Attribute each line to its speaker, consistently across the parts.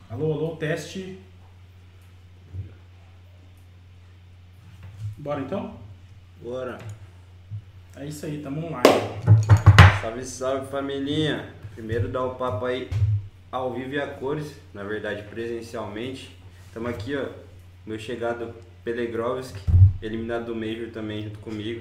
Speaker 1: Alô, alô, teste. Bora então?
Speaker 2: Bora.
Speaker 1: É isso aí, tamo online.
Speaker 2: Salve, salve família. Primeiro dá o papo aí ao vivo e a cores, na verdade presencialmente. Estamos aqui, ó, meu chegado Pelegrovski, eliminado do Major também junto comigo.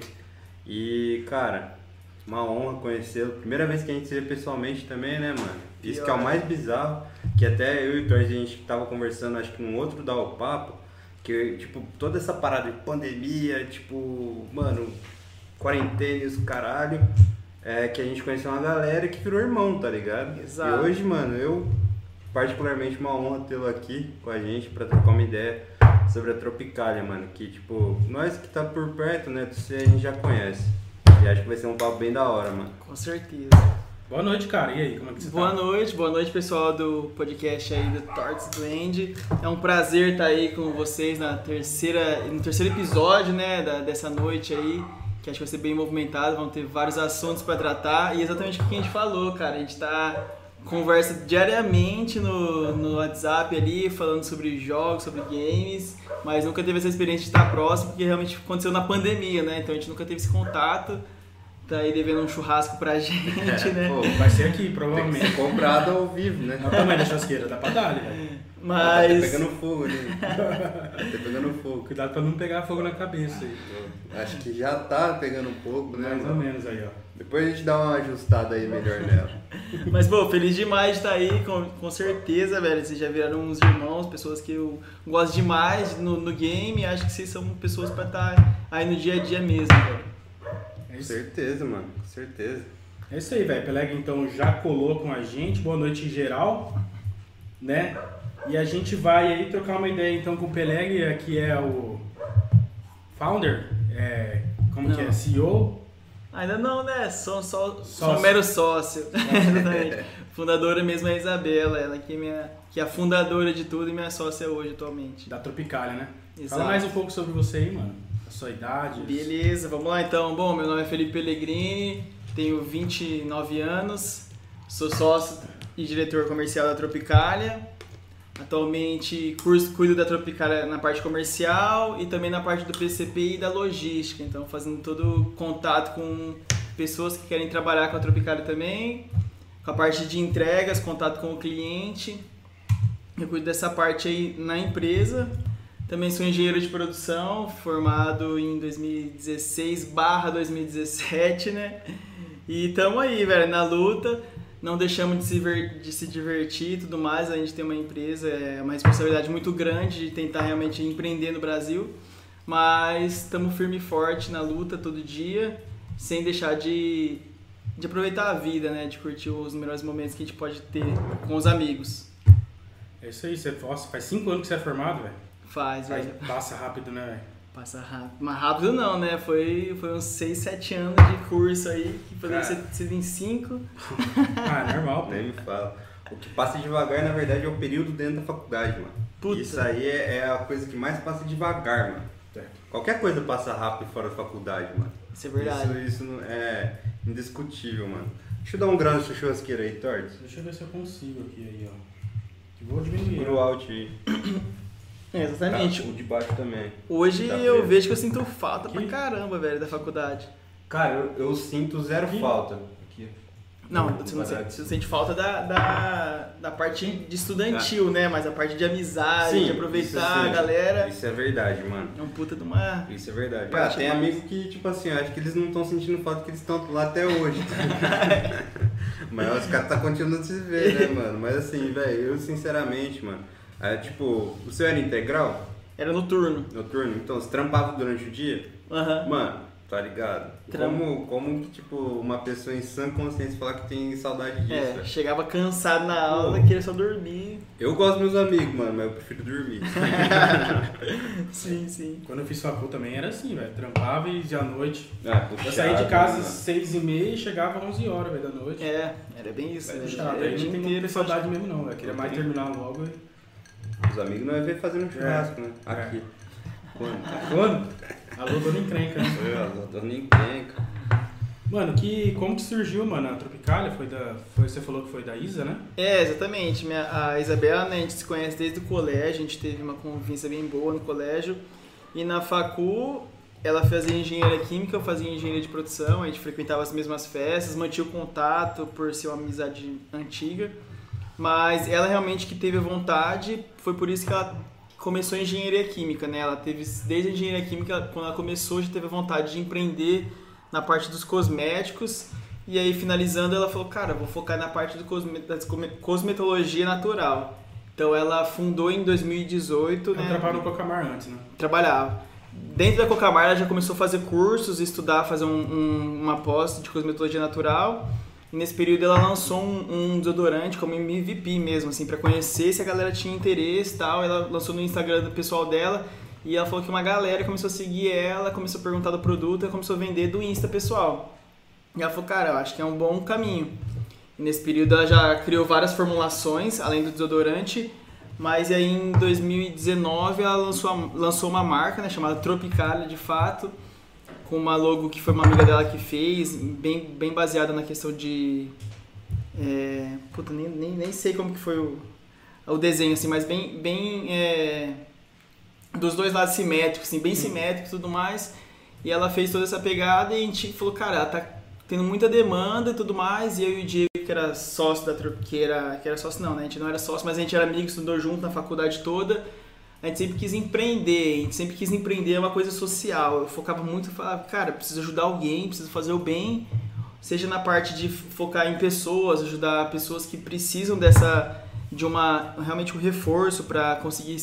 Speaker 2: E, cara, uma honra conhecê-lo. Primeira vez que a gente se vê pessoalmente também, né, mano? Isso que é o mais bizarro, que até eu e o Torres, a gente tava conversando, acho que num outro Dá o Papo, que, tipo, toda essa parada de pandemia, tipo, mano, quarentena e os caralho, que a gente conheceu uma galera que virou irmão, tá ligado?
Speaker 3: Exato.
Speaker 2: E hoje, mano, eu, particularmente, uma honra tê-lo aqui com a gente pra trocar uma ideia sobre a Tropicália, mano, que, tipo, nós que tá por perto, né, do C, a gente já conhece. E acho que vai ser um papo bem da hora, mano.
Speaker 3: Com certeza.
Speaker 1: Boa noite, cara. E aí, como é que você tá?
Speaker 3: Boa noite pessoal do podcast aí do Torts Blend. É um prazer estar aí com vocês no terceiro episódio, né, dessa noite aí, que acho que vai ser bem movimentado, vão ter vários assuntos para tratar e exatamente o que a gente falou, cara. A gente conversa diariamente no WhatsApp ali, falando sobre jogos, sobre games, mas nunca teve essa experiência de estar próximo, porque realmente aconteceu na pandemia, né? Então a gente nunca teve esse contato. Tá aí devendo um churrasco pra gente, né?
Speaker 1: Pô, vai ser aqui, provavelmente.
Speaker 2: Tem que ser comprado ao vivo, né?
Speaker 1: Olha o tamanho da churrasqueira, dá pra dar ali, velho.
Speaker 3: Mas...
Speaker 2: Tá pegando fogo ali. Tá pegando fogo.
Speaker 1: Cuidado pra não pegar fogo na cabeça aí.
Speaker 2: Acho que já tá pegando um pouco, né?
Speaker 1: Mais ou menos aí, ó.
Speaker 2: Depois a gente dá uma ajustada aí melhor nela.
Speaker 3: Mas, pô, feliz demais de estar aí, com certeza, velho. Vocês já viraram uns irmãos, pessoas que eu gosto demais no game. Acho que vocês são pessoas pra estar aí no dia a dia mesmo, velho.
Speaker 2: Com certeza, mano. Com certeza.
Speaker 1: É isso aí, velho. Peleg, então, já colou com a gente. Boa noite em geral, né? E a gente vai aí trocar uma ideia, então, com o Peleg, que é o founder, como que é? CEO?
Speaker 3: Ainda não, né? Sou mero sócio. Fundadora mesmo é a Isabela, ela que é a fundadora de tudo e minha sócia hoje, atualmente.
Speaker 1: Da Tropicália, né?
Speaker 3: Exato.
Speaker 1: Fala mais um pouco sobre você aí, mano. A sua idade.
Speaker 3: Beleza, vamos lá então. Bom, meu nome é Felipe Pellegrini, tenho 29 anos, sou sócio e diretor comercial da Tropicália. Atualmente cuido da Tropicália na parte comercial e também na parte do PCP e da logística. Então fazendo todo o contato com pessoas que querem trabalhar com a Tropicália também. Com a parte de entregas, contato com o cliente. Eu cuido dessa parte aí na empresa. Também sou engenheiro de produção, formado em 2016/2017, né? E tamo aí, velho, na luta. Não deixamos de se divertir e tudo mais. A gente tem uma empresa, uma responsabilidade muito grande de tentar realmente empreender no Brasil. Mas estamos firme e forte na luta todo dia, sem deixar de aproveitar a vida, né? De curtir os melhores momentos que a gente pode ter com os amigos.
Speaker 1: É isso aí. Nossa, faz 5 anos que você é formado, velho.
Speaker 3: Faz, velho.
Speaker 1: Passa rápido, né, velho?
Speaker 3: Passa rápido. Mas rápido não, né? Foi uns 6, 7 anos de curso aí, que poderia ser sido em 5.
Speaker 1: Ah, é normal, pô.
Speaker 2: Nem me fala. O que passa devagar, na verdade, é o período dentro da faculdade, mano.
Speaker 3: Puta.
Speaker 2: Isso aí é a coisa que mais passa devagar, mano.
Speaker 1: É.
Speaker 2: Qualquer coisa passa rápido fora da faculdade, mano.
Speaker 3: Isso é verdade.
Speaker 2: Isso não é indiscutível, mano. Deixa eu dar um grau nessa churrasqueira aí, Tortes.
Speaker 1: Deixa eu ver se eu consigo aqui, aí, ó. Vou diminuir.
Speaker 2: Segura o alt aí.
Speaker 3: Exatamente.
Speaker 2: Tá, o de baixo também.
Speaker 3: Hoje
Speaker 2: Tá
Speaker 3: eu
Speaker 2: preso.
Speaker 3: vejo que eu sinto falta
Speaker 1: Aqui?
Speaker 3: pra caramba, velho, da faculdade.
Speaker 2: Cara, eu sinto zero
Speaker 1: Aqui?
Speaker 2: falta. Aqui.
Speaker 3: Não,
Speaker 2: No
Speaker 3: você não
Speaker 2: quadrado.
Speaker 3: sente falta da parte de estudantil, né? Mas a parte de amizade, de
Speaker 2: isso
Speaker 3: aproveitar
Speaker 2: sim.
Speaker 3: a galera.
Speaker 2: Isso é verdade, mano.
Speaker 3: É um puta de uma...
Speaker 2: Isso é verdade.
Speaker 3: Parte
Speaker 2: Tem
Speaker 3: mais.
Speaker 2: amigo que, tipo assim, acho que eles não estão sentindo falta que eles estão lá até hoje. Mas os caras tá continuando se ver, né, mano? Mas assim, velho, eu sinceramente, mano, tipo, o seu era integral?
Speaker 3: Era noturno.
Speaker 2: Noturno? Então, você trampava durante o dia?
Speaker 3: Aham.
Speaker 2: Mano, tá ligado? Como que, tipo, uma pessoa em sã consciência falar que tem saudade disso, velho?
Speaker 3: Chegava cansado na aula, queria só dormir.
Speaker 2: Eu gosto dos meus amigos, mano, mas eu prefiro dormir.
Speaker 3: Sim, sim.
Speaker 1: Quando eu fiz facul também era assim, velho. Trampava e à noite.
Speaker 2: Puxado,
Speaker 1: Eu saí de casa
Speaker 2: né,
Speaker 1: às 6h30 e chegava às 11 horas, velho, da noite.
Speaker 3: Era bem isso.
Speaker 1: Velho,
Speaker 3: Né?
Speaker 1: puxado.
Speaker 3: Era
Speaker 1: Aí
Speaker 3: o dia
Speaker 1: não tem
Speaker 3: inteiro
Speaker 1: muita saudade mesmo, não, velho. Queria mais terminar logo.
Speaker 2: mano? Os amigos não é ver fazendo um churrasco, né? Aqui. Quando?
Speaker 1: Quando? Alô, dona encrenca, né?
Speaker 2: Eu tô nem encrenca.
Speaker 1: Mano, como que surgiu, mano, a Tropicália? Você falou que foi da Isa, né?
Speaker 3: Exatamente. A Isabela, né, a gente se conhece desde o colégio, a gente teve uma convivência bem boa no colégio. E na facu, ela fazia engenharia química, eu fazia engenharia de produção, a gente frequentava as mesmas festas, mantinha o contato por ser uma amizade antiga. Mas ela realmente que teve a vontade, foi por isso que ela começou a engenharia química, né? Ela teve, desde a engenharia química, quando ela começou, já teve a vontade de empreender na parte dos cosméticos. E aí, finalizando, ela falou, cara, vou focar na parte da cosmetologia natural. Então, ela fundou em 2018,
Speaker 1: Ela
Speaker 3: né?
Speaker 1: trabalhou no Cocamar antes, né?
Speaker 3: Trabalhava. Dentro da Cocamar, ela já começou a fazer cursos, estudar, fazer uma pós de cosmetologia natural. E nesse período ela lançou um desodorante como MVP mesmo, assim, pra conhecer se a galera tinha interesse e tal. Ela lançou no Instagram do pessoal dela e ela falou que uma galera começou a seguir ela, começou a perguntar do produto e começou a vender do Insta pessoal. E ela falou, cara, eu acho que é um bom caminho. E nesse período ela já criou várias formulações, além do desodorante, mas aí em 2019 ela lançou uma marca, né, chamada Tropicália, de fato, com uma logo que foi uma amiga dela que fez, bem baseada na questão de... nem sei como que foi o desenho, assim, mas bem dos dois lados simétricos, assim, bem simétrico e tudo mais. E ela fez toda essa pegada e a gente falou, cara, ela tá tendo muita demanda e tudo mais. E eu e o Diego, que era sócio que era sócio não, né? A gente não era sócio, mas a gente era amigo, estudou junto na faculdade toda. A gente sempre quis empreender uma coisa social. Eu focava muito, falava, cara, preciso ajudar alguém, preciso fazer o bem, seja na parte de focar em pessoas, ajudar pessoas que precisam realmente um reforço para conseguir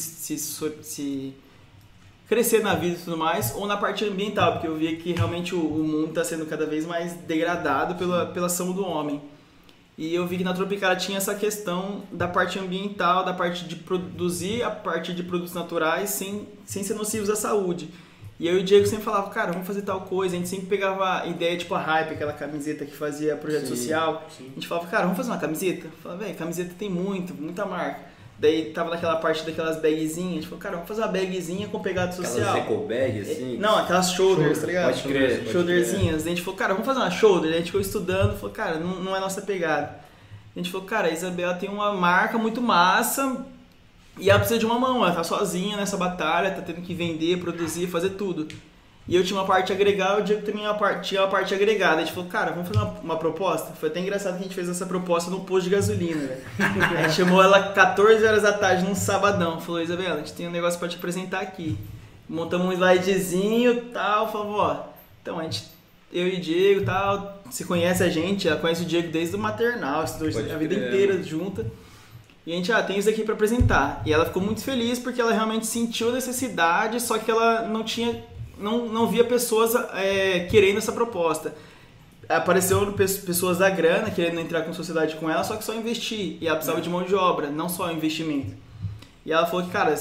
Speaker 3: se crescer na vida e tudo mais, ou na parte ambiental, porque eu via que realmente o mundo está sendo cada vez mais degradado pela ação do homem. E eu vi que na Tropicália tinha essa questão da parte ambiental, da parte de produzir a partir de produtos naturais sem ser nocivos à saúde. E eu e o Diego sempre falavam, cara, vamos fazer tal coisa. A gente sempre pegava a ideia, tipo a Hype, aquela camiseta que fazia projeto social. Sim. A gente falava, cara, vamos fazer uma camiseta? Eu falava, velho, camiseta tem muita marca. Daí tava naquela parte daquelas bagzinhas, a gente falou, cara, vamos fazer uma bagzinha com pegada social.
Speaker 2: Aquelas eco-bag, assim?
Speaker 3: Não, aquelas shoulders, tá ligado?
Speaker 2: Pode crer.
Speaker 3: Shoulderzinhas. Daí a gente falou, cara, vamos fazer uma shoulder. Daí a gente ficou estudando, falou, cara, não é nossa pegada. A gente falou, cara, a Isabela tem uma marca muito massa e ela precisa de uma mão, ela tá sozinha nessa batalha, tá tendo que vender, produzir, fazer tudo. E eu tinha uma parte a agregar, o Diego também tinha uma parte agregada. A gente falou, cara, vamos fazer uma proposta? Foi até engraçado que a gente fez essa proposta no posto de gasolina, velho. A gente chamou ela 14 horas da tarde, num sabadão. Falou, Isabela, a gente tem um negócio pra te apresentar aqui. Montamos um slidezinho e tal, falou, ó, então eu e o Diego e tal, você conhece a gente, ela conhece o Diego desde o maternal, estudou a vida inteira junta. E a gente, tem isso aqui pra apresentar. E ela ficou muito feliz porque ela realmente sentiu a necessidade, só que ela não via pessoas querendo essa proposta. Apareceu pessoas da grana querendo entrar com sociedade com ela, só que só investir. E ela precisava de mão de obra, não só investimento. E ela falou que, cara,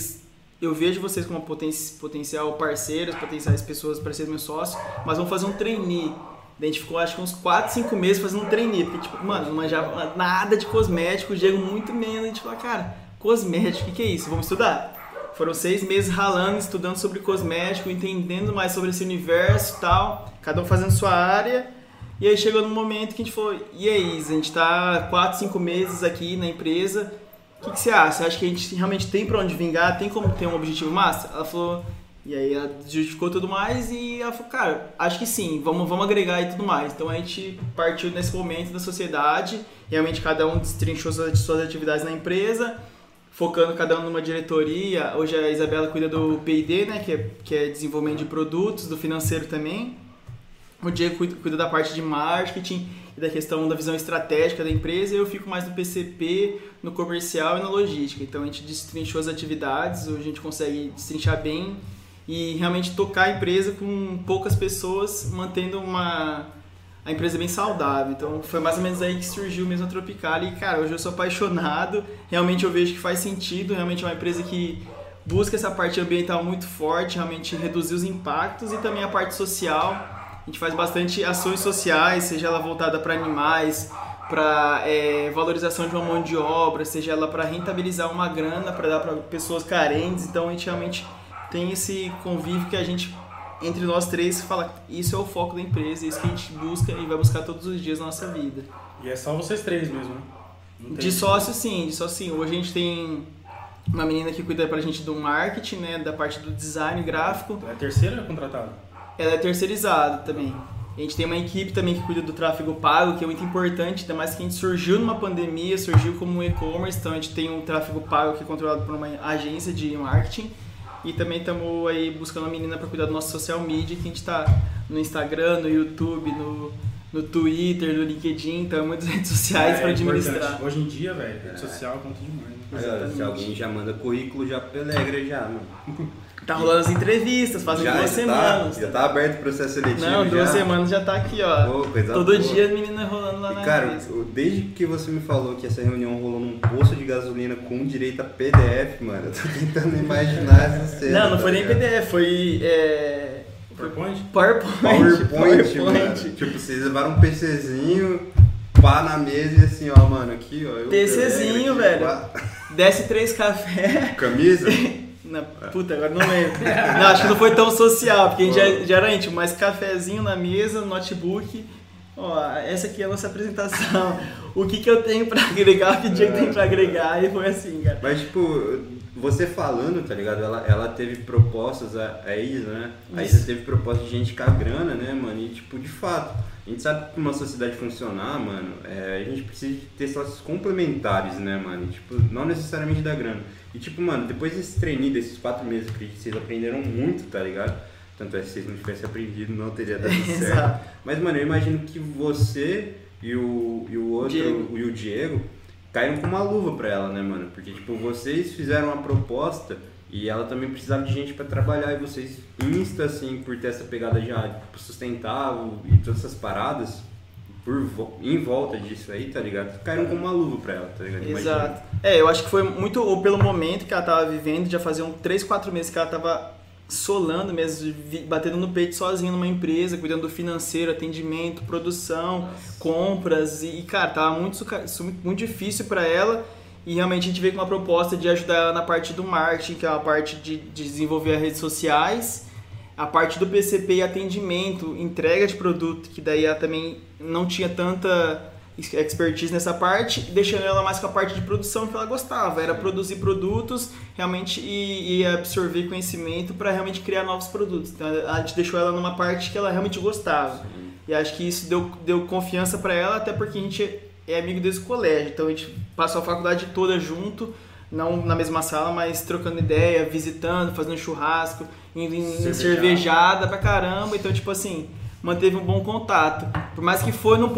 Speaker 3: eu vejo vocês como potencial parceiros, potenciais pessoas para ser meu sócio, mas vamos fazer um trainee. Daí a gente ficou acho que uns 4, 5 meses fazendo um trainee, porque tipo, mano, não manjava nada de cosmético, o Diego muito menos. A gente falou, cara, cosmético, o que é isso? Vamos estudar? Foram 6 meses ralando, estudando sobre cosmético, entendendo mais sobre esse universo e tal, cada um fazendo sua área. E aí chegou num momento que a gente falou, e aí, Isa, a gente tá 4, 5 meses aqui na empresa, o que você acha? Você acha que a gente realmente tem pra onde vingar? Tem como ter um objetivo massa? Ela falou, e aí ela justificou tudo mais e ela falou, cara, acho que sim, vamos agregar e tudo mais. Então a gente partiu nesse momento da sociedade, realmente cada um destrinchou suas atividades na empresa, focando cada um numa diretoria. Hoje a Isabela cuida do P&D, né, que é desenvolvimento de produtos, do financeiro também. O Diego cuida da parte de marketing e da questão da visão estratégica da empresa, e eu fico mais no PCP, no comercial e na logística. Então a gente destrinchou as atividades, hoje a gente consegue destrinchar bem e realmente tocar a empresa com poucas pessoas, mantendo a empresa bem saudável. Então foi mais ou menos aí que surgiu mesmo a Tropicália. E cara, hoje eu sou apaixonado, realmente eu vejo que faz sentido, realmente é uma empresa que busca essa parte ambiental muito forte, realmente reduzir os impactos e também a parte social. A gente faz bastante ações sociais, seja ela voltada para animais, para valorização de uma mão de obra, seja ela para rentabilizar uma grana, para dar para pessoas carentes. Então a gente realmente tem esse convívio que a gente entre nós três, fala, isso é o foco da empresa, isso que a gente busca e vai buscar todos os dias na nossa vida.
Speaker 1: E é só vocês três mesmo, né? Não tem-
Speaker 3: De sócio sim. Hoje a gente tem uma menina que cuida pra gente do marketing, né, da parte do design gráfico.
Speaker 1: É a terceira contratada?
Speaker 3: Ela é terceirizada também. A gente tem uma equipe também que cuida do tráfego pago, que é muito importante, ainda mais que a gente surgiu numa pandemia, surgiu como um e-commerce, então a gente tem um tráfego pago que é controlado por uma agência de marketing. E também estamos aí buscando uma menina para cuidar do nosso social media, que a gente está no Instagram, no YouTube, no Twitter, no LinkedIn, então muitas redes sociais para administrar.
Speaker 1: Importante. Hoje em dia, velho, rede social conta demais. Né?
Speaker 2: Se alguém já manda currículo, já pelegra já, mano.
Speaker 3: Tá rolando as entrevistas, fazem 2 semanas.
Speaker 2: Já tá aberto o processo seletivo.
Speaker 3: Não, 2
Speaker 2: já.
Speaker 3: semanas já tá aqui, ó.
Speaker 2: Pô, coisa
Speaker 3: Todo
Speaker 2: boa.
Speaker 3: dia a menina rolando lá
Speaker 2: E,
Speaker 3: na
Speaker 2: cara,
Speaker 3: entrevista.
Speaker 2: desde que você me falou que essa reunião rolou num posto de gasolina com direito a PDF, mano, eu tô tentando imaginar essa cena.
Speaker 3: Não foi
Speaker 2: tá
Speaker 3: nem
Speaker 2: ligado?
Speaker 3: PDF, foi
Speaker 1: PowerPoint?
Speaker 2: PowerPoint, mano. Tipo, vocês levaram um PCzinho, pá na mesa e assim, ó, mano, aqui, ó.
Speaker 3: PCzinho,
Speaker 2: aqui,
Speaker 3: velho.
Speaker 2: pá.
Speaker 3: Desce 3 cafés.
Speaker 2: Camisa?
Speaker 3: Puta, agora não lembro. Não, acho que não foi tão social, porque a gente já era íntimo, mas cafezinho na mesa, notebook. Ó, essa aqui é a nossa apresentação. O que eu tenho pra agregar, que dia que tem pra agregar, e foi assim, cara.
Speaker 2: Mas, tipo, você falando, tá ligado? Ela teve propostas, a Isa, né? A Isa teve propostas de gente com a grana, né, mano? E, tipo, de fato, a gente sabe que pra uma sociedade funcionar, mano, a gente precisa de ter sócios complementares, né, mano? E, tipo, não necessariamente da grana. E, tipo, mano, depois desse treininho, desses 4 meses, acredito que vocês aprenderam muito, tá ligado? Tanto é que se vocês não tivessem aprendido, não teria dado certo.
Speaker 3: Exato.
Speaker 2: Mas, mano, eu imagino que você e o outro,
Speaker 3: Diego.
Speaker 2: e o Diego, caíram com uma luva pra ela, né, mano? Porque, tipo, vocês fizeram uma proposta e ela também precisava de gente pra trabalhar e vocês, assim, por ter essa pegada já tipo, sustentável e todas essas paradas, em volta disso aí, tá ligado? Caíram com uma luva pra ela, tá ligado?
Speaker 3: Exato. Eu acho que foi muito pelo momento que ela tava vivendo, já faziam 3, 4 meses que ela tava solando mesmo, batendo no peito sozinha numa empresa, cuidando do financeiro, atendimento, produção, compras e cara, tava muito difícil para ela e realmente a gente veio com uma proposta de ajudar ela na parte do marketing, que é a parte de desenvolver as redes sociais, a parte do PCP e atendimento, entrega de produto, que daí ela também não tinha tanta expertise nessa parte, deixando ela mais com a parte de produção que ela gostava, era produzir produtos realmente e absorver conhecimento para realmente criar novos produtos. Então a gente deixou ela numa parte que ela realmente gostava. Sim. E acho que isso deu confiança para ela, até porque a gente é amigo desde o colégio, então a gente passou a faculdade toda junto, não na mesma sala, mas trocando ideia, visitando, fazendo churrasco, indo em cervejada pra caramba, então tipo assim, manteve um bom contato. Por mais que foi no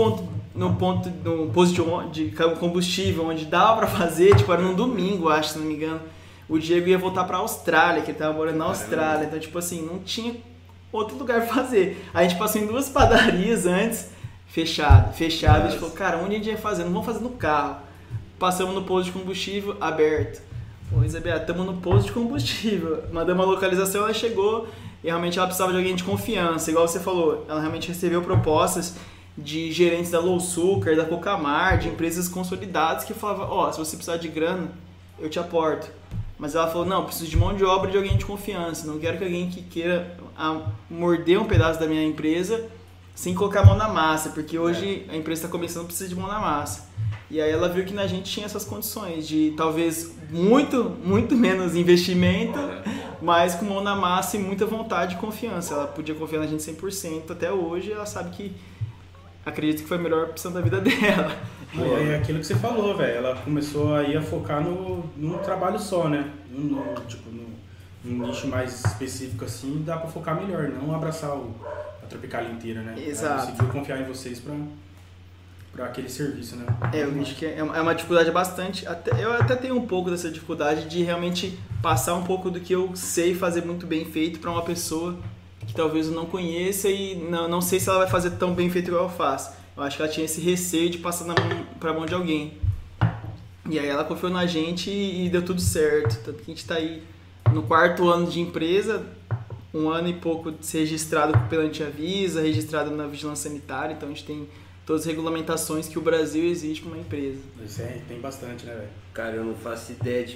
Speaker 3: posto de combustível, onde dava pra fazer, tipo, era num domingo, acho, se não me engano. O Diego ia voltar pra Austrália, que ele tava morando na Austrália. Então, tipo assim, não tinha outro lugar pra fazer. A gente passou em 2 padarias antes, fechado. A gente falou, cara, onde a gente ia fazer? Não vamos fazer no carro. Passamos no posto de combustível, aberto. Pô, Isabela, estamos no posto de combustível. Mandamos a localização, ela chegou e realmente ela precisava de alguém de confiança. Igual você falou, ela realmente recebeu propostas de gerentes da Low Sugar, da Cocamar, de empresas consolidadas que falavam, se você precisar de grana, eu te aporto. Mas ela falou, não, preciso de mão de obra de alguém de confiança, não quero que alguém que queira morder um pedaço da minha empresa sem colocar a mão na massa, porque hoje a empresa está começando a precisar de mão na massa. E aí ela viu que na gente tinha essas condições de talvez muito menos investimento, mas com mão na massa e muita vontade e confiança. Ela podia confiar na gente 100%, até hoje ela sabe que acredito que foi a melhor opção da vida dela.
Speaker 1: É aquilo que você falou, velho. Ela começou aí a focar num trabalho só, né? Num nicho mais específico assim, dá pra focar melhor, não abraçar a Tropicalia inteira, né?
Speaker 3: Exato.
Speaker 1: Ela conseguiu confiar em vocês pra aquele serviço, né?
Speaker 3: Eu acho que é uma dificuldade bastante. Eu até tenho um pouco dessa dificuldade de realmente passar um pouco do que eu sei fazer muito bem feito pra uma pessoa que talvez eu não conheça e não sei se ela vai fazer tão bem feito igual eu faço. Eu acho que ela tinha esse receio de passar pra mão de alguém. E aí ela confiou na gente e deu tudo certo. Tanto que a gente tá aí no 4º ano de empresa, 1 ano e pouco de ser registrado pela Antiavisa, registrado na Vigilância Sanitária, então a gente tem todas as regulamentações que o Brasil exige para uma empresa.
Speaker 1: Isso tem bastante, né, velho?
Speaker 2: Cara, eu não faço ideia de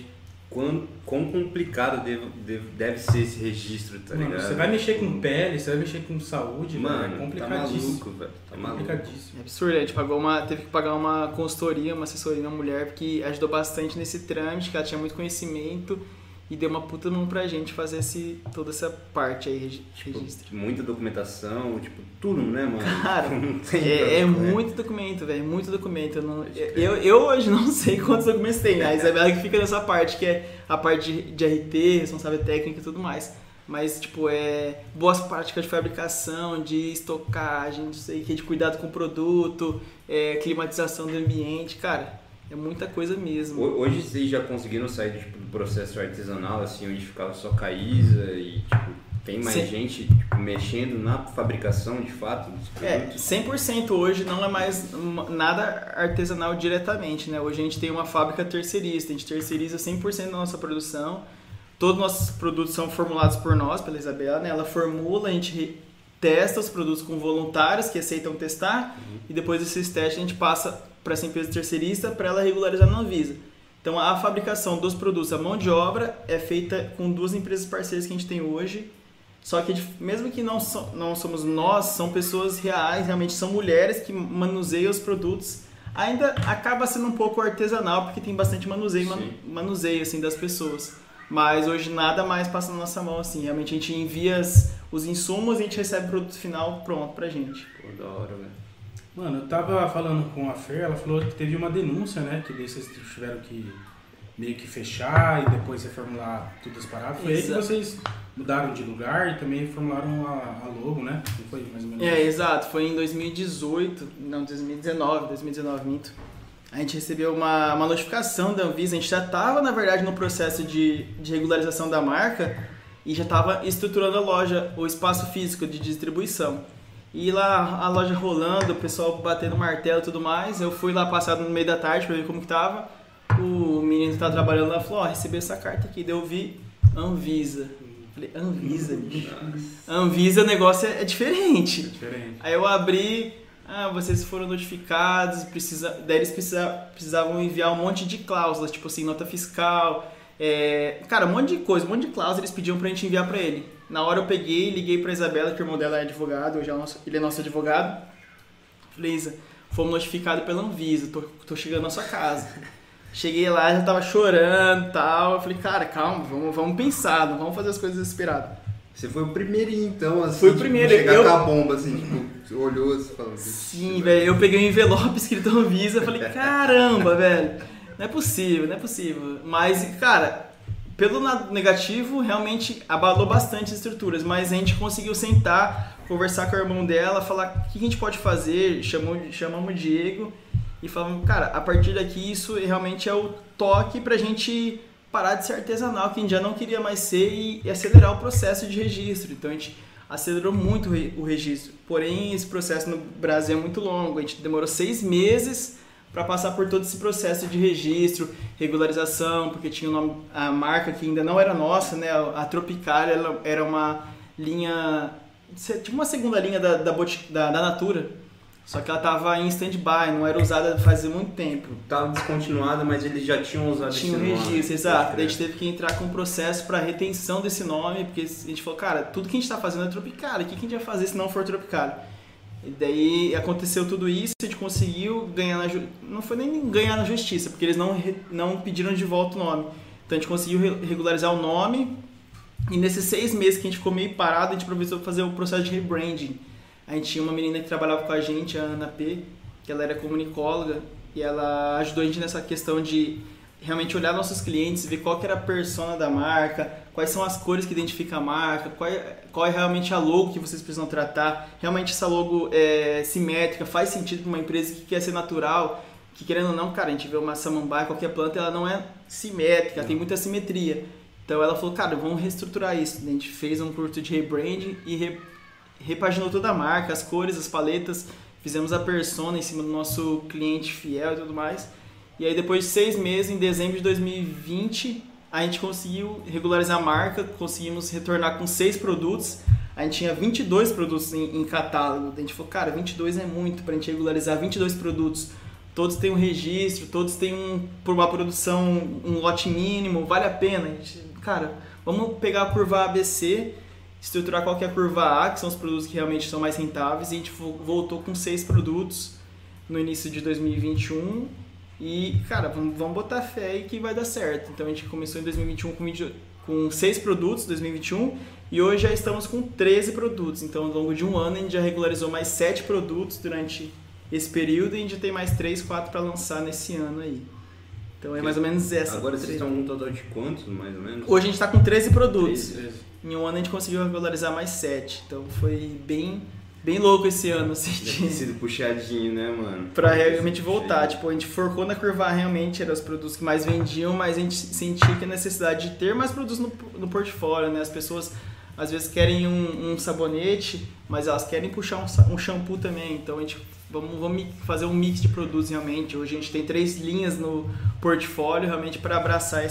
Speaker 2: quão complicado deve ser esse registro, tá ligado?
Speaker 1: Você vai mexer com pele, você vai mexer com saúde,
Speaker 2: mano,
Speaker 1: é complicadíssimo.
Speaker 2: Tá maluco, velho. Tá maluco.
Speaker 1: Complicadíssimo.
Speaker 3: É absurdo, a gente teve que pagar uma consultoria, uma assessoria, uma mulher que ajudou bastante nesse trâmite, que ela tinha muito conhecimento e deu uma puta mão pra gente fazer toda essa parte aí, registro.
Speaker 2: Muita documentação, tipo, tudo, né, mano?
Speaker 3: Cara, é muito documento, velho, muito documento. Eu hoje não sei quantos documentos tem, a Isabela que fica nessa parte, que é a parte de RT, responsável técnica e tudo mais. Mas, tipo, boas práticas de fabricação, de estocagem, não sei o que, de cuidado com o produto, climatização do ambiente, cara, é muita coisa mesmo.
Speaker 2: Hoje vocês já conseguiram sair do processo artesanal, assim, onde ficava só Caísa e, tipo, tem mais gente tipo, mexendo na fabricação, de fato, dos produtos?
Speaker 3: 100% hoje não é mais nada artesanal diretamente, né? Hoje a gente tem uma fábrica terceirista, a gente terceiriza 100% da nossa produção. Todos os nossos produtos são formulados por nós, pela Isabela, né? Ela formula, a gente testa os produtos com voluntários que aceitam testar e depois desses testes a gente passa para essa empresa terceirista para ela regularizar na Anvisa. Então a fabricação dos produtos, a mão de obra é feita com 2 empresas parceiras que a gente tem hoje, só que mesmo que não somos nós, são pessoas reais, realmente são mulheres que manuseiam os produtos. Ainda acaba sendo um pouco artesanal porque tem bastante manuseio assim, das pessoas. Mas hoje nada mais passa na nossa mão, assim. Realmente a gente envia os insumos e a gente recebe o produto final pronto pra gente.
Speaker 2: Pô, da hora, velho.
Speaker 1: Mano, eu tava falando com a Fer, ela falou que teve uma denúncia, né? Que vocês tiveram que meio que fechar e depois reformular tudo as paradas. Foi aí que vocês mudaram de lugar e também formularam a logo, né? Não foi mais ou menos isso?
Speaker 3: Exato. Foi em 2019, minto. A gente recebeu uma notificação da Anvisa, a gente já estava, na verdade, no processo de regularização da marca e já estava estruturando a loja, o espaço físico de distribuição. E lá, a loja rolando, o pessoal batendo martelo e tudo mais, eu fui lá passado no meio da tarde para ver como que tava. O menino que estava trabalhando lá falou, recebi essa carta aqui, daí eu vi Anvisa. Falei, Anvisa, bicho. Anvisa, o negócio é diferente. Aí eu abri... vocês foram notificados, daí eles precisavam enviar um monte de cláusulas, tipo assim, nota fiscal, cara, um monte de coisa, um monte de cláusulas eles pediam pra gente enviar pra ele. Na hora eu peguei, liguei pra Isabela, que o irmão dela é advogado, ele é nosso advogado. Falei, Isa, fomos notificados pela Anvisa, tô chegando na sua casa. Cheguei lá, já tava chorando e tal, eu falei, cara, calma, vamos pensar, não vamos fazer as coisas desesperadas.
Speaker 2: Você foi o primeirinho, então, assim,
Speaker 3: foi o primeiro.
Speaker 2: Chegar com a bomba, assim, tipo, você olhou assim, falando...
Speaker 3: Sim, velho, eu peguei um envelope escrito Anvisa, falei, caramba, velho, não é possível. Mas, cara, pelo lado negativo, realmente abalou bastante as estruturas, mas a gente conseguiu sentar, conversar com o irmão dela, falar o que a gente pode fazer, chamamos o Diego e falamos, cara, a partir daqui isso realmente é o toque pra gente... parar de ser artesanal, que a gente já não queria mais ser e acelerar o processo de registro. Então a gente acelerou muito o registro. Porém, esse processo no Brasil é muito longo. A gente demorou 6 meses para passar por todo esse processo de registro, regularização, porque tinha a marca que ainda não era nossa, né? A Tropicália ela era uma linha, tipo uma segunda linha da Natura. Só que ela estava em stand-by, não era usada fazia muito tempo.
Speaker 2: Estava descontinuada, mas eles já tinham usado esse nome.
Speaker 3: Tinha um registro, exato. Daí a gente teve que entrar com um processo para retenção desse nome, porque a gente falou, cara, tudo que a gente está fazendo é Tropicália, o que a gente vai fazer se não for Tropicália? E daí aconteceu tudo isso, a gente conseguiu ganhar não foi nem ganhar na justiça, porque eles não pediram de volta o nome. Então a gente conseguiu regularizar o nome, e nesses 6 meses que a gente ficou meio parado, a gente aproveitou para fazer o processo de rebranding. A gente tinha uma menina que trabalhava com a gente, a Ana P, que ela era comunicóloga, e ela ajudou a gente nessa questão de realmente olhar nossos clientes, ver qual que era a persona da marca, quais são as cores que identificam a marca, qual é realmente a logo que vocês precisam tratar. Realmente essa logo é simétrica, faz sentido para uma empresa que quer ser natural, que querendo ou não, cara, a gente vê uma samambaia, qualquer planta, ela não é simétrica, tem muita simetria. Então ela falou, cara, vamos reestruturar isso. A gente fez um curso de rebranding e repaginou toda a marca, as cores, as paletas, fizemos a persona em cima do nosso cliente fiel e tudo mais. E aí depois de 6 meses, em dezembro de 2020, a gente conseguiu regularizar a marca, conseguimos retornar com 6 produtos. A gente tinha 22 produtos em catálogo. A gente falou, cara, 22 é muito pra gente regularizar 22 produtos todos têm um registro, todos têm por uma produção, um lote mínimo, vale a pena. Cara, vamos pegar a curva ABC, estruturar qual que é a curva A, que são os produtos que realmente são mais rentáveis, e a gente voltou com 6 produtos no início de 2021 e, cara, vamos botar fé aí que vai dar certo. Então a gente começou em 2021 com 6 produtos, 2021, e hoje já estamos com 13 produtos. Então, ao longo de um ano, a gente já regularizou mais 7 produtos durante esse período e a gente tem mais 3, 4 para lançar nesse ano aí. Então é mais ou menos essa.
Speaker 2: Agora vocês estão com um total de quantos, mais ou menos?
Speaker 3: Hoje a gente está com 13 produtos.
Speaker 1: 13.
Speaker 3: Em um ano a gente conseguiu regularizar mais 7. Então foi bem louco esse ano. Assim,
Speaker 2: Deve ter sido puxadinho, né, mano?
Speaker 3: pra realmente voltar. Tipo, a gente forcou na curva A, realmente eram os produtos que mais vendiam, mas a gente sentia que a necessidade de ter mais produtos no portfólio, né? As pessoas às vezes querem um sabonete, mas elas querem puxar um shampoo também. Então a gente vamos fazer um mix de produtos realmente. Hoje a gente tem 3 linhas no portfólio realmente para abraçar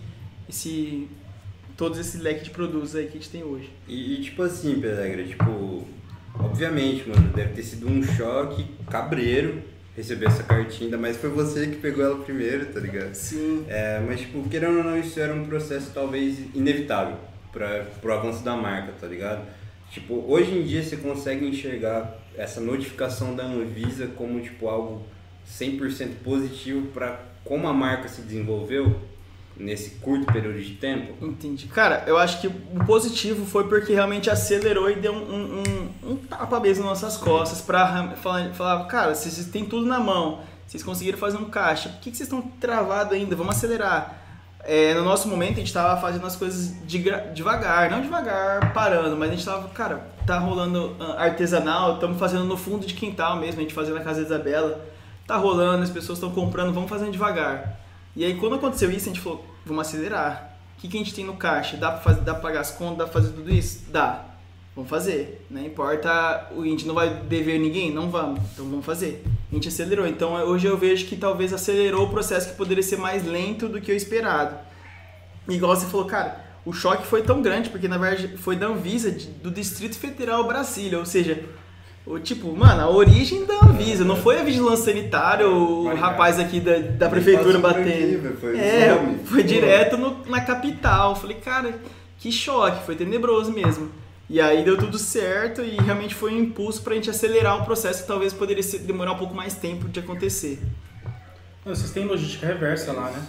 Speaker 3: todos esse leque de produtos aí que a gente tem hoje.
Speaker 2: E tipo assim, Pelegra, tipo, obviamente, mano, deve ter sido um choque cabreiro receber essa cartinha, ainda mais foi você que pegou ela primeiro, tá ligado?
Speaker 3: Sim.
Speaker 2: Mas tipo, querendo ou não, isso era um processo talvez inevitável pro avanço da marca, tá ligado? Tipo, hoje em dia você consegue enxergar essa notificação da Anvisa como tipo algo 100% positivo para como a marca se desenvolveu nesse curto período de tempo?
Speaker 3: Entendi. Cara, eu acho que o positivo foi porque realmente acelerou e deu um tapa mesmo nas nossas costas pra falar, cara, vocês têm tudo na mão, vocês conseguiram fazer um caixa, por que vocês estão travados ainda? Vamos acelerar. No nosso momento a gente estava fazendo as coisas devagar, não devagar parando, mas a gente estava, cara, tá rolando artesanal, estamos fazendo no fundo de quintal mesmo, a gente fazendo na casa da Isabela, tá rolando, as pessoas estão comprando, vamos fazendo devagar. E aí quando aconteceu isso a gente falou, vamos acelerar, o que a gente tem no caixa, dá pra pagar as contas, dá pra fazer tudo isso? Dá, vamos fazer, não importa, a gente não vai dever ninguém? Não vamos, então vamos fazer. A gente acelerou, então hoje eu vejo que talvez acelerou o processo que poderia ser mais lento do que o esperado. Igual você falou, cara, o choque foi tão grande, porque na verdade foi da Anvisa, do Distrito Federal Brasília, ou seja, mano, a origem da Anvisa, não foi a vigilância sanitária, o rapaz aqui da prefeitura batendo. Foi direto na capital. Eu falei, cara, que choque, foi tenebroso mesmo. E aí deu tudo certo e realmente foi um impulso pra gente acelerar um processo que talvez poderia demorar um pouco mais tempo de acontecer.
Speaker 1: Vocês têm logística reversa lá, né?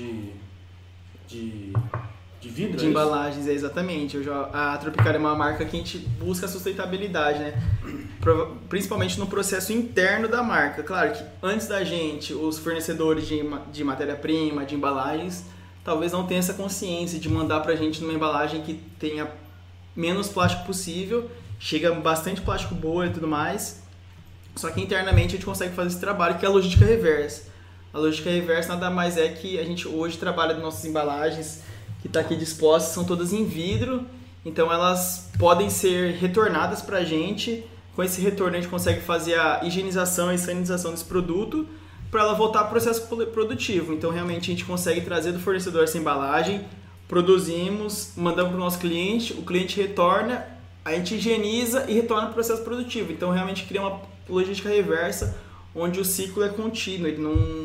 Speaker 1: De vidro?
Speaker 3: De embalagens, exatamente. A Tropicália é uma marca que a gente busca a sustentabilidade, né? Principalmente no processo interno da marca. Claro que antes da gente, os fornecedores de matéria-prima, de embalagens, talvez não tenham essa consciência de mandar pra gente numa embalagem que tenha menos plástico possível, chega bastante plástico boa e tudo mais, só que internamente a gente consegue fazer esse trabalho que é a logística reversa. A logística reversa nada mais é que a gente hoje trabalha com nossas embalagens que está aqui dispostas, são todas em vidro, então elas podem ser retornadas para a gente. Com esse retorno a gente consegue fazer a higienização e sanitização desse produto para ela voltar ao processo produtivo. Então realmente a gente consegue trazer do fornecedor essa embalagem, produzimos, mandamos para o nosso cliente, o cliente retorna, a gente higieniza e retorna para o processo produtivo. Então realmente cria uma logística reversa onde o ciclo é contínuo, ele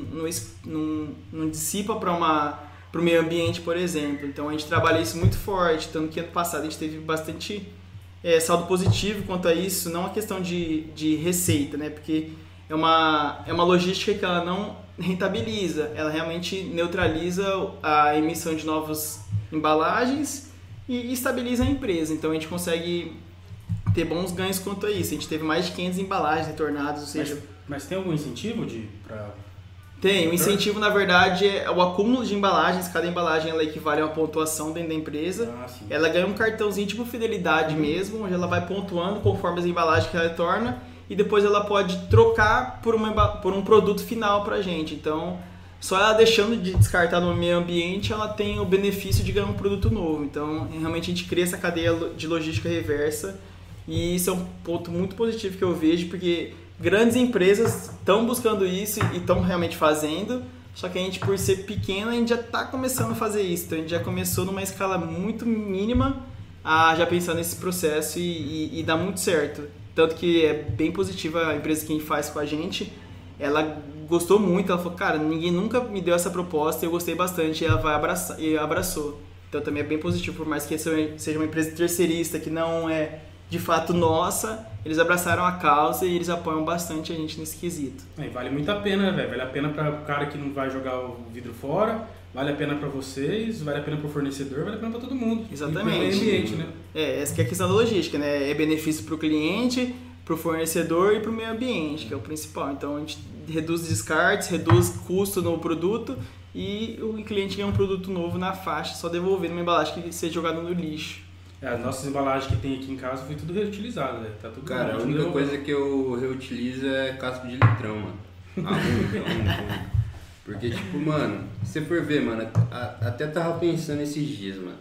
Speaker 3: não dissipa para o meio ambiente, por exemplo. Então a gente trabalha isso muito forte, tanto que ano passado a gente teve bastante saldo positivo quanto a isso, não a questão de receita, né? Porque é uma logística que ela não rentabiliza, ela realmente neutraliza a emissão de novas embalagens e estabiliza a empresa. Então a gente consegue ter bons ganhos quanto a isso. A gente teve mais de 500 embalagens retornadas, ou seja...
Speaker 1: Mas tem algum incentivo
Speaker 3: Tem, o incentivo na verdade é o acúmulo de embalagens, cada embalagem ela equivale a uma pontuação dentro da empresa. Ela ganha um cartãozinho tipo fidelidade mesmo, onde ela vai pontuando conforme as embalagens que ela retorna e depois ela pode trocar por um produto final pra gente. Então, só ela deixando de descartar no meio ambiente, ela tem o benefício de ganhar um produto novo. Então, realmente a gente cria essa cadeia de logística reversa e isso é um ponto muito positivo que eu vejo, porque grandes empresas estão buscando isso e estão realmente fazendo, só que a gente, por ser pequeno, a gente já está começando a fazer isso. Então, a gente já começou numa escala muito mínima a já pensar nesse processo e dá muito certo. Tanto que é bem positiva a empresa que a gente faz com a gente, ela gostou muito, ela falou, cara, ninguém nunca me deu essa proposta e eu gostei bastante, e ela vai abraçar, e abraçou. Então também é bem positivo, por mais que seja uma empresa terceirista que não é de fato nossa, eles abraçaram a causa e eles apoiam bastante a gente nesse quesito.
Speaker 1: E vale muito a pena, velho. Vale a pena para o cara que não vai jogar o vidro fora, vale a pena para vocês, vale a pena para o fornecedor, vale a pena para todo mundo.
Speaker 3: Exatamente.
Speaker 1: E pro meio ambiente, né?
Speaker 3: Essa que é a questão da logística, né? É benefício para o cliente, para o fornecedor e para o meio ambiente, que é o principal. Então a gente reduz descartes, reduz custo no produto e o cliente ganha um produto novo na faixa, só devolvendo uma embalagem que seja jogada no lixo.
Speaker 1: As nossas embalagens que tem aqui em casa foi tudo reutilizado, né? Tá tudo
Speaker 2: Cara, a única coisa que eu reutilizo é casco de litrão, mano. A única. Porque, tipo, mano, se você for ver, mano, até tava pensando esses dias, mano.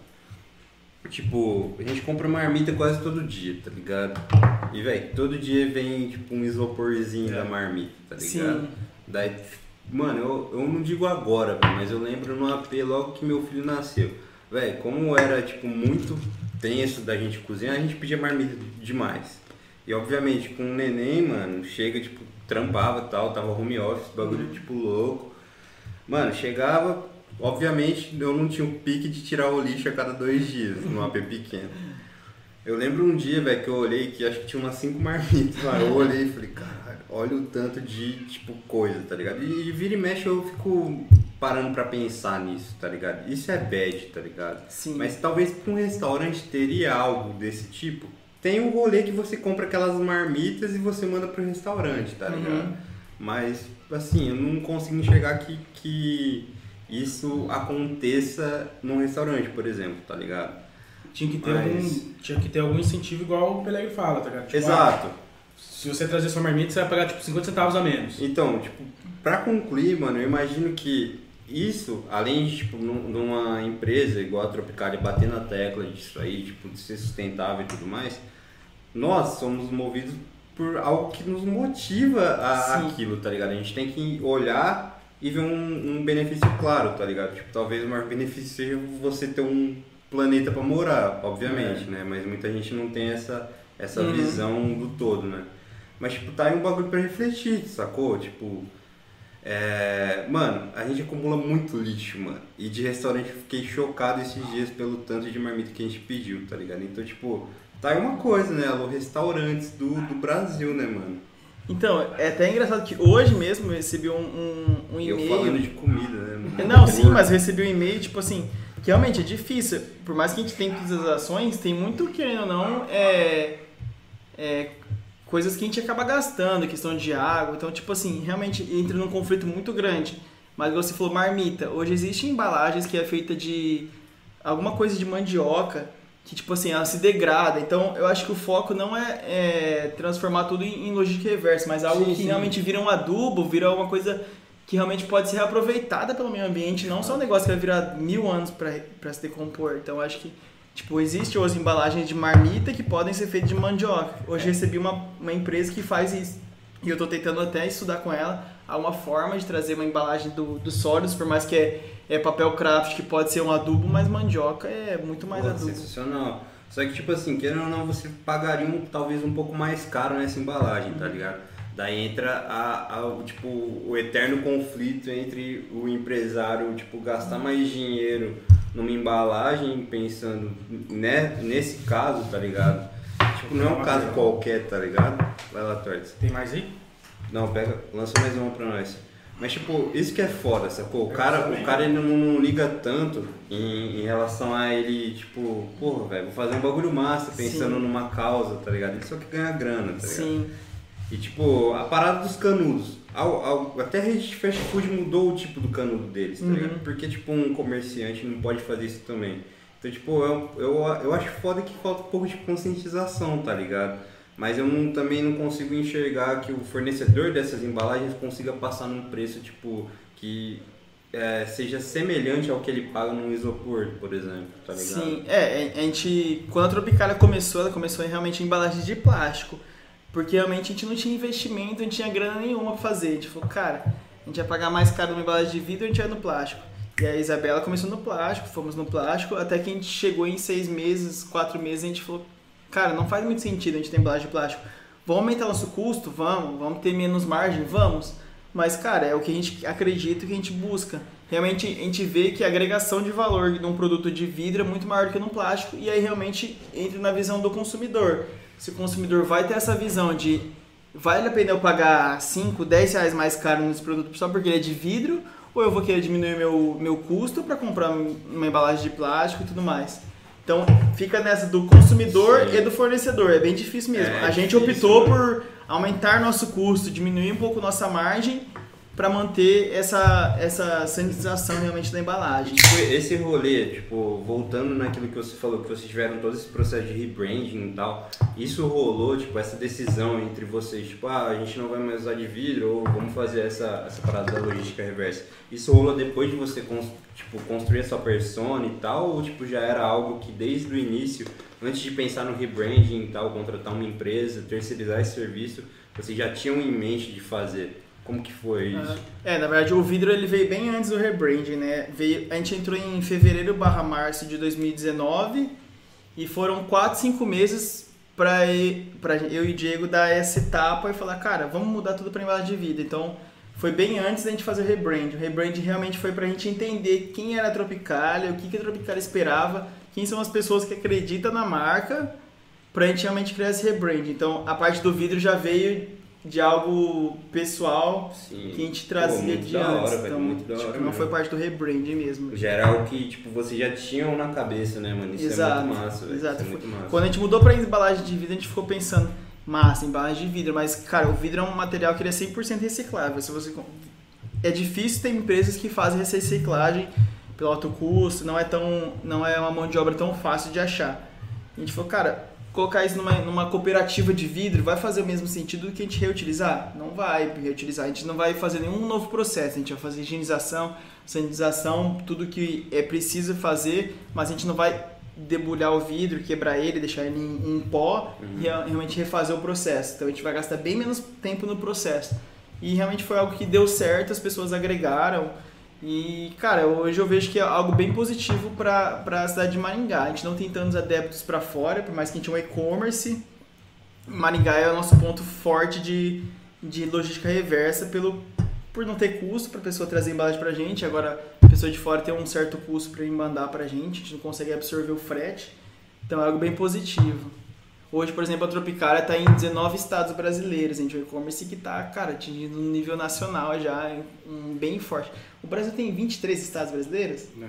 Speaker 2: Tipo, a gente compra marmita quase todo dia, tá ligado? E, velho, todo dia vem, tipo, um isoporzinho da marmita, tá ligado?
Speaker 3: Sim.
Speaker 2: Daí, mano, eu não digo agora, mas eu lembro no AP logo que meu filho nasceu. Velho, como era, tipo, muito tenso da gente cozinhar, a gente pedia marmita demais. E, obviamente, com o neném, mano, chega, tipo, trampava e tal, tava home office, bagulho, tipo, louco. Mano, chegava, obviamente, eu não tinha o pique de tirar o lixo a cada 2 dias, num AP pequeno. Eu lembro um dia, velho, que eu olhei que acho que tinha umas 5 marmitas, mano. Eu olhei e falei, caralho, olha o tanto de, tipo, coisa, tá ligado? E vira e mexe eu fico parando pra pensar nisso, tá ligado? Isso é bad, tá ligado?
Speaker 3: Sim.
Speaker 2: Mas talvez pra um restaurante teria algo desse tipo. Tem um rolê que você compra aquelas marmitas e você manda pro restaurante, tá ligado? Mas, assim, eu não consigo enxergar que isso aconteça num restaurante, por exemplo, tá ligado?
Speaker 1: Tinha que ter algum incentivo igual o Pelegri fala, tá ligado? Tipo,
Speaker 2: Exato.
Speaker 1: Se você trazer sua marmita, você vai pagar, tipo, 50 centavos a menos.
Speaker 2: Então, tipo, pra concluir, mano, eu imagino que isso, além de, tipo, numa empresa igual a Tropicália bater na tecla disso aí, tipo, de ser sustentável e tudo mais, nós somos movidos por algo que nos motiva aquilo, tá ligado? A gente tem que olhar e ver um benefício claro, tá ligado? Tipo, talvez o maior benefício seja você ter um planeta pra morar, obviamente, né? Mas muita gente não tem essa visão do todo, né? Mas, tipo, tá aí um bagulho pra refletir, sacou? Tipo, mano, a gente acumula muito lixo, mano. E de restaurante eu fiquei chocado esses dias pelo tanto de marmita que a gente pediu, tá ligado? Então, tipo, tá aí uma coisa, né? Alô, restaurantes do Brasil, né, mano?
Speaker 3: Então, é até engraçado que hoje mesmo eu recebi um e-mail...
Speaker 2: Eu falando de comida, né?
Speaker 3: Não, sim, mas eu recebi um e-mail, tipo assim, que realmente é difícil. Por mais que a gente tenha todas as ações, tem muito, querendo ou não, coisas que a gente acaba gastando, questão de água. Então, tipo assim, realmente entra num conflito muito grande. Mas você falou marmita. Hoje existem embalagens que é feita de alguma coisa de mandioca, que, tipo assim, ela se degrada. Então, eu acho que o foco não é transformar tudo em logística reversa, mas algo que realmente vira um adubo, vira uma coisa que realmente pode ser reaproveitada pelo meio ambiente, não só um negócio que vai virar 1000 anos para se decompor. Então, eu acho que, tipo, existem hoje embalagens de marmita que podem ser feitas de mandioca. Hoje recebi uma empresa que faz isso. E eu tô tentando até estudar com ela uma forma de trazer uma embalagem do sólidos, por mais que é papel craft, que pode ser um adubo, mas mandioca é muito mais adubo.
Speaker 2: Sensacional. Só que, tipo assim, querendo ou não, você pagaria talvez um pouco mais caro nessa embalagem, tá ligado? Daí entra tipo, o eterno conflito entre o empresário, tipo, gastar mais dinheiro numa embalagem, pensando, né, nesse caso, tá ligado? Tipo, não é um caso qualquer, tá ligado? Vai lá, Tortes.
Speaker 1: Tem mais aí?
Speaker 2: Não, lança mais uma pra nós. Mas, tipo, isso que é foda, sacou? O cara ele não liga tanto em relação a ele, tipo, porra, velho, vou fazer um bagulho massa, pensando numa causa, tá ligado? Ele só quer ganhar grana, tá ligado?
Speaker 3: Sim.
Speaker 2: E, tipo, a parada dos canudos. Até a rede de fast food mudou o tipo do canudo deles, tá ligado? Porque, tipo, um comerciante não pode fazer isso também. Então, tipo, eu acho foda que falta um pouco de conscientização, tá ligado? Mas eu também não consigo enxergar que o fornecedor dessas embalagens consiga passar num preço, tipo, que seja semelhante ao que ele paga num isopor, por exemplo, tá ligado?
Speaker 3: Sim, a gente, quando a Tropicália começou, ela começou realmente em embalagens de plástico, porque realmente a gente não tinha investimento, não tinha grana nenhuma pra fazer. A gente falou, cara, a gente vai pagar mais caro numa embalagem de vidro, a gente vai no plástico. E a Isabela começou no plástico, fomos no plástico, até que a gente chegou em 6 meses, 4 meses, a gente falou, cara, não faz muito sentido a gente ter embalagem de plástico. Vamos aumentar nosso custo? Vamos ter menos margem? Vamos. mas, cara, é o que a gente acredita e que a gente busca. Realmente, a gente vê que a agregação de valor de um produto de vidro é muito maior do que no plástico, e aí realmente entra na visão do consumidor. Se o consumidor vai ter essa visão de vale a pena eu pagar 5, 10 reais mais caro nesse produto só porque ele é de vidro, ou eu vou querer diminuir meu custo para comprar uma embalagem de plástico e tudo mais. Então, fica nessa do consumidor e do fornecedor. É bem difícil mesmo. A gente optou por aumentar nosso custo, diminuir um pouco nossa margem para manter essa sanitização realmente da embalagem.
Speaker 2: Esse rolê, tipo, voltando naquilo que você falou, que vocês tiveram todo esse processo de rebranding e tal, isso rolou, tipo, essa decisão entre vocês, tipo, a gente não vai mais usar de vidro ou vamos fazer essa parada da logística reversa. Isso rolou depois de você construir a sua persona e tal, ou tipo, já era algo que desde o início, antes de pensar no rebranding e tal, contratar uma empresa, terceirizar esse serviço, vocês já tinham em mente de fazer? Como que foi isso?
Speaker 3: Na verdade o vidro ele veio bem antes do rebranding, né? A gente entrou em fevereiro/março de 2019 e foram 4, 5 meses pra eu e o Diego dar essa etapa e falar, cara, vamos mudar tudo pra embalagem de vidro. Então foi bem antes da gente fazer o rebrand. O rebrand realmente foi pra gente entender quem era a Tropicalia, o que a Tropicalia esperava, quem são as pessoas que acreditam na marca, pra gente realmente criar esse rebrand. Então a parte do vidro já veio de algo pessoal.
Speaker 2: Sim.
Speaker 3: Que a gente trazia de antes. Então,
Speaker 2: muito da hora
Speaker 3: tipo, não foi parte do rebrand mesmo.
Speaker 2: Já era algo que tipo, vocês já tinham na cabeça, né, mano? Isso é muito massa, velho.
Speaker 3: Exato.
Speaker 2: Isso é muito massa.
Speaker 3: Quando a gente mudou pra embalagem de vidro, a gente ficou pensando, massa, embalagem de vidro, mas, cara, o vidro é um material que ele é 100% reciclável. É difícil ter empresas que fazem essa reciclagem pelo alto custo, não é uma mão de obra tão fácil de achar. A gente falou, cara, colocar isso numa cooperativa de vidro vai fazer o mesmo sentido do que a gente reutilizar? Não vai reutilizar, a gente não vai fazer nenhum novo processo, a gente vai fazer higienização, sanitização, tudo que é preciso fazer, mas a gente não vai debulhar o vidro, quebrar ele, deixar ele em pó e realmente refazer o processo. Então a gente vai gastar bem menos tempo no processo. E realmente foi algo que deu certo, as pessoas agregaram. E, cara, hoje eu vejo que é algo bem positivo para a cidade de Maringá. A gente não tem tantos adeptos para fora, por mais que a gente tenha um e-commerce. Maringá é o nosso ponto forte de logística reversa por não ter custo para a pessoa trazer embalagem para a gente. Agora, a pessoa de fora tem um certo custo para mandar para a gente não consegue absorver o frete. Então é algo bem positivo. Hoje, por exemplo, a Tropicalia está em 19 estados brasileiros. A gente tem um e-commerce que está, cara, atingindo um nível nacional já, bem forte. O Brasil tem 23 estados brasileiros?
Speaker 1: Não,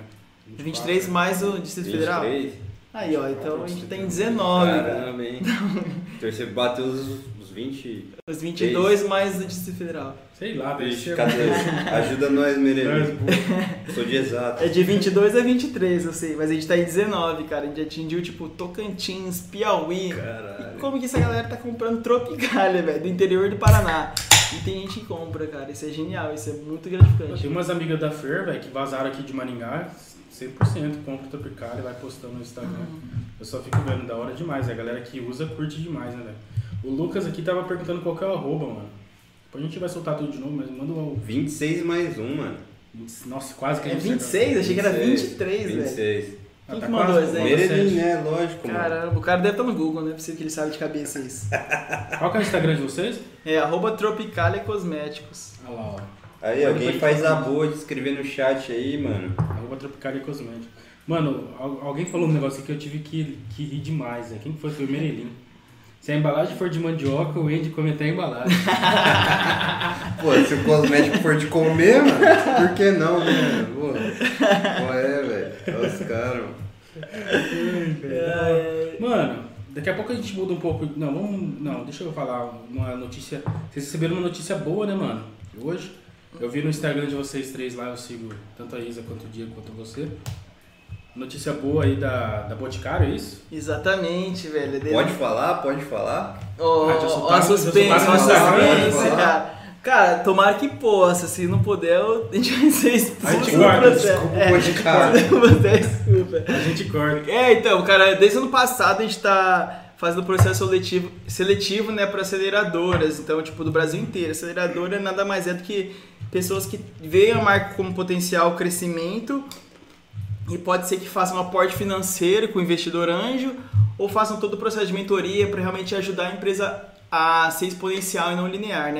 Speaker 3: 23 mais o Distrito
Speaker 2: 23?
Speaker 3: Federal? Aí, ó, então a gente tem 19.
Speaker 2: Caramba, hein? Então você bateu os 20...
Speaker 3: Os 22 mais o Distrito Federal.
Speaker 1: Sei lá, deve ser.
Speaker 2: Cadê? Ajuda nós, Merelho. Sou de exato.
Speaker 3: É de 22 a 23, eu sei, mas a gente tá em 19, cara. A gente atingiu, tipo, Tocantins, Piauí.
Speaker 2: Caralho.
Speaker 3: Como que essa galera tá comprando Tropicalia, velho, do interior do Paraná? E tem gente que compra, cara. Isso é genial, isso é muito gratificante.
Speaker 1: Tem umas amigas da Fer, velho, que vazaram aqui de Maringá, 100% compra Tropicalia e vai postando no Instagram. Eu só fico vendo, da hora demais. A galera que usa curte demais, né, velho? O Lucas aqui tava perguntando qual que é o arroba, mano. Depois a gente vai soltar tudo de novo, mas manda o...
Speaker 2: 26 mais 1, mano.
Speaker 1: Nossa, quase que a
Speaker 3: É
Speaker 1: gente...
Speaker 3: 26? Achei que era 23, velho.
Speaker 2: 26.
Speaker 3: Quem
Speaker 1: tá
Speaker 3: que mandou
Speaker 1: quase,
Speaker 3: isso aí?
Speaker 2: Merelin, né? Lógico, mano.
Speaker 3: Caramba, o cara deve estar no Google, não é possível que ele saiba de cabeça isso.
Speaker 1: Qual que é o Instagram de vocês?
Speaker 3: É @Tropicalia Cosméticos.
Speaker 1: Olha lá, ó.
Speaker 2: Aí, alguém faz a boa de escrever no chat aí, mano.
Speaker 1: @Tropicalia Cosméticos. Mano, alguém falou um negócio aqui que eu tive que rir demais, né? Quem que foi? Foi o Merelin. Se a embalagem for de mandioca, o Andy comentar a embalagem.
Speaker 2: Pô, se o cosmético for de comer, mano, por que não, né? Pô, qual é, velho? Olha os caras, mano.
Speaker 1: Mano, daqui a pouco a gente muda um pouco. Não, deixa eu falar uma notícia. Vocês receberam uma notícia boa, né, mano? Hoje. Eu vi no Instagram de vocês três lá, eu sigo tanto a Isa quanto o Diego quanto você. Notícia boa aí da Boticário, é isso?
Speaker 3: Exatamente, velho.
Speaker 2: Pode falar?
Speaker 3: Ó, a suspense, cara. Cara, tomara que possa. Se não puder, a gente vai ser expulso.
Speaker 1: A gente guarda,
Speaker 2: desculpa o Boticário.
Speaker 3: Desculpa.
Speaker 1: A gente corta.
Speaker 3: Então, cara, desde o ano passado a gente tá fazendo processo seletivo, né, para aceleradoras. Então, tipo, do Brasil inteiro. Aceleradora nada mais é do que pessoas que veem a marca como potencial crescimento e pode ser que façam um aporte financeiro com o investidor anjo ou façam todo o processo de mentoria para realmente ajudar a empresa a ser exponencial e não linear, né? Então,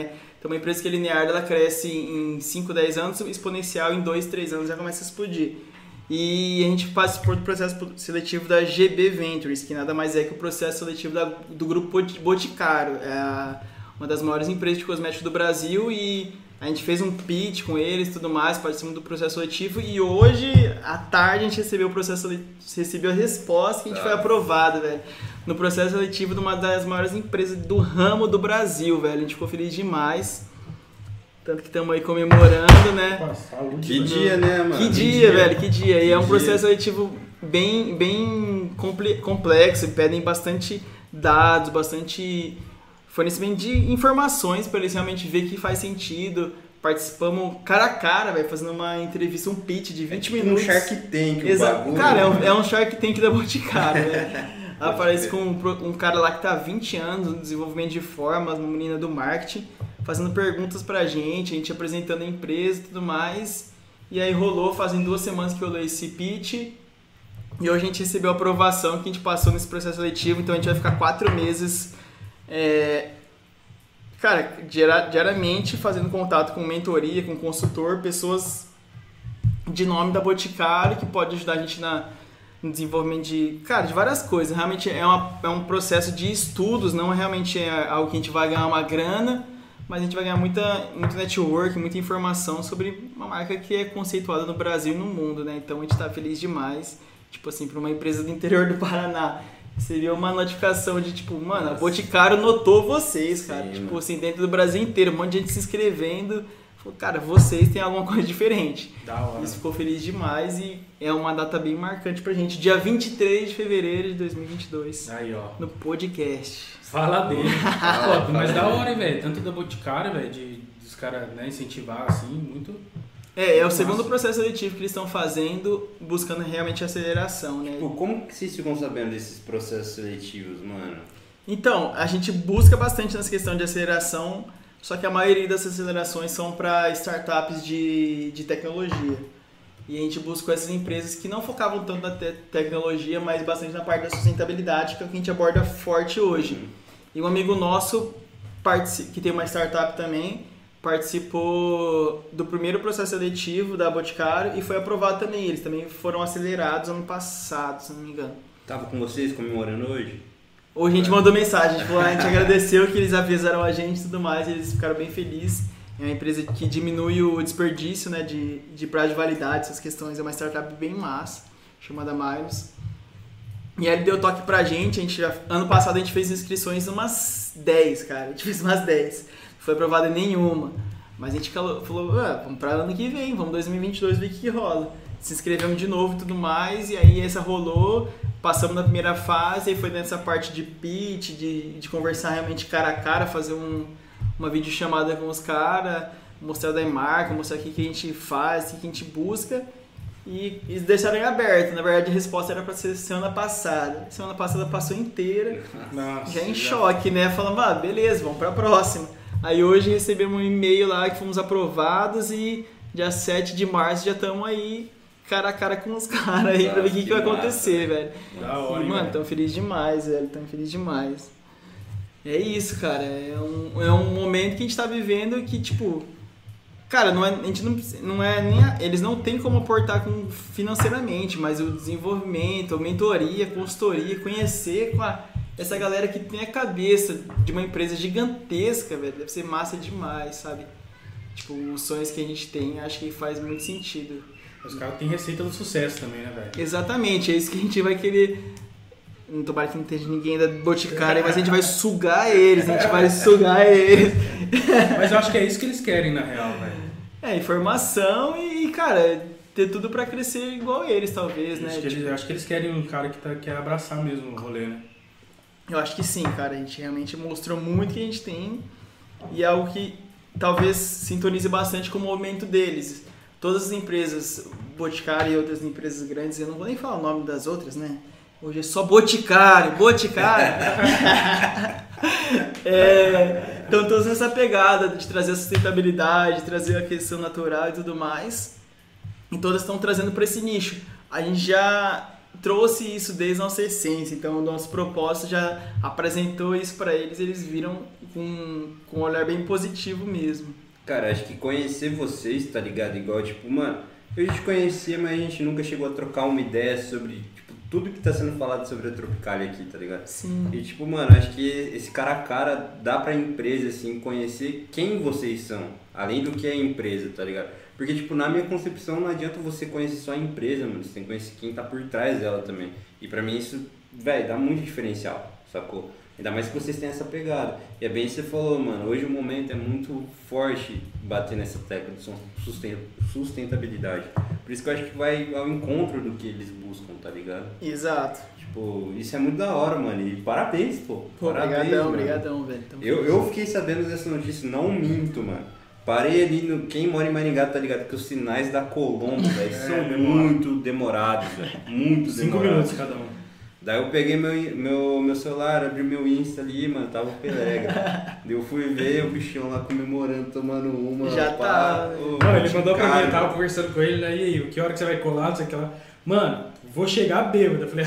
Speaker 3: Então, uma empresa que é linear, ela cresce em 5, 10 anos, exponencial em 2, 3 anos já começa a explodir. E a gente participa do processo seletivo da GB Ventures, que nada mais é que o processo seletivo do grupo Boticário. É uma das maiores empresas de cosméticos do Brasil e a gente fez um pitch com eles e tudo mais, participamos do processo seletivo e hoje, à tarde, a gente recebeu recebeu a resposta que a gente foi aprovado, velho. No processo seletivo de uma das maiores empresas do ramo do Brasil, velho. A gente ficou feliz demais. Tanto que estamos aí comemorando, né?
Speaker 2: Que dia, né, mano?
Speaker 3: Que dia, velho, que dia. E é um processo seletivo bem complexo, pedem bastante dados, bastante fornecimento de informações para eles realmente ver que faz sentido. Participamos cara a cara, velho, fazendo uma entrevista, um pitch de 20 minutos.
Speaker 2: Um Shark Tank, o bagulho.
Speaker 3: Cara, é um Shark Tank da Boticário, né? Aparece com um cara lá que tá há 20 anos no desenvolvimento de formas, uma menina do marketing, fazendo perguntas pra gente, a gente apresentando a empresa e tudo mais. E aí rolou, fazem 2 semanas que rolou esse pitch. E hoje a gente recebeu a aprovação que a gente passou nesse processo seletivo, então a gente vai ficar 4 meses, diariamente fazendo contato com mentoria, com consultor, pessoas de nome da Boticário que pode ajudar a gente no desenvolvimento de várias coisas. Realmente é um processo de estudos, não realmente é algo que a gente vai ganhar uma grana, mas a gente vai ganhar muito network, muita informação sobre uma marca que é conceituada no Brasil e no mundo, né? Então a gente está feliz demais. Tipo assim, para uma empresa do interior do Paraná, seria uma notificação de tipo, mano, a Boticário notou vocês, cara. Sim, tipo assim, dentro do Brasil inteiro, um monte de gente se inscrevendo. Falou, cara, vocês têm alguma coisa diferente.
Speaker 1: Da hora.
Speaker 3: Isso ficou feliz demais e é uma data bem marcante pra gente. Dia 23 de fevereiro de 2022.
Speaker 1: Aí, ó.
Speaker 3: No podcast.
Speaker 1: Fala dele. Pô, mas da hora, hein, velho. Tanto da Boticário, velho, dos caras, né, incentivar, assim, muito...
Speaker 3: É o segundo processo seletivo que eles estão fazendo, buscando realmente aceleração, né?
Speaker 2: Tipo, como que vocês ficam sabendo desses processos seletivos, mano?
Speaker 3: Então, a gente busca bastante nessa questão de aceleração, só que a maioria das acelerações são para startups de tecnologia. E a gente busca essas empresas que não focavam tanto na tecnologia, mas bastante na parte da sustentabilidade, que é o que a gente aborda forte hoje. E um amigo nosso, que tem uma startup também, participou do primeiro processo seletivo da Boticário e foi aprovado também. Eles também foram acelerados ano passado, se não me engano.
Speaker 2: Tava com vocês comemorando hoje?
Speaker 3: Hoje a gente mandou mensagem, a gente agradeceu que eles avisaram a gente e tudo mais, e eles ficaram bem felizes. É uma empresa que diminui o desperdício, né, de prazo de validade, essas questões. É uma startup bem massa, chamada Miles. E aí ele deu toque pra gente, ano passado a gente fez inscrições umas 10, cara. A gente fez umas 10. Não foi aprovada nenhuma. Mas a gente falou, vamos pra ano que vem, vamos 2022 ver o que rola. Se inscrevemos de novo e tudo mais, e aí essa rolou, passamos na primeira fase, aí foi nessa parte de pitch, de conversar realmente cara a cara, fazer uma videochamada com os caras, mostrar da marca, mostrar o que a gente faz, o que a gente busca, e eles deixaram em aberto. Na verdade a resposta era para ser semana passada. Semana passada passou inteira,
Speaker 1: Nossa,
Speaker 3: já em choque, né? Falando, beleza, vamos pra próxima. Aí hoje recebemos um e-mail lá que fomos aprovados e dia 7 de março já estamos aí cara a cara com os caras aí pra ver o que vai acontecer, velho.
Speaker 1: Da hora,
Speaker 3: e, mano, tão feliz demais, velho. Tão feliz demais. É isso, cara. É um momento que a gente tá vivendo que, tipo... Cara, eles não têm como aportar financeiramente, mas o desenvolvimento, a mentoria, a consultoria, conhecer com essa galera que tem a cabeça de uma empresa gigantesca, velho, deve ser massa demais, sabe? Tipo, os sonhos que a gente tem, acho que faz muito sentido.
Speaker 1: Os caras têm receita do sucesso também, né, velho?
Speaker 3: Exatamente, é isso que a gente vai querer. Não tomara que não esteja ninguém da Boticário, mas a gente vai sugar eles,
Speaker 1: Mas eu acho que é isso que eles querem, na real, velho.
Speaker 3: É, informação e, cara, ter tudo pra crescer igual eles, talvez, né?
Speaker 1: Acho que eles querem um cara que quer abraçar mesmo o rolê, né?
Speaker 3: Eu acho que sim, cara. A gente realmente mostrou muito que a gente tem e é algo que talvez sintonize bastante com o movimento deles. Todas as empresas, Boticário e outras empresas grandes, eu não vou nem falar o nome das outras, né? Hoje é só Boticário. Então todas essa pegada de trazer a sustentabilidade, trazer a questão natural e tudo mais. E todas estão trazendo para esse nicho. A gente já trouxe isso desde a nossa essência, então o nosso propósito já apresentou isso pra eles, eles viram com um olhar bem positivo mesmo.
Speaker 2: Cara, acho que conhecer vocês, tá ligado? Igual, tipo, mano, eu já te conhecia, mas a gente nunca chegou a trocar uma ideia sobre, tipo, tudo que tá sendo falado sobre a Tropicália aqui, tá ligado?
Speaker 3: Sim.
Speaker 2: E, tipo, mano, acho que esse cara a cara dá pra empresa, assim, conhecer quem vocês são, além do que é a empresa, tá ligado? Porque, tipo, na minha concepção, não adianta você conhecer só a empresa, mano, você tem que conhecer quem tá por trás dela também. E pra mim isso, velho, dá muito diferencial, sacou? Ainda mais que vocês têm essa pegada. E é bem isso que você falou, mano. Hoje o momento é muito forte bater nessa tecla de sustentabilidade. Por isso que eu acho que vai ao encontro do que eles buscam, tá ligado?
Speaker 3: Exato.
Speaker 2: Tipo, isso é muito da hora, mano. E parabéns, pô. Parabéns,
Speaker 3: Obrigadão, velho.
Speaker 2: Eu fiquei sabendo dessa notícia, não minto, mano. Parei ali no... Quem mora em Maringá, tá ligado? Que os sinais da Colombo, velho, são muito demorados, velho. Muito
Speaker 1: 5
Speaker 2: demorados.
Speaker 1: minutos cada um.
Speaker 2: Daí eu peguei meu celular, abri meu Insta ali, mano, tava o Pelega. Daí eu fui ver o bichão lá comemorando, tomando uma.
Speaker 3: Já tá.
Speaker 1: Não, ele mandou pra mim, eu tava conversando com ele, né? E aí, que hora que você vai colar? Não sei o que lá. Mano, vou chegar bêbado. Eu falei,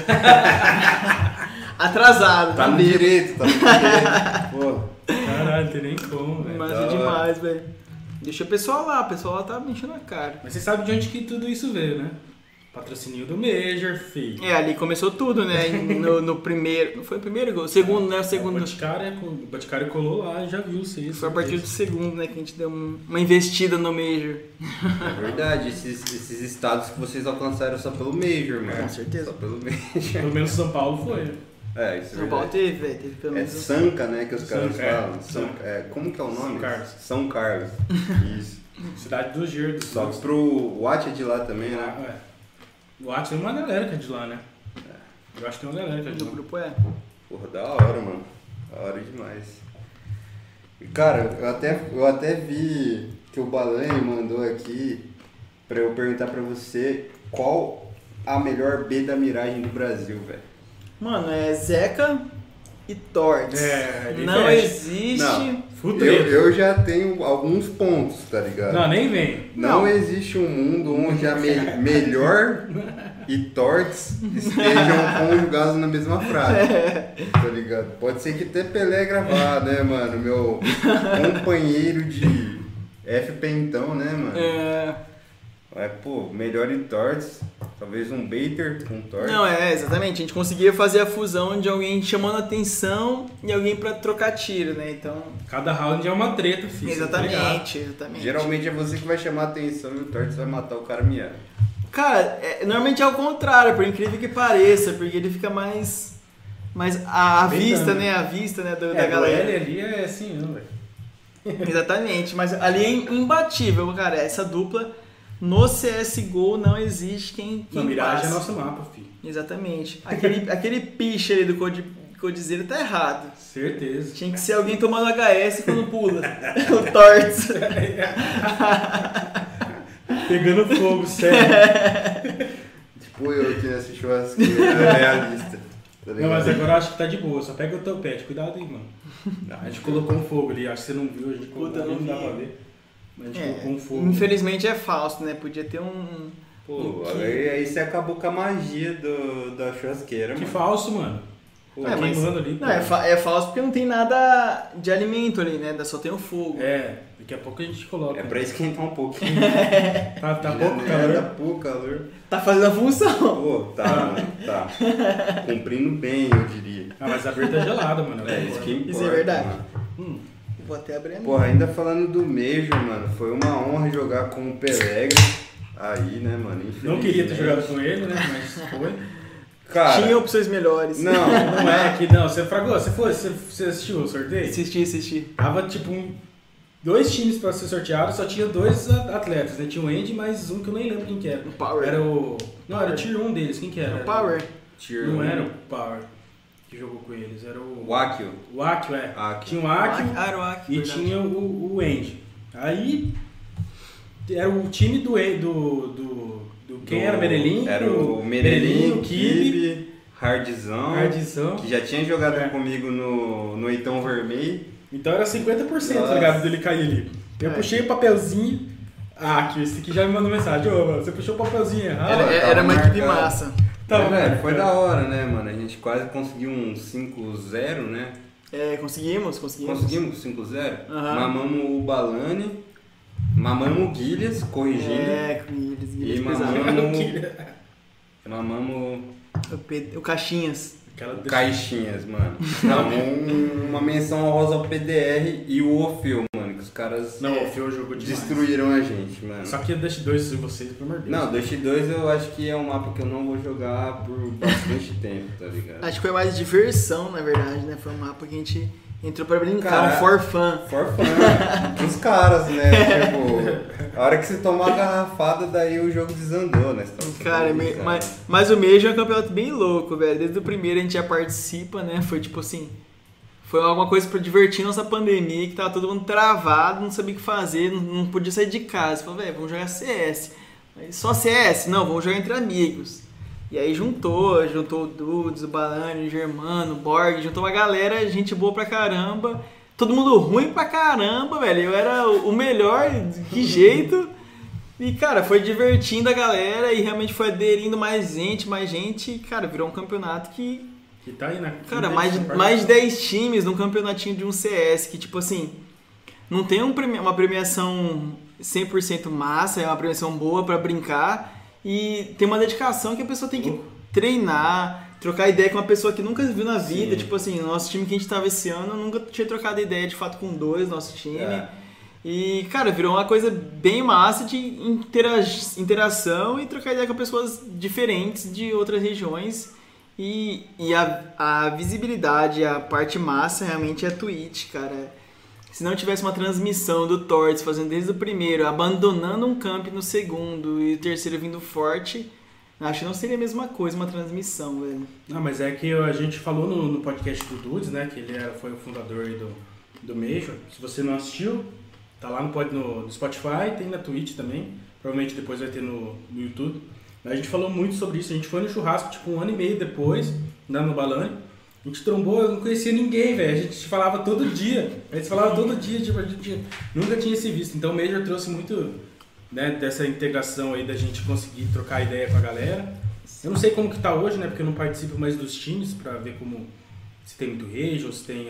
Speaker 3: atrasado,
Speaker 2: tá no
Speaker 3: bêbado.
Speaker 2: direito, tá no direito. Pô.
Speaker 1: caralho, não tem nem como, velho.
Speaker 3: Mas é demais, velho. Deixa o pessoal lá tá me enchendo a cara.
Speaker 1: Mas você sabe de onde que tudo isso veio, né? Patrocínio do Major, filho.
Speaker 3: Ali começou tudo, né? No primeiro. Não foi o primeiro gol? O segundo, né? O segundo.
Speaker 1: O Boticário colou lá, já viu isso.
Speaker 3: Foi a partir do segundo, né? Que a gente deu uma investida no Major.
Speaker 2: É verdade, esses estados que vocês alcançaram só pelo Major, mano.
Speaker 3: Com certeza.
Speaker 2: Só pelo Major.
Speaker 1: Pelo menos São Paulo foi.
Speaker 2: É, isso é
Speaker 3: São Paulo
Speaker 2: verdade.
Speaker 3: teve, velho. Teve pelo
Speaker 2: É
Speaker 3: menos.
Speaker 2: Sanca, né, que os caras falam.
Speaker 1: Sanca.
Speaker 2: Como que é o nome?
Speaker 1: São Carlos.
Speaker 2: São Carlos. Isso.
Speaker 1: Cidade do Giro.
Speaker 2: Só que pro Watt é de lá também, né?
Speaker 1: É. O Atos tem uma galera que é de lá, né? Eu acho que tem uma galera que é de
Speaker 3: No
Speaker 1: lá.
Speaker 3: grupo é.
Speaker 2: Porra, da hora, mano. Da hora demais. E, cara, eu até vi que o Balanha mandou aqui pra eu perguntar pra você qual a melhor B da miragem do Brasil, velho.
Speaker 3: Mano, é Zeca e Torts.
Speaker 1: ele
Speaker 3: Não
Speaker 1: fecha.
Speaker 3: existe.
Speaker 2: Não.
Speaker 1: Futreiro.
Speaker 2: Eu já tenho alguns pontos, tá ligado?
Speaker 1: Não, nem vem.
Speaker 2: Não existe um mundo onde a melhor e torts estejam conjugados na mesma frase, tá ligado? Pode ser que até Pelé gravar, né, mano? Meu companheiro de FP então, né, mano? Pô, melhor e torts, talvez um baiter com torts.
Speaker 3: Não, exatamente. A gente conseguia fazer a fusão de alguém chamando atenção e alguém pra trocar tiro, né? Então.
Speaker 1: Cada round é uma treta, filho.
Speaker 3: Exatamente.
Speaker 2: Geralmente é você que vai chamar a atenção e o torts vai matar o cara miado.
Speaker 3: Cara, normalmente é o contrário, por incrível que pareça, porque ele fica mais à vista, né? À vista, né, da galera.
Speaker 1: Ele ali é assim, não, velho.
Speaker 3: Exatamente, mas ali é imbatível, cara. Essa dupla no CSGO não existe quem
Speaker 1: Miragem
Speaker 3: passe.
Speaker 1: é nosso mapa, filho.
Speaker 3: Exatamente. Aquele piche ali do Codizera tá errado.
Speaker 1: Certeza.
Speaker 3: Tinha que ser alguém tomando HS quando pula. O Torts.
Speaker 1: Pegando fogo, sério.
Speaker 2: Tipo eu aqui nessa churrasqueira realista. Tá
Speaker 1: Não, mas agora eu acho que tá de boa. Só pega o teu pet. Cuidado aí, mano. A gente colocou um fogo ali. Acho que você não viu. A gente colocou, não dá pra ver. Mas a gente colocou um fogo.
Speaker 3: Infelizmente é falso, né? Podia ter um...
Speaker 2: Pô, aí você acabou com a magia da churrasqueira,
Speaker 1: Que
Speaker 2: mano.
Speaker 1: falso, mano. Pô, queimando ali.
Speaker 3: Não, é falso porque não tem nada de alimento ali, né? Só tem o fogo.
Speaker 1: Daqui a pouco a gente coloca.
Speaker 2: É pra esquentar um pouquinho.
Speaker 1: Tá pouco calor.
Speaker 2: Tá pouco calor.
Speaker 3: Tá fazendo a função.
Speaker 2: Pô, tá. Cumprindo bem, eu diria.
Speaker 1: Mas a beira tá gelada, mano.
Speaker 2: Isso que importa.
Speaker 3: Isso é verdade.
Speaker 2: Mano.
Speaker 3: Vou até abrir a minha.
Speaker 2: Porra, ainda falando do Major, mano, foi uma honra jogar com o Pelega. Aí, né, mano?
Speaker 1: Não queria ter jogado com ele, né? Mas foi.
Speaker 2: Cara,
Speaker 3: tinha opções melhores.
Speaker 1: Não é que não. Você fragou, você assistiu o sorteio?
Speaker 3: Assisti.
Speaker 1: Tava tipo dois times pra ser sorteado, só tinha dois atletas, né? Tinha o Andy e mais um que eu nem lembro quem que era.
Speaker 3: O Power.
Speaker 1: Era o. Não, era o Tier 1 deles, quem que era?
Speaker 3: O Power.
Speaker 1: Não era o Power que jogou com eles, era o.
Speaker 2: O Akio.
Speaker 1: O Akio, é.
Speaker 2: Akio.
Speaker 1: Tinha o Akio
Speaker 3: Era o Akio,
Speaker 1: e
Speaker 3: verdade.
Speaker 1: tinha o Andy. Aí era o time do quem era? Merelinho?
Speaker 2: Era o Merelinho,
Speaker 1: Kibe,
Speaker 2: Kibe, Hardzão, que já tinha jogado comigo no Eitão Vermelho.
Speaker 1: Então era 50%, tá ligado? Dele cair ali. Eu puxei o papelzinho. Esse aqui já me mandou mensagem. Ô, mano, você puxou o papelzinho errado.
Speaker 3: Era uma equipe massa.
Speaker 2: Mas, velho, foi da hora, né, mano? A gente quase conseguiu um 5-0, né?
Speaker 3: Conseguimos.
Speaker 2: Conseguimos 5-0?
Speaker 3: Uhum.
Speaker 2: Mamamos o Balani, mamamos o Guilherme, corrigindo.
Speaker 3: Guilherme
Speaker 2: E mamamos
Speaker 3: o Caixinhas.
Speaker 2: Caixinhas, mano. Uma menção honrosa ao PDR e o Ofeu, mano, que os caras
Speaker 1: Não, o Ofeu jogou demais.
Speaker 2: Destruíram a gente, mano.
Speaker 1: Só que o Dust 2 de vocês, pelo amor de Deus.
Speaker 2: Não, Dust 2 eu acho que é um mapa que eu não vou jogar por bastante tempo, tá ligado?
Speaker 3: Acho que foi mais diversão, na verdade, né? Foi um mapa que a gente entrou pra brincar,
Speaker 2: Cara,
Speaker 3: for fun.
Speaker 2: For fun, os caras, né? Tipo, a hora que você tomou a garrafada, daí o jogo desandou, né?
Speaker 3: Cara, mas o Major é um campeonato bem louco, velho. Desde o primeiro a gente já participa, né? Foi tipo assim... Foi alguma coisa pra divertir nossa pandemia, que tava todo mundo travado, não sabia o que fazer, não podia sair de casa. Falei, velho, vamos jogar CS. Aí, só CS? Não, vamos jogar entre amigos. E aí juntou o Dudes, o Balani, o Germano, o Borg, juntou uma galera, gente boa pra caramba. Todo mundo ruim pra caramba, velho. Eu era o melhor, que jeito. E, cara, foi divertindo a galera e realmente foi aderindo mais gente. Cara, virou um campeonato que
Speaker 1: tá aí, né?
Speaker 3: Cara, mais de 10 times num campeonatinho de um CS, que tipo assim, não tem uma premiação 100% massa, é uma premiação boa pra brincar e tem uma dedicação que a pessoa tem que treinar, trocar ideia com uma pessoa que nunca viu na vida. Sim. Tipo assim, o nosso time que a gente tava esse ano, eu nunca tinha trocado ideia de fato com dois, nosso time. E, cara, virou uma coisa bem massa de interação e trocar ideia com pessoas diferentes de outras regiões. E a visibilidade, a parte massa realmente é a Twitch, cara. Se não tivesse uma transmissão do Torts fazendo desde o primeiro, abandonando um camp no segundo e o terceiro vindo forte, acho que não seria a mesma coisa uma transmissão, velho.
Speaker 1: Não, mas é que a gente falou no podcast do Dudes, né, que ele foi o fundador aí do Major. Se você não assistiu, tá lá no Spotify, tem na Twitch também. Provavelmente depois vai ter no YouTube. A gente falou muito sobre isso, a gente foi no churrasco tipo 1 ano e meio depois, lá no Balani. A gente trombou, eu não conhecia ninguém, velho. A gente falava todo dia. A gente falava todo dia, tipo, a gente nunca tinha se visto. Então o Major trouxe muito, né, dessa integração aí da gente conseguir trocar ideia com a galera. Eu não sei como que tá hoje, né, porque eu não participo mais dos times pra ver como se tem muito rage ou se tem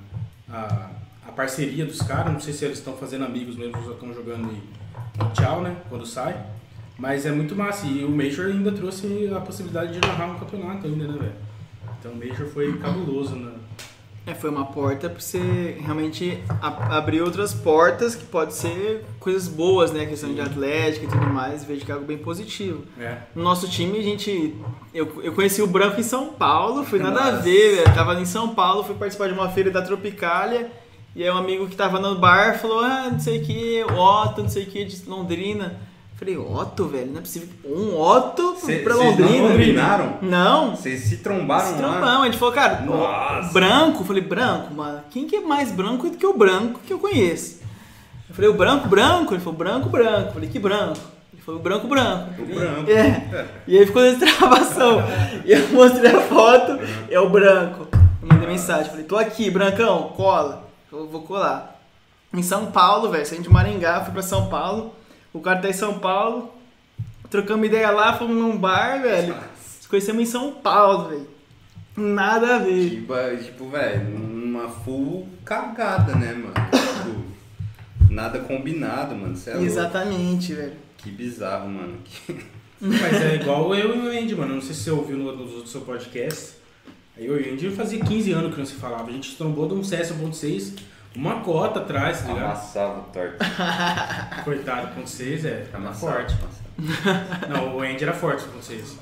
Speaker 1: a parceria dos caras. Não sei se eles estão fazendo amigos mesmo, ou estão jogando e tchau, né, quando sai. Mas é muito massa, e o Major ainda trouxe a possibilidade de narrar um campeonato ainda, né, velho? Então o Major foi cabuloso, né?
Speaker 3: Foi uma porta pra você realmente abrir outras portas, que pode ser coisas boas, né? Questão de atlética e tudo mais, vejo que é algo bem positivo. No nosso time, eu conheci o Branco em São Paulo, foi nada a ver, velho. Tava em São Paulo, fui participar de uma feira da Tropicália, e aí um amigo que tava no bar falou, não sei o que, Otto, não sei o que, de Londrina. Falei, Otto, velho, não é possível. Um Otto pra Londrina.
Speaker 2: Vocês não combinaram?
Speaker 3: Não.
Speaker 2: Vocês se trombaram lá?
Speaker 3: Se trombamos. A gente falou, cara, branco. Falei, branco, mano. Quem que é mais branco do que o branco que eu conheço? Eu falei, o branco? Ele falou, branco. Eu falei, que branco? Ele falou, branco.
Speaker 2: O branco.
Speaker 3: E aí ficou nessa travação. E eu mostrei a foto, é o branco. Eu mandei mensagem, falei, tô aqui, brancão, cola. Eu vou colar. Em São Paulo, velho, saí de Maringá, fui pra São Paulo. O cara tá em São Paulo, trocamos ideia lá, fomos num bar, velho. Nos conhecemos em São Paulo, velho. Nada a ver.
Speaker 2: Tipo, velho, uma full cagada, né, mano? Tipo, nada combinado, mano. Cê é
Speaker 3: exatamente, louco. Velho.
Speaker 2: Que bizarro, mano.
Speaker 1: Mas é igual eu e o Andy, mano. Não sei se você ouviu nos outros seu podcast. Aí eu e o Andy fazia 15 anos que não se falava. A gente trombou de um CS 1.6. Uma cota atrás, tá ligado?
Speaker 2: Amassava o torto.
Speaker 1: Coitado, com vocês
Speaker 2: Amassava,
Speaker 1: forte. Não, o Andy era forte com vocês.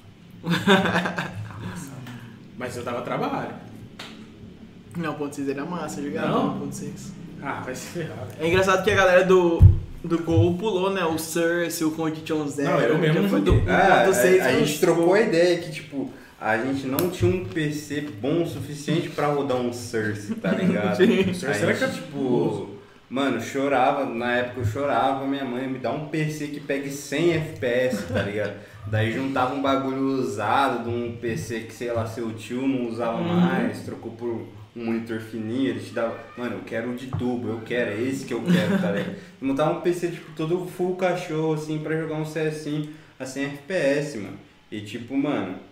Speaker 1: Mas eu dava trabalho.
Speaker 3: Não, o 1.6 era massa, eu jogava no 1.6.
Speaker 1: Vai se ferrar.
Speaker 3: É engraçado que a galera do Gol pulou, né? O Cersei, o Condition Zero.
Speaker 1: Não, eu mesmo
Speaker 3: foi do 1.6.
Speaker 2: A gente trocou a ideia que, tipo, a gente não tinha um PC bom o suficiente pra rodar um Cersei, tá ligado?
Speaker 1: O Cersei era que
Speaker 2: tipo, mano, chorava, na época eu chorava, minha mãe me dá um PC que pegue 100 FPS, tá ligado? Daí juntava um bagulho usado de um PC que, sei lá, seu tio não usava mais, trocou por um monitor fininho, ele te dava, mano, eu quero o de tubo, é esse que eu quero, tá ligado? Montava um PC, tipo, todo full cachorro, assim, pra jogar um CS a 100 FPS, mano. E tipo, mano,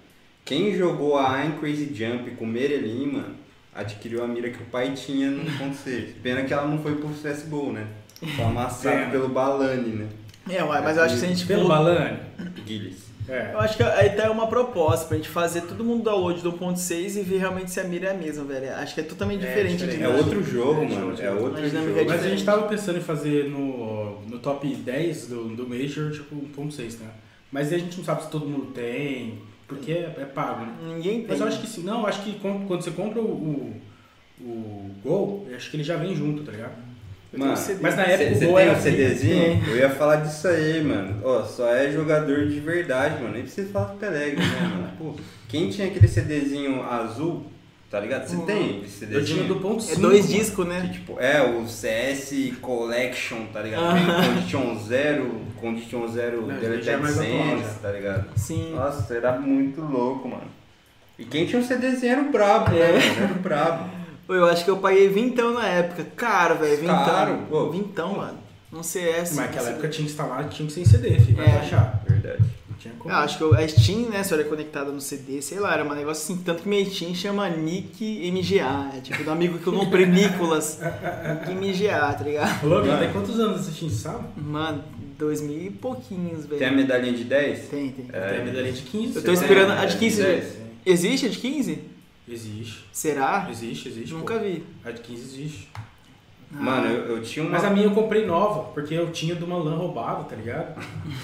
Speaker 2: Quem jogou a I'm Crazy Jump com o Merelin, mano, adquiriu a mira que o pai tinha no 1.6. Pena que ela não foi pro CSGO, né? Foi amassado pelo Balani, né?
Speaker 3: Mas eu acho que se a gente
Speaker 1: Pelo Balani?
Speaker 2: Gilles.
Speaker 3: Eu acho que aí tá uma proposta pra gente fazer todo mundo download do 1.6 e ver realmente se a mira é a mesma, velho. Acho que é totalmente diferente.
Speaker 2: É outro jogo, mano. É outro jogo.
Speaker 1: Mas a gente tava pensando em fazer no top 10 do Major, tipo, 1.6, né? Mas a gente não sabe se todo mundo tem, porque é pago, né?
Speaker 3: Ninguém tem.
Speaker 1: Mas eu acho que sim. Não, eu acho que quando você compra o Gol, eu acho que ele já vem junto, tá ligado?
Speaker 2: Mano,
Speaker 1: mas na época
Speaker 2: você
Speaker 1: o Gol
Speaker 2: tem
Speaker 1: era
Speaker 2: um CDzinho? Eu ia falar disso aí, mano. Ó, só é jogador de verdade, mano. Nem precisa falar do Pelegre, né, mano? Pô, quem tinha aquele CDzinho azul, tá ligado? Você tem esse
Speaker 1: Eu tinha
Speaker 2: CDzinho?
Speaker 1: do ponto 5.
Speaker 3: É 2 discos, né?
Speaker 2: Que, tipo, o CS Collection, tá ligado? Condition 0 Deleted Sense, tá ligado?
Speaker 3: Sim.
Speaker 2: Nossa, era muito louco, mano. E quem tinha um CDzinho era o brabo, né, mano? Era o brabo.
Speaker 3: Eu acho que eu paguei vintão na época. Caro, velho. Vintão.
Speaker 2: Caro, pô.
Speaker 3: Vintão, mano. Não CS.
Speaker 1: Mas naquela época tinha que instalar, tinha que ser em CD, filho. Vai baixar.
Speaker 2: Verdade.
Speaker 1: Não tinha como.
Speaker 3: Eu acho que a Steam, né, se era conectada no CD, sei lá, era um negócio assim, tanto que minha Steam chama Nick MGA, é tipo do amigo que eu comprei, Nicolas, Nick MGA, tá ligado?
Speaker 1: Ô, Logan, tem quantos anos você tinha, sabe?
Speaker 3: Mano, 2000 e pouquinhos, velho.
Speaker 2: Tem a medalhinha de 10?
Speaker 3: Tem.
Speaker 1: Tem a medalha de 15.
Speaker 3: Eu tô esperando a de
Speaker 2: de
Speaker 3: 15.
Speaker 2: 10?
Speaker 3: Existe a de 15?
Speaker 1: Existe.
Speaker 3: Será?
Speaker 1: Existe.
Speaker 3: Nunca vi.
Speaker 1: A de 15 existe.
Speaker 2: Mano, eu tinha uma...
Speaker 1: Mas a minha eu comprei nova, porque eu tinha de uma LAN roubada, tá ligado?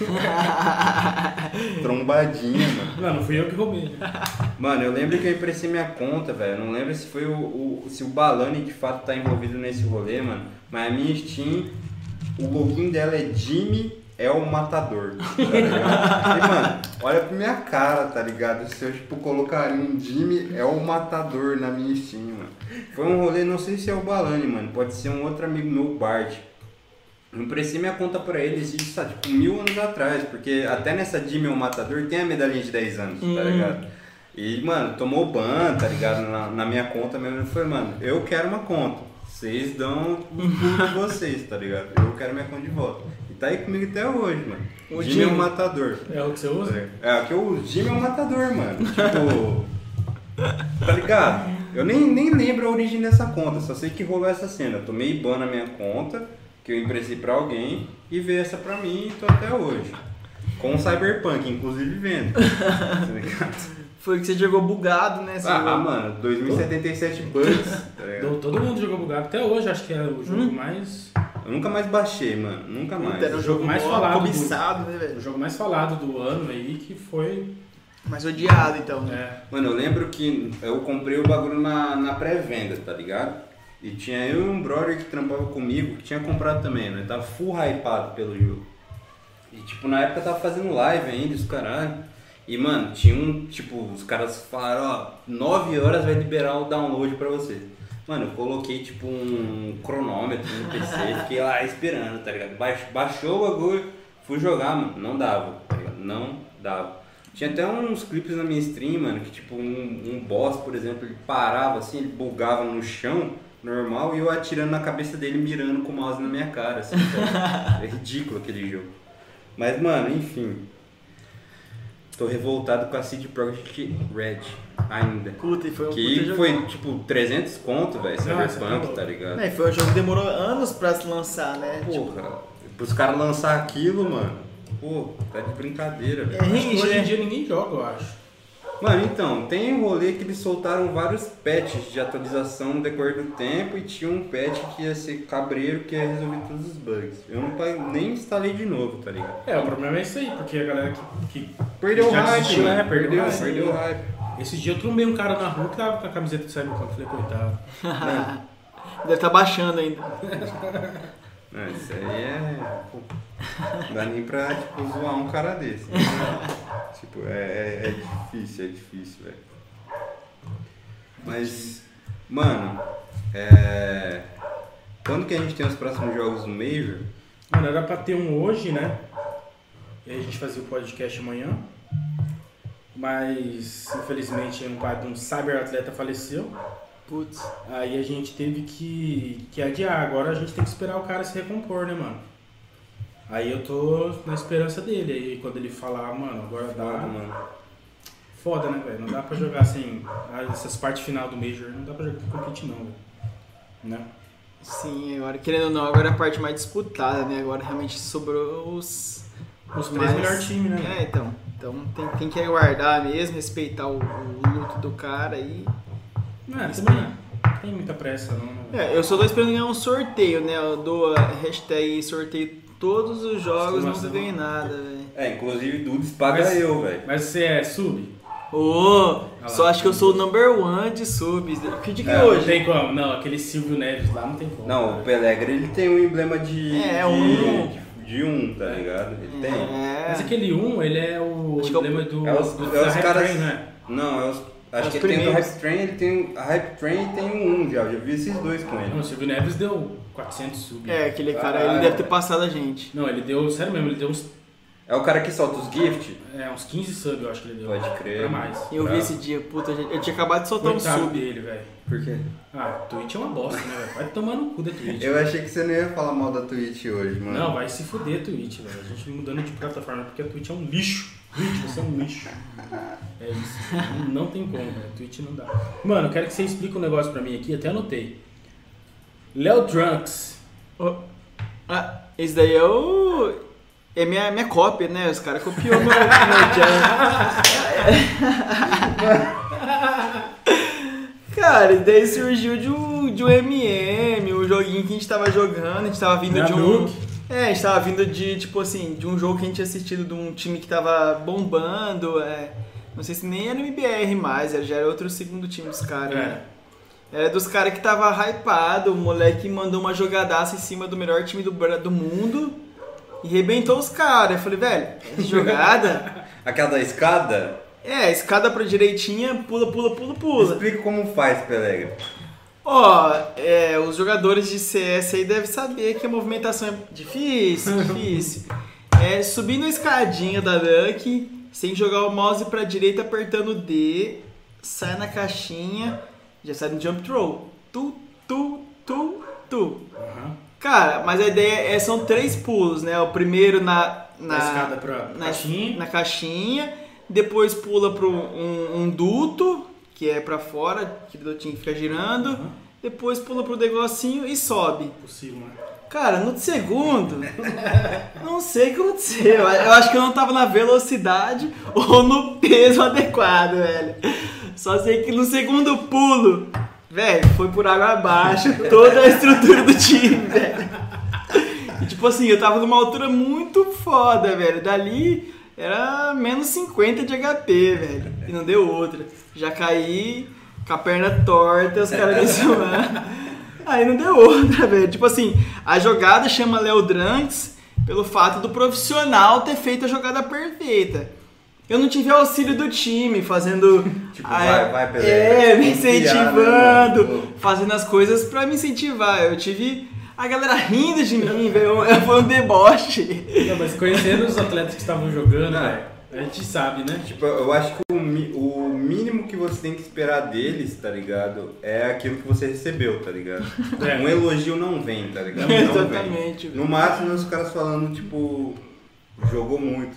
Speaker 2: trombadinha, mano.
Speaker 1: Não fui eu que roubei.
Speaker 2: Mano, eu lembro que eu emprestei minha conta, velho. Não lembro se foi se o Balani de fato tá envolvido nesse rolê, mano. Mas a minha Steam, o login dela é Jimmy é o Matador, tá ligado? E, mano, olha pra minha cara, tá ligado? Se eu, tipo, colocaria um Jimmy é o Matador na minha Steam, mano. Foi um rolê, não sei se é o Balani, mano. Pode ser um outro amigo meu, o Bart. Eu emprestei minha conta pra ele, sabe, tipo, 1000 anos atrás. Porque até nessa Jimmy é o Matador tem a medalhinha de 10 anos, tá ligado? E, mano, tomou ban, tá ligado? Na minha conta mesmo. Eu falei, mano, eu quero uma conta. Vocês dão o pulo de vocês, tá ligado? Eu quero minha conta de volta. E tá aí comigo até hoje, mano. O Jimmy é um matador.
Speaker 1: É o que você usa?
Speaker 2: É o que eu uso. Jimmy é um matador, mano. Tipo. Tá ligado? Eu nem lembro a origem dessa conta, só sei que rolou essa cena. Eu tomei ban na minha conta, que eu emprestei pra alguém, e veio essa pra mim e tô até hoje. Com o Cyberpunk, inclusive vendo. Tá ligado?
Speaker 3: Foi que você jogou bugado, né?
Speaker 2: Mano, 2077 bugs. Tá ligado?
Speaker 1: Todo mundo jogou bugado. Até hoje, acho que é o jogo mais...
Speaker 2: Eu nunca mais baixei, mano. Nunca mais.
Speaker 3: Era o jogo mais falado. Cobiçado, né, velho?
Speaker 1: O jogo mais falado do ano aí, que foi...
Speaker 3: Mais odiado, então, né?
Speaker 1: É.
Speaker 2: Mano, eu lembro que eu comprei o bagulho na pré-venda, tá ligado? E tinha eu e um brother que trampava comigo, que tinha comprado também, né? Tava full hypado pelo jogo. E, tipo, na época eu tava fazendo live ainda, os caralho. E, mano, tinha tipo, os caras falaram, ó, 9 horas vai liberar o download pra você. Mano, eu coloquei, tipo, um cronômetro no PC, fiquei lá esperando, tá ligado? Baixou o bagulho, fui jogar, mano, não dava, tá ligado? Não dava. Tinha até uns clipes na minha stream, mano, que, tipo, um boss, por exemplo, ele parava assim, ele bugava no chão, normal, e eu atirando na cabeça dele, mirando com o mouse na minha cara, assim, tá? É ridículo aquele jogo. Mas, mano, enfim... Tô revoltado com a CD Projekt Red ainda.
Speaker 3: Puta, e foi um
Speaker 2: que
Speaker 3: puta
Speaker 2: foi
Speaker 3: jogão.
Speaker 2: tipo 300 conto, velho, Cyberpunk, tá ligado?
Speaker 3: É, foi um jogo que demorou anos pra se lançar, né?
Speaker 2: Porra, pros caras lançar aquilo, mano, pô, tá de brincadeira, velho.
Speaker 1: Hoje em dia ninguém joga, eu acho.
Speaker 2: Mano, então, tem um rolê que eles soltaram vários patches de atualização no decorrer do tempo e tinha um patch que ia ser cabreiro, que ia resolver todos os bugs. Eu nem instalei de novo, tá ligado?
Speaker 1: É, o problema é isso aí, porque a galera que
Speaker 2: Perdeu o
Speaker 1: já
Speaker 2: hype,
Speaker 1: desistiu,
Speaker 2: né?
Speaker 1: Perdeu
Speaker 2: Perdeu o hype.
Speaker 1: Esse dia eu trombei um cara na rua que tava com a camiseta de Cyberpunk, falei, coitado.
Speaker 3: Deve estar baixando ainda.
Speaker 2: Não, isso aí é... Pô, não dá nem pra, tipo, zoar um cara desse. Né? Tipo, é difícil, velho. Mas, mano, quando que a gente tem os próximos jogos no Major?
Speaker 1: Mano, era pra ter um hoje, né? E aí a gente fazia o podcast amanhã. Mas, infelizmente, um pai de um cyberatleta faleceu.
Speaker 3: Putz.
Speaker 1: Aí a gente teve que adiar. Agora a gente tem que esperar o cara se recompor, né, mano? Aí eu tô na esperança dele. Aí quando ele falar, mano, agora dá,
Speaker 2: Foda, mano.
Speaker 1: foda, né, velho? Não dá pra jogar assim, essas partes final do Major, não dá pra jogar com compete não, velho. Né?
Speaker 3: Sim, agora, querendo ou não, agora é a parte mais disputada, né? Agora realmente sobrou os
Speaker 1: três melhores times, né?
Speaker 3: Então tem que aguardar mesmo, respeitar o luto do cara aí.
Speaker 1: Também não tem muita pressa, não.
Speaker 3: Eu só tô esperando ganhar um sorteio, né? Eu dou a hashtag sorteio todos os jogos, nunca ganhei nada, velho.
Speaker 2: Inclusive Dudes paga eu, velho.
Speaker 1: Mas você é sub?
Speaker 3: Só acho que eu sou o number one de subs. Que dia que é hoje?
Speaker 1: Não tem como, não, aquele Silvio Neves lá não tem como.
Speaker 2: Não,
Speaker 1: cara.
Speaker 2: o Pelegre ele tem um emblema de tá ligado? Ele tem.
Speaker 1: Mas aquele ele é o emblema do
Speaker 2: os caras.
Speaker 1: Train, né?
Speaker 2: Não, acho que ele tem do Hype Train, a Hype Train tem um já vi esses dois com ele.
Speaker 1: Não, o Silvio Neves deu 400 subs.
Speaker 3: Aquele cara, ele deve ter passado a gente.
Speaker 1: Não, ele deu, sério mesmo, ele deu uns...
Speaker 2: É o cara que solta os gift?
Speaker 1: Uns 15 subs eu acho que ele deu.
Speaker 2: Pode crer.
Speaker 1: Pra mais.
Speaker 3: Eu vi esse dia, puta, eu tinha acabado de soltar
Speaker 1: Coitado
Speaker 3: um sub.
Speaker 1: dele, velho.
Speaker 2: Por quê?
Speaker 1: Twitch é uma bosta, né, velho? Vai tomar no cu da Twitch.
Speaker 2: Eu achei que você não ia falar mal da Twitch hoje, mano.
Speaker 1: Não, vai se fuder a Twitch, velho. A gente mudando de plataforma porque a Twitch é um lixo. Twitch, você é um lixo. É isso. Não tem como, velho. Twitch não dá. Mano, eu quero que você explique um negócio pra mim aqui, até anotei. Léo Drunks.
Speaker 3: Esse daí é minha cópia, né? Os caras copiou meu Cara, daí surgiu de um MM, um joguinho que a gente tava jogando, a gente tava vindo de um... a gente tava vindo de, tipo assim, de um jogo que a gente tinha assistido de um time que tava bombando, não sei se nem era MBR mais, já era outro segundo time dos caras, né? Era dos caras que tava hypado, o moleque mandou uma jogadaça em cima do melhor time do mundo e arrebentou os caras. Eu falei, velho, essa jogada...
Speaker 2: Aquela da escada?
Speaker 3: Escada pra direitinha, pula.
Speaker 2: Explica como faz, Pelegre.
Speaker 3: Os jogadores de CS aí devem saber que a movimentação é difícil. Subindo a escadinha da Duck, sem jogar o mouse pra direita apertando o D, sai na caixinha, já sai no jump throw. Cara, mas a ideia são 3 pulos, né? O primeiro na
Speaker 1: escada na
Speaker 3: caixinha, depois pula para um duto, que é pra fora, que o dutinho fica girando, depois pula pro negocinho e sobe.
Speaker 1: Possível, né?
Speaker 3: Cara, no segundo, não sei o que aconteceu. Eu acho que eu não tava na velocidade ou no peso adequado, velho. Só sei que no segundo pulo, velho, foi por água abaixo toda a estrutura do time, velho. E tipo assim, eu tava numa altura muito foda, velho. Dali era menos 50 de HP, velho. E não deu outra. Já caí com a perna torta, os caras me zoando. Aí não deu outra, velho. Tipo assim, a jogada chama Léo Drunks pelo fato do profissional ter feito a jogada perfeita. Eu não tive auxílio do time, fazendo...
Speaker 2: Tipo, vai, Pelé.
Speaker 3: Me incentivando, fazendo as coisas pra me incentivar. Eu tive a galera rindo de mim, velho. Foi um deboche.
Speaker 1: Não, mas conhecendo os atletas que estavam jogando, velho, a gente sabe, né?
Speaker 2: Tipo, eu acho que o mínimo que você tem que esperar deles, tá ligado? É aquilo que você recebeu, tá ligado? Um elogio não vem, tá ligado? Não
Speaker 3: Exatamente.
Speaker 2: Vem. No máximo, os caras falando, tipo... Jogou muito.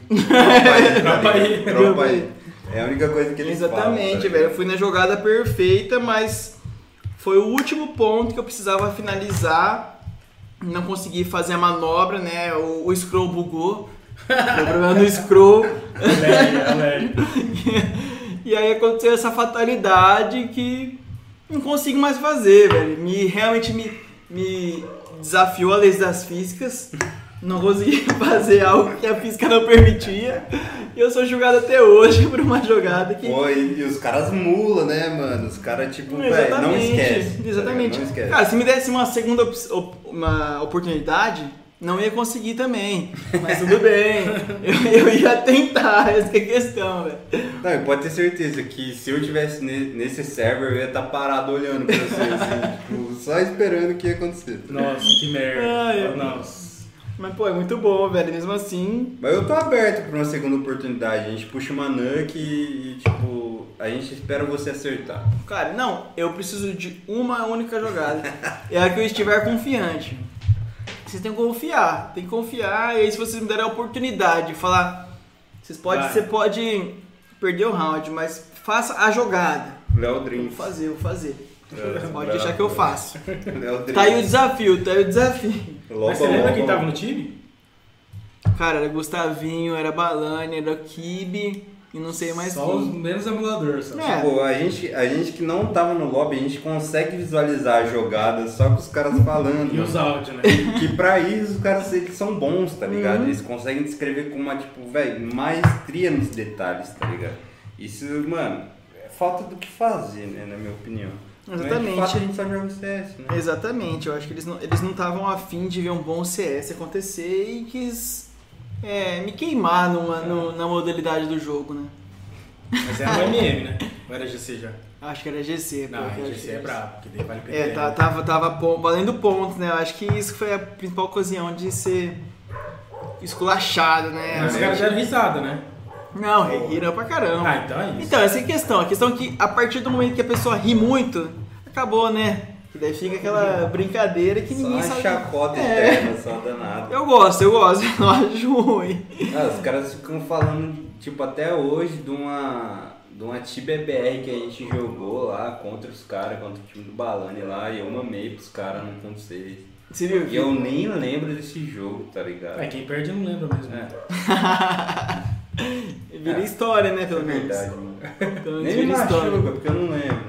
Speaker 2: Tropa aí. É a única coisa que eles falam.
Speaker 3: Exatamente, velho. Eu fui na jogada perfeita, mas foi o último ponto que eu precisava finalizar. Não consegui fazer a manobra, né? O scroll bugou. Deu problema no scroll. E aí aconteceu essa fatalidade que não consigo mais fazer, velho. Realmente me desafiou a lei das físicas. Não consegui fazer algo que a física não permitia. E eu sou julgado até hoje por uma jogada que...
Speaker 2: Pô, e os caras mula, né, mano? Os caras, tipo, velho, não esquece.
Speaker 3: Exatamente.
Speaker 2: Não esquece.
Speaker 3: Cara, se me desse uma segunda uma oportunidade, não ia conseguir também. Mas tudo bem. Eu ia tentar, essa é a questão, velho.
Speaker 2: Não, pode ter certeza que se eu tivesse nesse server, eu ia estar parado olhando pra você, assim, tipo, só esperando o que ia acontecer.
Speaker 1: Nossa, que merda. Nossa.
Speaker 3: Mas, pô, é muito bom, velho, mesmo assim...
Speaker 2: Mas eu tô aberto pra uma segunda oportunidade. A gente puxa uma nuke e, tipo, a gente espera você acertar.
Speaker 3: Cara, não, eu preciso de uma única jogada. É a que eu estiver confiante. Vocês têm que confiar, e aí se vocês me derem a oportunidade de falar... Você pode perder o round, mas faça a jogada.
Speaker 2: Léo
Speaker 3: Vou
Speaker 2: Drinks.
Speaker 3: fazer. Pode deixar que eu faço.
Speaker 2: Léo Drinks.
Speaker 3: Tá aí o desafio.
Speaker 1: Mas você lembra quem tava no time?
Speaker 3: Cara, era Gustavinho, era Balani, era Kibe e não sei mais
Speaker 1: Só os
Speaker 3: quem.
Speaker 1: menos emuladores. Só.
Speaker 3: É.
Speaker 2: Pô, a gente que não tava no lobby, a gente consegue visualizar a jogada só com os caras falando.
Speaker 1: E os áudios, né?
Speaker 2: Que pra isso os caras eles são bons, tá ligado? Eles conseguem descrever com uma, tipo, velho, maestria nos detalhes, tá ligado? Isso, mano, é falta do que fazer, né, na minha opinião.
Speaker 3: Exatamente.
Speaker 2: Mas, de fato, a gente só joga o CS, né?
Speaker 3: Exatamente, eu acho que eles não estavam afim de ver um bom CS acontecer e quis me queimar na modalidade do jogo, né?
Speaker 1: Mas era o MM, né? Ou era GC já?
Speaker 3: Acho que era GC.
Speaker 1: Não, GC é brabo, porque daí vale PDR.
Speaker 3: Tava valendo pontos, né? Eu acho que isso foi a principal ocasião de ser esculachado, né?
Speaker 1: Mas os caras deram risada, né?
Speaker 3: Não, riram pra caramba.
Speaker 1: Ah, então é isso.
Speaker 3: Então, essa é a questão. A questão é que a partir do momento que a pessoa ri muito, acabou, né? Que daí fica aquela brincadeira que ninguém
Speaker 2: Só uma
Speaker 3: sabe.
Speaker 2: chacota eterna, só danada.
Speaker 3: Eu gosto, eu não acho ruim.
Speaker 2: Ah, os caras ficam falando, tipo, até hoje de uma TBBR que a gente jogou lá contra os caras, contra o time do Balani lá, e eu mamei pros caras no 1.6.
Speaker 3: Você viu?
Speaker 2: E eu nem lembro desse jogo, tá ligado?
Speaker 1: É, quem perde não lembra mesmo.
Speaker 3: Vira história, né, pelo
Speaker 2: É
Speaker 3: menos.
Speaker 2: verdade, mano.
Speaker 3: Pelo menos
Speaker 2: Nem me
Speaker 3: vira história.
Speaker 2: machuca, porque eu não lembro.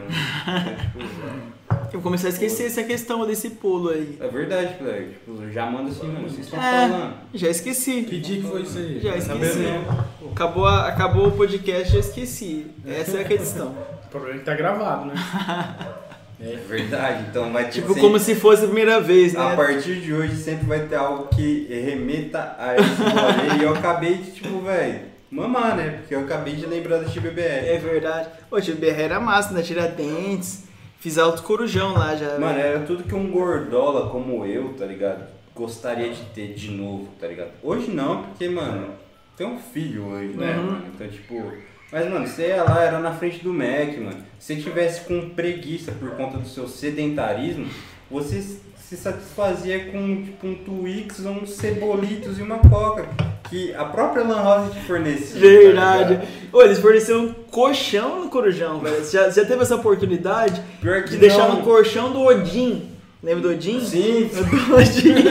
Speaker 3: Eu vou começar a esquecer essa questão desse pulo aí.
Speaker 2: É verdade, Cleber. Tipo, já manda assim, mano, vocês estão falando.
Speaker 3: Já esqueci.
Speaker 1: Que dia que foi isso aí?
Speaker 3: Já
Speaker 1: Tá
Speaker 3: esqueci.
Speaker 1: sabendo?
Speaker 3: Acabou o podcast, já esqueci. Essa é a questão.
Speaker 1: O problema é que tá gravado, né?
Speaker 2: É verdade, então vai ter
Speaker 3: Tipo,
Speaker 2: sempre,
Speaker 3: como se fosse a primeira vez, né?
Speaker 2: a partir de hoje sempre vai ter algo que remeta a esse rolê. E eu acabei de, tipo, velho, mamar, né? Porque eu acabei de lembrar da TBBR.
Speaker 3: É verdade. Ô, tio BR era massa, né? Tiradentes. Fiz alto corujão lá já.
Speaker 2: Mano, era tudo que um gordola como eu, tá ligado? Gostaria de ter de novo, tá ligado? Hoje não, porque, mano, tem um filho hoje, né, mano? Então, tipo... Mas, mano, você ia lá, era na frente do Mac, mano. Se você tivesse com preguiça por conta do seu sedentarismo, você se satisfazia com, tipo, um Twix, uns cebolitos e uma coca. Que a própria Lan House te fornecia.
Speaker 3: Verdade.
Speaker 2: Tá
Speaker 3: Ô, eles forneceram um colchão no corujão, velho. Você já teve essa oportunidade
Speaker 2: Pior que
Speaker 3: de deixar
Speaker 2: não.
Speaker 3: no colchão do Odin? Lembra do Odin?
Speaker 2: Sim.
Speaker 3: Do Odin.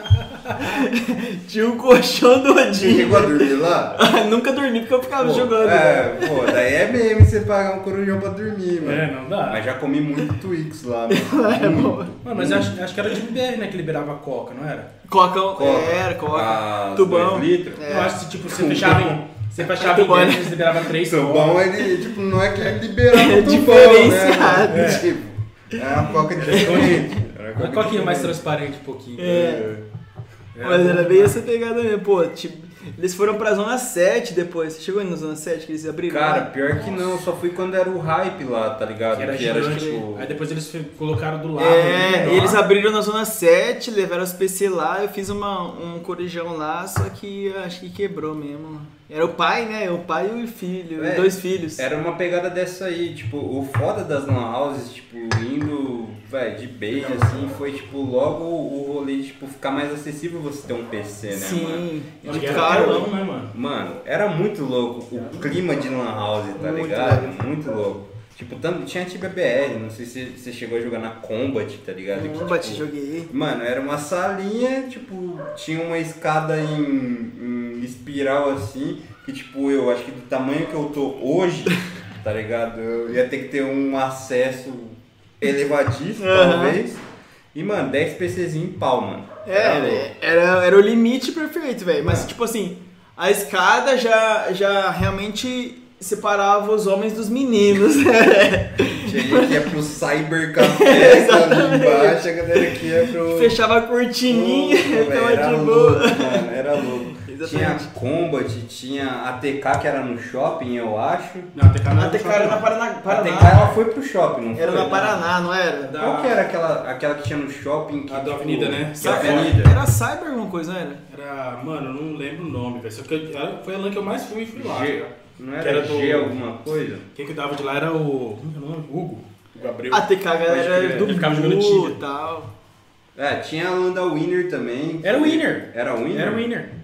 Speaker 3: Tinha um colchão do
Speaker 2: Você
Speaker 3: Odin.
Speaker 2: chegou a dormir lá?
Speaker 3: Nunca dormi porque eu ficava
Speaker 2: Pô,
Speaker 3: jogando.
Speaker 2: daí é mesmo você pagar um corujão pra dormir, mano.
Speaker 1: É, não dá.
Speaker 2: Mas já comi muito Twix lá, mano.
Speaker 3: É bom.
Speaker 1: Mano, mas acho que era o time BR, né, que liberava coca, não era?
Speaker 3: Coca.
Speaker 2: Coca. Ah,
Speaker 3: Tubão.
Speaker 2: 2 litros.
Speaker 1: Eu acho que, tipo, você fechava em
Speaker 3: Tubão,
Speaker 1: 10,
Speaker 3: né?
Speaker 1: eles liberavam 3
Speaker 2: Tubão, ele, tipo, não é que ele liberava
Speaker 3: É
Speaker 2: o tubão,
Speaker 3: diferenciado.
Speaker 2: né? Tipo, é uma coca diferente.
Speaker 1: Uma coquinha mais transparente um pouquinho.
Speaker 3: Mas era bem essa pegada mesmo. Pô, tipo, eles foram pra Zona 7 depois. Você chegou aí na Zona 7 que eles abriram?
Speaker 2: Cara,
Speaker 3: lá?
Speaker 2: pior que não, só fui quando era o hype lá, tá ligado?
Speaker 1: Que era gigante. Aí depois eles colocaram do lado.
Speaker 3: É, e eles abriram na Zona 7, levaram os PC lá, eu fiz um corujão lá, só que eu acho que quebrou mesmo. Era o pai, né? O pai e o filho,
Speaker 2: É,
Speaker 3: 2 filhos.
Speaker 2: Era uma pegada dessa aí, tipo, o foda das lan houses, tipo, indo, velho, de base, assim, foi, tipo, logo o rolê de, tipo, ficar mais acessível você ter um PC, né, mano?
Speaker 3: Sim,
Speaker 1: Acho
Speaker 3: muito
Speaker 1: que era
Speaker 3: caro.
Speaker 1: telão, né, mano?
Speaker 2: Mano, era muito louco o clima de lan house, tá
Speaker 3: Muito
Speaker 2: ligado?
Speaker 3: louco.
Speaker 2: Muito louco. Tipo, tinha TBBR, não sei se você chegou a jogar na Combat, tá ligado? Que,
Speaker 3: Combat,
Speaker 2: tipo,
Speaker 3: joguei.
Speaker 2: Mano, era uma salinha, tipo, tinha uma escada em espiral assim, que tipo, eu acho que do tamanho que eu tô hoje, tá ligado? Eu ia ter que ter um acesso elevadíssimo, talvez. E, mano, 10 PCzinho em pau, mano.
Speaker 3: Era o limite perfeito, velho. Mas, tipo assim, a escada já realmente separava os homens dos meninos.
Speaker 2: Tinha gente que ia pro Cyber Café ali embaixo, a galera que ia pro...
Speaker 3: Fechava a cortininha, ficava
Speaker 2: era
Speaker 3: de
Speaker 2: louco,
Speaker 3: boa.
Speaker 2: mano, era louco.
Speaker 3: Exatamente.
Speaker 2: Tinha Combat, tinha a TK que era no shopping, eu acho.
Speaker 1: Não, a TK não
Speaker 3: A TK era na Paraná.
Speaker 2: A TK ela foi pro shopping, não
Speaker 3: Era
Speaker 2: foi?
Speaker 3: na Paraná, não era?
Speaker 2: Qual que era aquela que tinha no shopping? Que,
Speaker 1: A da Avenida, né?
Speaker 2: Que Avenida.
Speaker 3: Era Cyber alguma coisa, não era?
Speaker 1: Era, mano, eu não lembro o nome, velho. Só que foi a LAN que eu mais fui lá.
Speaker 2: G,
Speaker 1: cara.
Speaker 2: não
Speaker 1: Que
Speaker 2: era
Speaker 1: era do-
Speaker 2: G alguma coisa?
Speaker 1: Quem cuidava de lá era o. Como é o nome? Hugo. Hugo Abreu.
Speaker 3: A TK era
Speaker 1: crer.
Speaker 3: do
Speaker 1: Ele ficava jogando
Speaker 3: Blue
Speaker 1: Tibia.
Speaker 3: e tal.
Speaker 2: É, tinha a Landa Winner também.
Speaker 1: Era o Winner.
Speaker 2: Era o Winner?
Speaker 1: Era o Winner.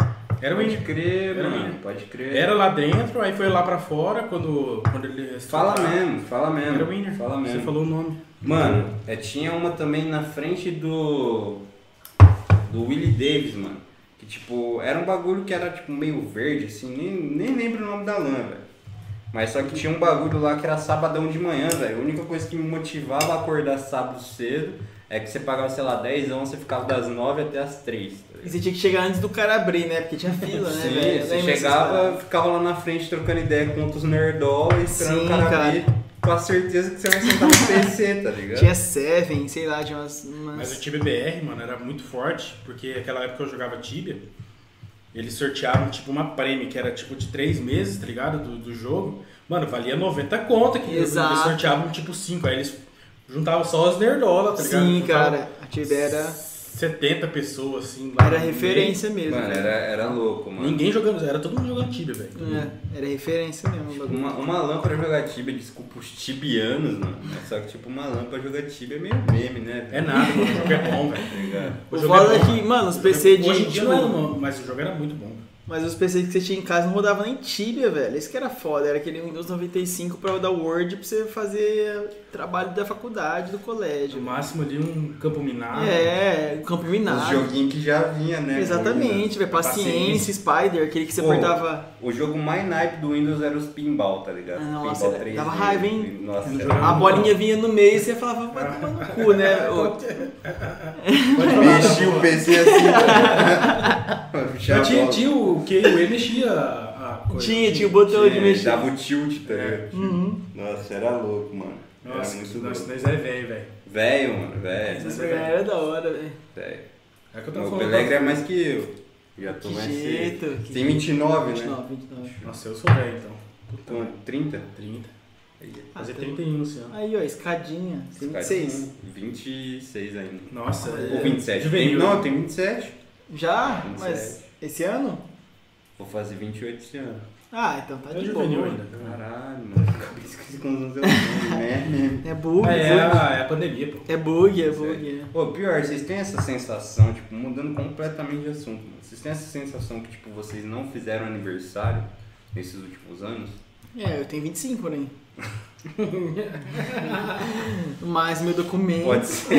Speaker 1: Era o
Speaker 2: Pode
Speaker 1: Winner.
Speaker 2: crer,
Speaker 1: Era
Speaker 2: mano.
Speaker 1: Winner.
Speaker 2: Pode crer.
Speaker 1: Era lá dentro, aí foi lá pra fora quando ele...
Speaker 2: Fala mesmo.
Speaker 1: Era o Winner.
Speaker 2: Fala mesmo.
Speaker 1: Você falou o nome.
Speaker 2: Mano, tinha uma também na frente do Willie Davis, mano. Que tipo, era um bagulho que era tipo meio verde, assim, nem lembro o nome da lã, velho. Mas só que tinha um bagulho lá que era sabadão de manhã, velho. A única coisa que me motivava a acordar sábado cedo é que você pagava, sei lá, 10 anos, você ficava das 9 até as 3. Tá
Speaker 3: E você tinha que chegar antes do cara abrir, né? Porque tinha fila, né,
Speaker 2: Sim,
Speaker 3: velho?
Speaker 2: você chegava, ficava lá na frente trocando ideia com outros nerdola, esperando
Speaker 3: Sim,
Speaker 2: o cara
Speaker 3: cara.
Speaker 2: abrir, com a certeza que você vai sentar no PC, tá ligado?
Speaker 3: Tinha Seven, sei lá, tinha umas...
Speaker 1: Mas o Tibia BR, mano, era muito forte, porque naquela época eu jogava Tibia, eles sorteavam tipo uma prêmio, que era tipo de 3 meses, tá ligado? Do jogo. Mano, valia 90 conto, que eles
Speaker 3: Exato.
Speaker 1: sorteavam tipo 5, aí eles juntavam só os nerdola, tá ligado?
Speaker 3: Sim,
Speaker 1: Juntavam
Speaker 3: cara. A Tibia era
Speaker 1: 70 pessoas, assim, lá
Speaker 3: era
Speaker 1: no
Speaker 3: referência mesmo.
Speaker 2: Mano,
Speaker 3: velho.
Speaker 2: era louco,
Speaker 1: meio.
Speaker 2: mano.
Speaker 1: Ninguém jogando, era todo mundo jogando Tibia, velho.
Speaker 3: Era referência mesmo. o bagulho.
Speaker 2: Uma lã pra jogar Tibia, desculpa os tibianos, mano. Só que tipo, uma lã pra jogar Tibia é meio meme, né?
Speaker 1: É nada, mano, o jogo é bom, velho.
Speaker 2: Tá ligado?
Speaker 3: O
Speaker 1: jogo
Speaker 3: foda é
Speaker 1: bom.
Speaker 3: que, mano, os PC de...
Speaker 1: Hoje em dia
Speaker 3: tipo,
Speaker 1: não era, não, mas o jogo era muito bom.
Speaker 3: mas os PCs que você tinha em casa não rodavam nem Tibia, velho. Isso que era foda. Era aquele Windows 95 pra rodar Word pra você fazer trabalho da faculdade, do colégio.
Speaker 1: No máximo ali um campo minado.
Speaker 3: Campo
Speaker 2: Os
Speaker 3: minado.
Speaker 2: joguinhos que já vinha, né?
Speaker 3: Exatamente, velho. Paciência, Spider, aquele que você apertava...
Speaker 2: O jogo mais naipe do Windows era os pinball, tá ligado?
Speaker 3: Nossa,
Speaker 2: Pinball 3D.
Speaker 3: dava raiva, hein?
Speaker 2: Nossa,
Speaker 1: Não
Speaker 2: era
Speaker 1: jogava
Speaker 3: A bolinha vinha no meio e você falava, vai tomar no cu, né?
Speaker 1: Pode falar,
Speaker 2: mexia o PC assim.
Speaker 1: Eu tinha o que o E mexia a coisa.
Speaker 3: Tinha o botão de mexer.
Speaker 2: Dava o tilt, tá ligado?
Speaker 3: Uhum.
Speaker 2: Nossa, era louco, mano. Era
Speaker 1: Nossa,
Speaker 2: muito
Speaker 1: nós
Speaker 2: louco.
Speaker 1: é velho, velho.
Speaker 2: Velho, mano, velho.
Speaker 3: Essa era da hora, velho.
Speaker 2: Velho.
Speaker 1: É que eu tava
Speaker 2: O
Speaker 1: falando.
Speaker 2: Pelegre é mais que eu. Já tô
Speaker 3: Que
Speaker 2: mais
Speaker 3: jeito,
Speaker 2: cedo.
Speaker 3: que
Speaker 2: Tem 29, né?
Speaker 3: 29.
Speaker 1: Nossa, eu sou velho então.
Speaker 2: Então, 30?
Speaker 1: 30. Fazer
Speaker 3: Ah,
Speaker 1: 31 esse ano.
Speaker 3: Aí, ó, escadinha. 26.
Speaker 2: 26 ainda.
Speaker 1: Nossa,
Speaker 2: Ou 27.
Speaker 1: juvenil.
Speaker 2: Não, tem 27.
Speaker 3: Já?
Speaker 2: 27.
Speaker 3: Mas esse ano?
Speaker 2: Vou fazer 28 esse ano.
Speaker 3: Ah, então tá
Speaker 1: É
Speaker 3: de
Speaker 1: juvenil
Speaker 3: boa.
Speaker 1: ainda.
Speaker 2: Caralho, mano. Acabei de esquecer quantos anos eu tenho, né?
Speaker 3: É bug,
Speaker 1: É
Speaker 3: bug.
Speaker 1: a pandemia, pô.
Speaker 3: É bug.
Speaker 2: Pô, pior, vocês têm essa sensação, tipo, mudando completamente de assunto, mano. Vocês têm essa sensação que, tipo, vocês não fizeram aniversário nesses últimos anos?
Speaker 3: É, eu tenho 25, né? Mas meu documento...
Speaker 2: Pode ser.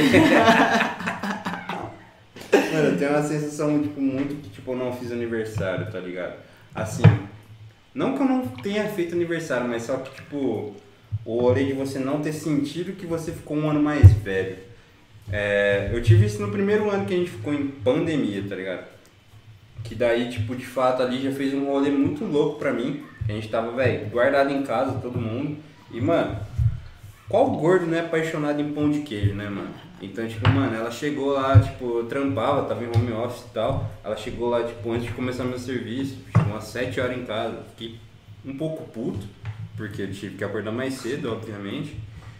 Speaker 2: Mano, eu tenho uma sensação, tipo, muito que, tipo, eu não fiz aniversário, tá ligado? Assim, não que eu não tenha feito aniversário, mas só que, tipo, o rolê de você não ter sentido que você ficou um ano mais velho. Eu tive isso no primeiro ano que a gente ficou em pandemia, tá ligado? Que daí, tipo, de fato, ali já fez um rolê muito louco pra mim. A gente tava, velho, guardado em casa, todo mundo. E, mano, qual gordo não é apaixonado em pão de queijo, né, mano? Então, tipo, mano, ela chegou lá, tipo, eu trampava, tava em home office e tal. Ela chegou lá, tipo, antes de começar meu serviço, chegou umas 7 horas em casa. Fiquei um pouco puto, porque eu tive que acordar mais cedo, obviamente.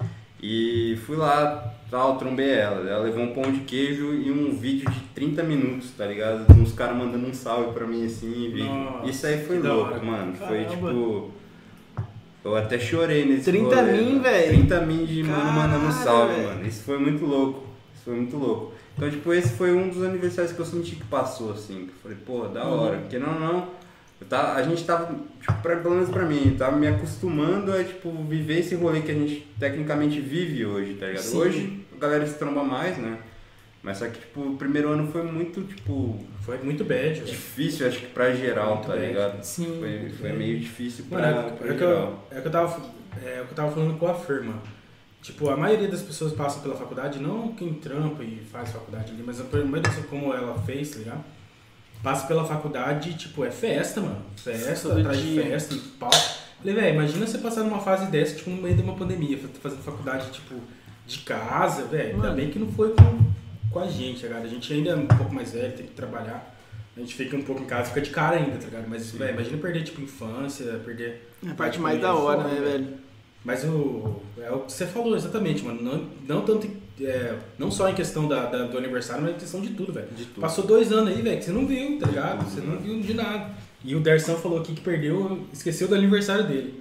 Speaker 2: E fui lá, tal, trombei ela. Ela levou um pão de queijo e um vídeo de 30 minutos, tá ligado? Uns caras mandando um salve pra mim, assim.
Speaker 1: Nossa,
Speaker 2: isso aí foi
Speaker 1: que da
Speaker 2: louco,
Speaker 1: hora.
Speaker 2: mano. Foi,
Speaker 3: Caramba.
Speaker 2: tipo... Eu até chorei nesse
Speaker 3: 30
Speaker 2: rolê,
Speaker 3: min,
Speaker 2: mano.
Speaker 3: velho.
Speaker 2: 30 min de mano mandando um
Speaker 3: Cara,
Speaker 2: salve,
Speaker 3: velho.
Speaker 2: mano. Isso foi muito louco. Então, tipo, esse foi um dos aniversários que eu senti que passou, assim. Que eu falei, pô, da hora. Porque não... A gente tava, tipo, pelo menos pra mim, tava me acostumando a, tipo, viver esse rolê que a gente tecnicamente vive hoje, tá ligado?
Speaker 3: Sim.
Speaker 2: Hoje a galera se tromba mais, né? Mas só que, tipo, o primeiro ano foi muito, tipo,
Speaker 1: Foi muito bad, velho.
Speaker 2: difícil, acho que pra geral,
Speaker 1: Muito
Speaker 2: tá
Speaker 1: bem.
Speaker 2: ligado?
Speaker 3: Sim.
Speaker 2: Foi meio difícil
Speaker 1: Mano,
Speaker 2: pra
Speaker 1: é que
Speaker 2: geral.
Speaker 1: eu tava falando com a firma. Tipo, a maioria das pessoas passam pela faculdade, não quem trampa e faz faculdade ali, mas a maioria como ela fez, tá ligado? Passa pela faculdade, tipo, é festa, mano. Festa,
Speaker 3: Todo
Speaker 1: atrás de
Speaker 3: dia.
Speaker 1: festa, e pau. Falei, velho, imagina você passar numa fase dessa, tipo, no meio de uma pandemia, fazendo faculdade, tipo, de casa, velho. Ainda
Speaker 3: Mano.
Speaker 1: bem que não foi com a gente, tá ligado? A gente ainda é um pouco mais velho, tem que trabalhar. A gente fica um pouco em casa, fica de cara ainda, tá ligado? Mas, velho, imagina perder, tipo, infância, perder...
Speaker 3: A parte mais da hora,
Speaker 1: foda,
Speaker 3: né, velho?
Speaker 1: Mas é o que você falou, exatamente, mano. Não tanto, não só em questão do aniversário, mas em questão de tudo, velho.
Speaker 2: De tudo.
Speaker 1: Passou 2 anos aí, velho, que você não viu, tá ligado? Você não viu de nada. E o Dersão falou aqui que perdeu, esqueceu do aniversário dele.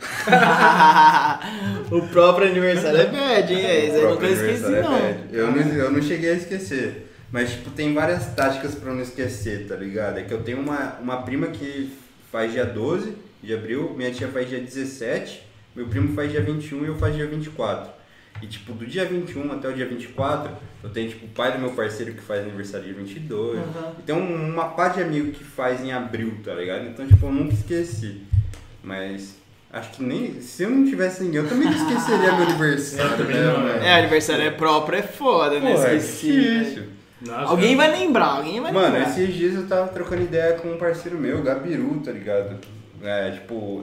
Speaker 3: O próprio aniversário é bad, hein? Isso aí eu nunca esqueci, não.
Speaker 2: Eu não cheguei a esquecer. Mas, tipo, tem várias táticas pra não esquecer, tá ligado? É que eu tenho uma prima que faz dia 12 de abril, minha tia faz dia 17, meu primo faz dia 21 e eu faço dia 24. E, tipo, do dia 21 até o dia 24, eu tenho, tipo, o pai do meu parceiro que faz aniversário dia 22. E tem uma pá de amigo que faz em abril, tá ligado? Então, tipo, eu nunca esqueci. Mas... acho que nem... se eu não tivesse ninguém, eu também não esqueceria meu aniversário, né?
Speaker 3: Aniversário é próprio, é foda, né?
Speaker 2: Pô, é
Speaker 3: Esqueci.
Speaker 2: difícil.
Speaker 1: Nossa,
Speaker 3: Alguém vai lembrar,
Speaker 2: Mano, esses dias eu tava trocando ideia com um parceiro meu, Gabiru, tá ligado? É, tipo,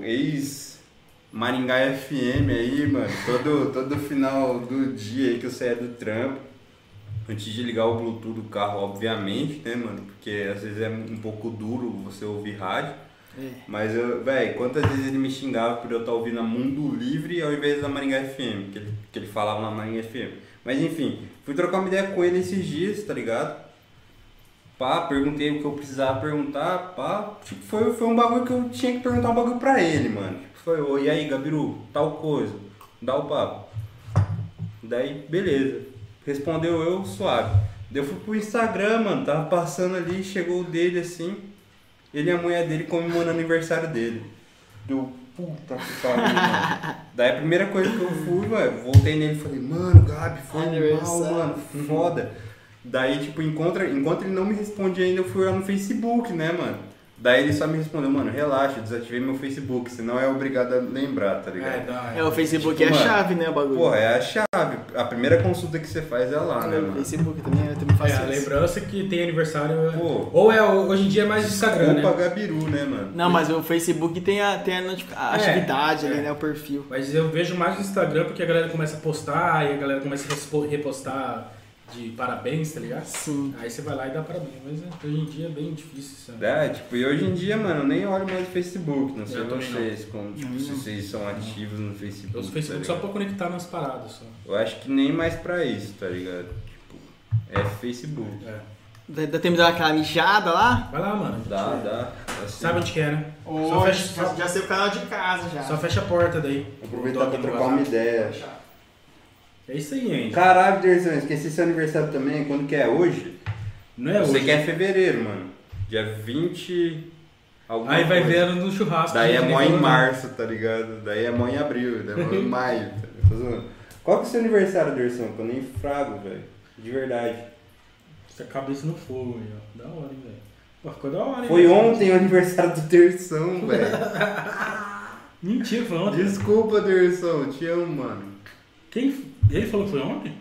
Speaker 2: ex-Maringá FM aí, mano. Todo final do dia aí que eu saía do trampo. Antes de ligar o Bluetooth do carro, obviamente, né, mano? Porque às vezes é um pouco duro você ouvir rádio. Mas, velho, quantas vezes ele me xingava por eu estar ouvindo a Mundo Livre ao invés da Maringá FM, que ele falava na Maringá FM. Mas enfim, fui trocar uma ideia com ele esses dias, tá ligado? Pá, perguntei o que eu precisava perguntar, pá. Tipo, foi um bagulho que eu tinha que perguntar um bagulho pra ele, mano. Tipo, foi, e aí, Gabiru, tal coisa, dá o papo. Daí, beleza. Respondeu eu, suave. Daí eu fui pro Instagram, mano, tava passando ali, chegou o dele assim. Ele e a mulher dele comemorando o aniversário dele. Deu puta que pariu, mano. Daí a primeira coisa que eu fui, velho, voltei nele e falei, mano, Gabi, foi mal, mano, foda. Daí, tipo, enquanto ele não me respondia ainda, eu fui lá no Facebook, né, mano? Daí ele só me respondeu, mano, relaxa, eu desativei meu Facebook, senão é obrigado a lembrar, tá ligado?
Speaker 3: O Facebook
Speaker 2: tipo,
Speaker 3: é a
Speaker 2: mano,
Speaker 3: chave, né, o bagulho?
Speaker 2: Pô, é a chave. A primeira consulta que você faz é lá, né, mano?
Speaker 3: O Facebook também, eu também faço
Speaker 1: a
Speaker 3: isso.
Speaker 1: lembrança que tem aniversário.
Speaker 2: Pô,
Speaker 1: ou hoje em dia é mais Instagram,
Speaker 2: desculpa,
Speaker 1: né?
Speaker 2: Gabiru, né, mano?
Speaker 3: Não, mas o Facebook tem a atividade ali, né, o perfil.
Speaker 1: Mas eu vejo mais no Instagram porque a galera começa a postar e a galera começa a repostar de parabéns, tá ligado?
Speaker 3: Sim.
Speaker 1: Aí você vai lá e dá parabéns. Mas hoje em dia é bem difícil, sabe?
Speaker 2: É, tipo, e hoje em dia, mano, eu nem olho mais o Facebook, não sei
Speaker 1: Eu também
Speaker 2: vocês, como, tipo, se vocês são ativos no Facebook.
Speaker 1: Eu uso o Facebook
Speaker 2: tá
Speaker 1: só pra conectar nas paradas, só.
Speaker 2: Eu acho que nem mais pra isso, tá ligado? Tipo, é Facebook.
Speaker 1: É.
Speaker 3: Dá tempo de dar aquela mijada lá?
Speaker 1: Vai lá, mano.
Speaker 2: Dá. Assim.
Speaker 1: Sabe onde que é, né?
Speaker 3: Já sei o canal de casa já.
Speaker 1: Só fecha a porta daí.
Speaker 2: Aproveitar pra trocar uma ideia.
Speaker 1: É isso aí, gente.
Speaker 2: Caralho, Derzão, esqueci seu aniversário também, quando que é? Hoje?
Speaker 1: Não é
Speaker 2: Você
Speaker 1: hoje.
Speaker 2: que é fevereiro, mano. Dia 20... alguma
Speaker 1: Aí vai
Speaker 2: coisa.
Speaker 1: ver no churrasco.
Speaker 2: Daí é
Speaker 1: gente,
Speaker 2: mó
Speaker 1: nem
Speaker 2: em
Speaker 1: falou nada.
Speaker 2: março, tá ligado? Daí é mó em abril, daí é mó em maio. Tá ligado? Qual que é o seu aniversário, Derzão? Que eu nem frago, velho. De verdade.
Speaker 1: Essa cabeça no fogo aí, ó. Da hora, hein, velho. Pô, ficou da hora, hein?
Speaker 2: Foi
Speaker 1: velho?
Speaker 2: ontem o aniversário do Derzão, velho.
Speaker 1: Mentira, foi ontem.
Speaker 2: Desculpa, Derzão, te amo, mano.
Speaker 1: Quem? Ele falou que foi ontem?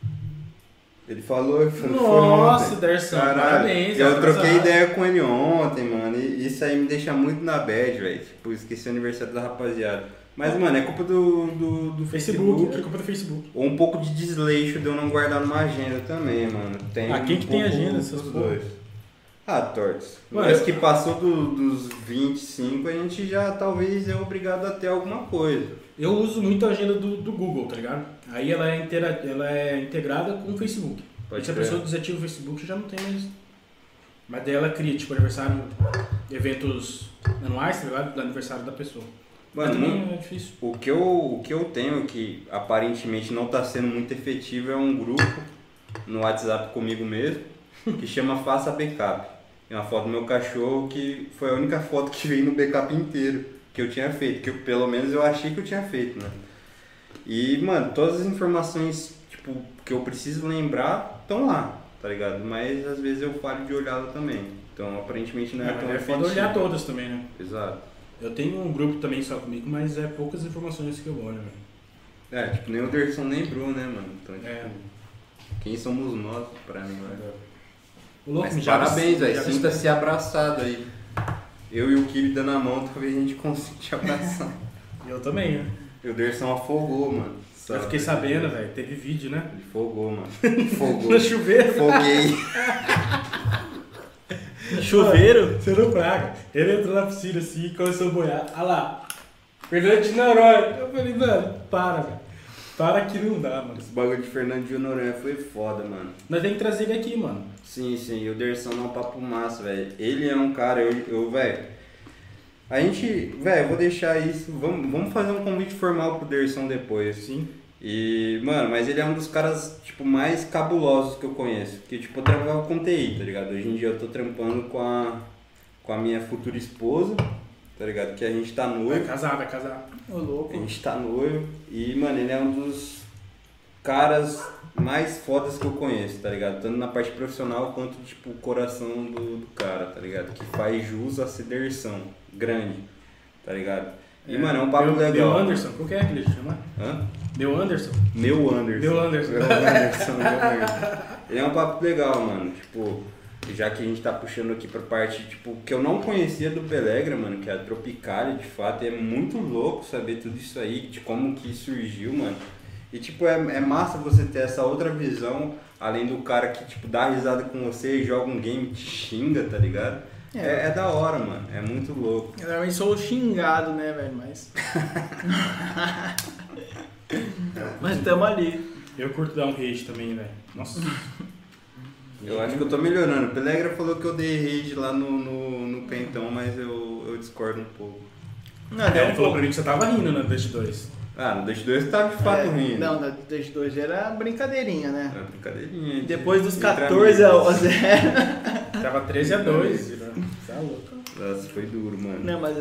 Speaker 2: Ele falou que foi
Speaker 1: Nossa,
Speaker 2: ontem.
Speaker 1: Derson,
Speaker 2: Caralho,
Speaker 1: parabéns.
Speaker 2: eu
Speaker 1: atrasado.
Speaker 2: troquei ideia com ele ontem, mano, e isso aí me deixa muito na bad, velho. Tipo, esqueci o aniversário da rapaziada. Mas, mano, é culpa do
Speaker 1: Facebook, é culpa do Facebook.
Speaker 2: Ou um pouco de desleixo de eu não guardar numa agenda também, mano. Tem
Speaker 1: Quem que tem
Speaker 2: pouco
Speaker 1: agenda, essas
Speaker 2: dos
Speaker 1: porra?
Speaker 2: dois. Ah, tortos.
Speaker 1: Mano,
Speaker 2: Mas que passou dos 25, a gente já talvez é obrigado a ter alguma coisa.
Speaker 1: Eu uso muito a agenda do Google, tá ligado? Aí ela é integrada com o Facebook.
Speaker 2: Pode
Speaker 1: Se a
Speaker 2: crer.
Speaker 1: pessoa desativa o Facebook, já não tem mais. Mas daí ela cria, tipo, aniversário, eventos anuais, tá ligado? Do aniversário da pessoa. Mas
Speaker 2: Mano,
Speaker 1: também é difícil.
Speaker 2: o que eu tenho que aparentemente não tá sendo muito efetivo é um grupo no WhatsApp comigo mesmo que chama Faça Backup. É uma foto do meu cachorro que foi a única foto que veio no backup inteiro que eu tinha feito, que pelo menos eu achei que eu tinha feito, né? E, mano, todas as informações, tipo, que eu preciso lembrar estão lá, tá ligado? Mas às vezes eu falho de olhá-la também. Então, aparentemente não é tão
Speaker 1: É
Speaker 2: efetivo.
Speaker 1: foda olhar todas também, né?
Speaker 2: Exato.
Speaker 1: Eu tenho um grupo também só comigo, mas é poucas informações que eu olho, velho.
Speaker 2: É, tipo, nem o Derson lembrou, né, mano? Então, tipo,
Speaker 1: É.
Speaker 2: quem somos nós pra mim, velho?
Speaker 1: O louco,
Speaker 2: Mas
Speaker 1: mijava-
Speaker 2: parabéns, velho.
Speaker 1: mijava-
Speaker 2: Sinta-se abraçado aí. Eu e o Kiwi dando a mão, talvez a gente consiga te abraçar.
Speaker 1: Eu também, né?
Speaker 2: E o Derson afogou, mano.
Speaker 1: Eu fiquei sabendo, velho. Teve vídeo, né?
Speaker 2: Ele fogou, mano. Fogou.
Speaker 1: No chuveiro.
Speaker 2: Foguei.
Speaker 3: Chuveiro?
Speaker 1: Você não praga. Ele entrou na piscina assim e começou a boiar. Olha lá. Fernando de Noronha. Eu falei, mano, para, velho. Para que não dá, mano.
Speaker 2: Esse bagulho de Fernando de Noronha foi foda, mano.
Speaker 1: Nós temos que trazer ele aqui, mano.
Speaker 2: Sim, e o Derson é um papo massa, velho. Ele é um cara, velho. A gente, velho, eu vou deixar isso. Vamos fazer um convite formal pro Derson depois.
Speaker 1: Sim.
Speaker 2: E, mano, mas ele é um dos caras, tipo, mais cabulosos que eu conheço. Porque, tipo, eu trabalhava com TI, tá ligado? Hoje em dia eu tô trampando com a minha futura esposa, tá ligado? Que a gente tá noivo.
Speaker 1: É casado.
Speaker 3: Ô, louco.
Speaker 2: A gente tá noivo. E, mano, ele é um dos caras mais fodas que eu conheço, tá ligado? Tanto na parte profissional quanto, tipo, o coração do cara, tá ligado? Que faz jus a sederção grande, tá ligado? E, mano, é um papo legal.
Speaker 1: Deu Anderson, qual que é que ele chama?
Speaker 2: Hã?
Speaker 1: Deu Anderson?
Speaker 2: Meu Anderson.
Speaker 1: Deu Anderson.
Speaker 2: Meu Anderson. Ele é um papo legal, mano. Tipo, já que a gente tá puxando aqui pra parte, tipo, que eu não conhecia do Pelegra, mano, que é a Tropicália, de fato. E é muito louco saber tudo isso aí, de como que surgiu, mano. E, tipo, é massa você ter essa outra visão, além do cara que, tipo, dá risada com você, joga um game, te xinga, tá ligado? É da hora, mano. É muito louco.
Speaker 3: Eu realmente sou xingado, né, velho? Mas. Mas tamo ali.
Speaker 1: Eu curto dar um rage também, velho. Nossa.
Speaker 2: Eu acho que eu tô melhorando. O Pelegra falou que eu dei rage lá no Pentão, mas eu discordo um pouco.
Speaker 3: Não,
Speaker 1: Ele falou pra mim que você tava rindo no Dust 2.
Speaker 2: Ah, no Dust 2 tá de fato rindo.
Speaker 3: Não, no Dust 2 era brincadeirinha, né?
Speaker 2: É brincadeirinha.
Speaker 3: Depois dos 14 a 0.
Speaker 1: Tava 13-2. Você é louco.
Speaker 2: Nossa, foi duro, mano.
Speaker 3: Não, mas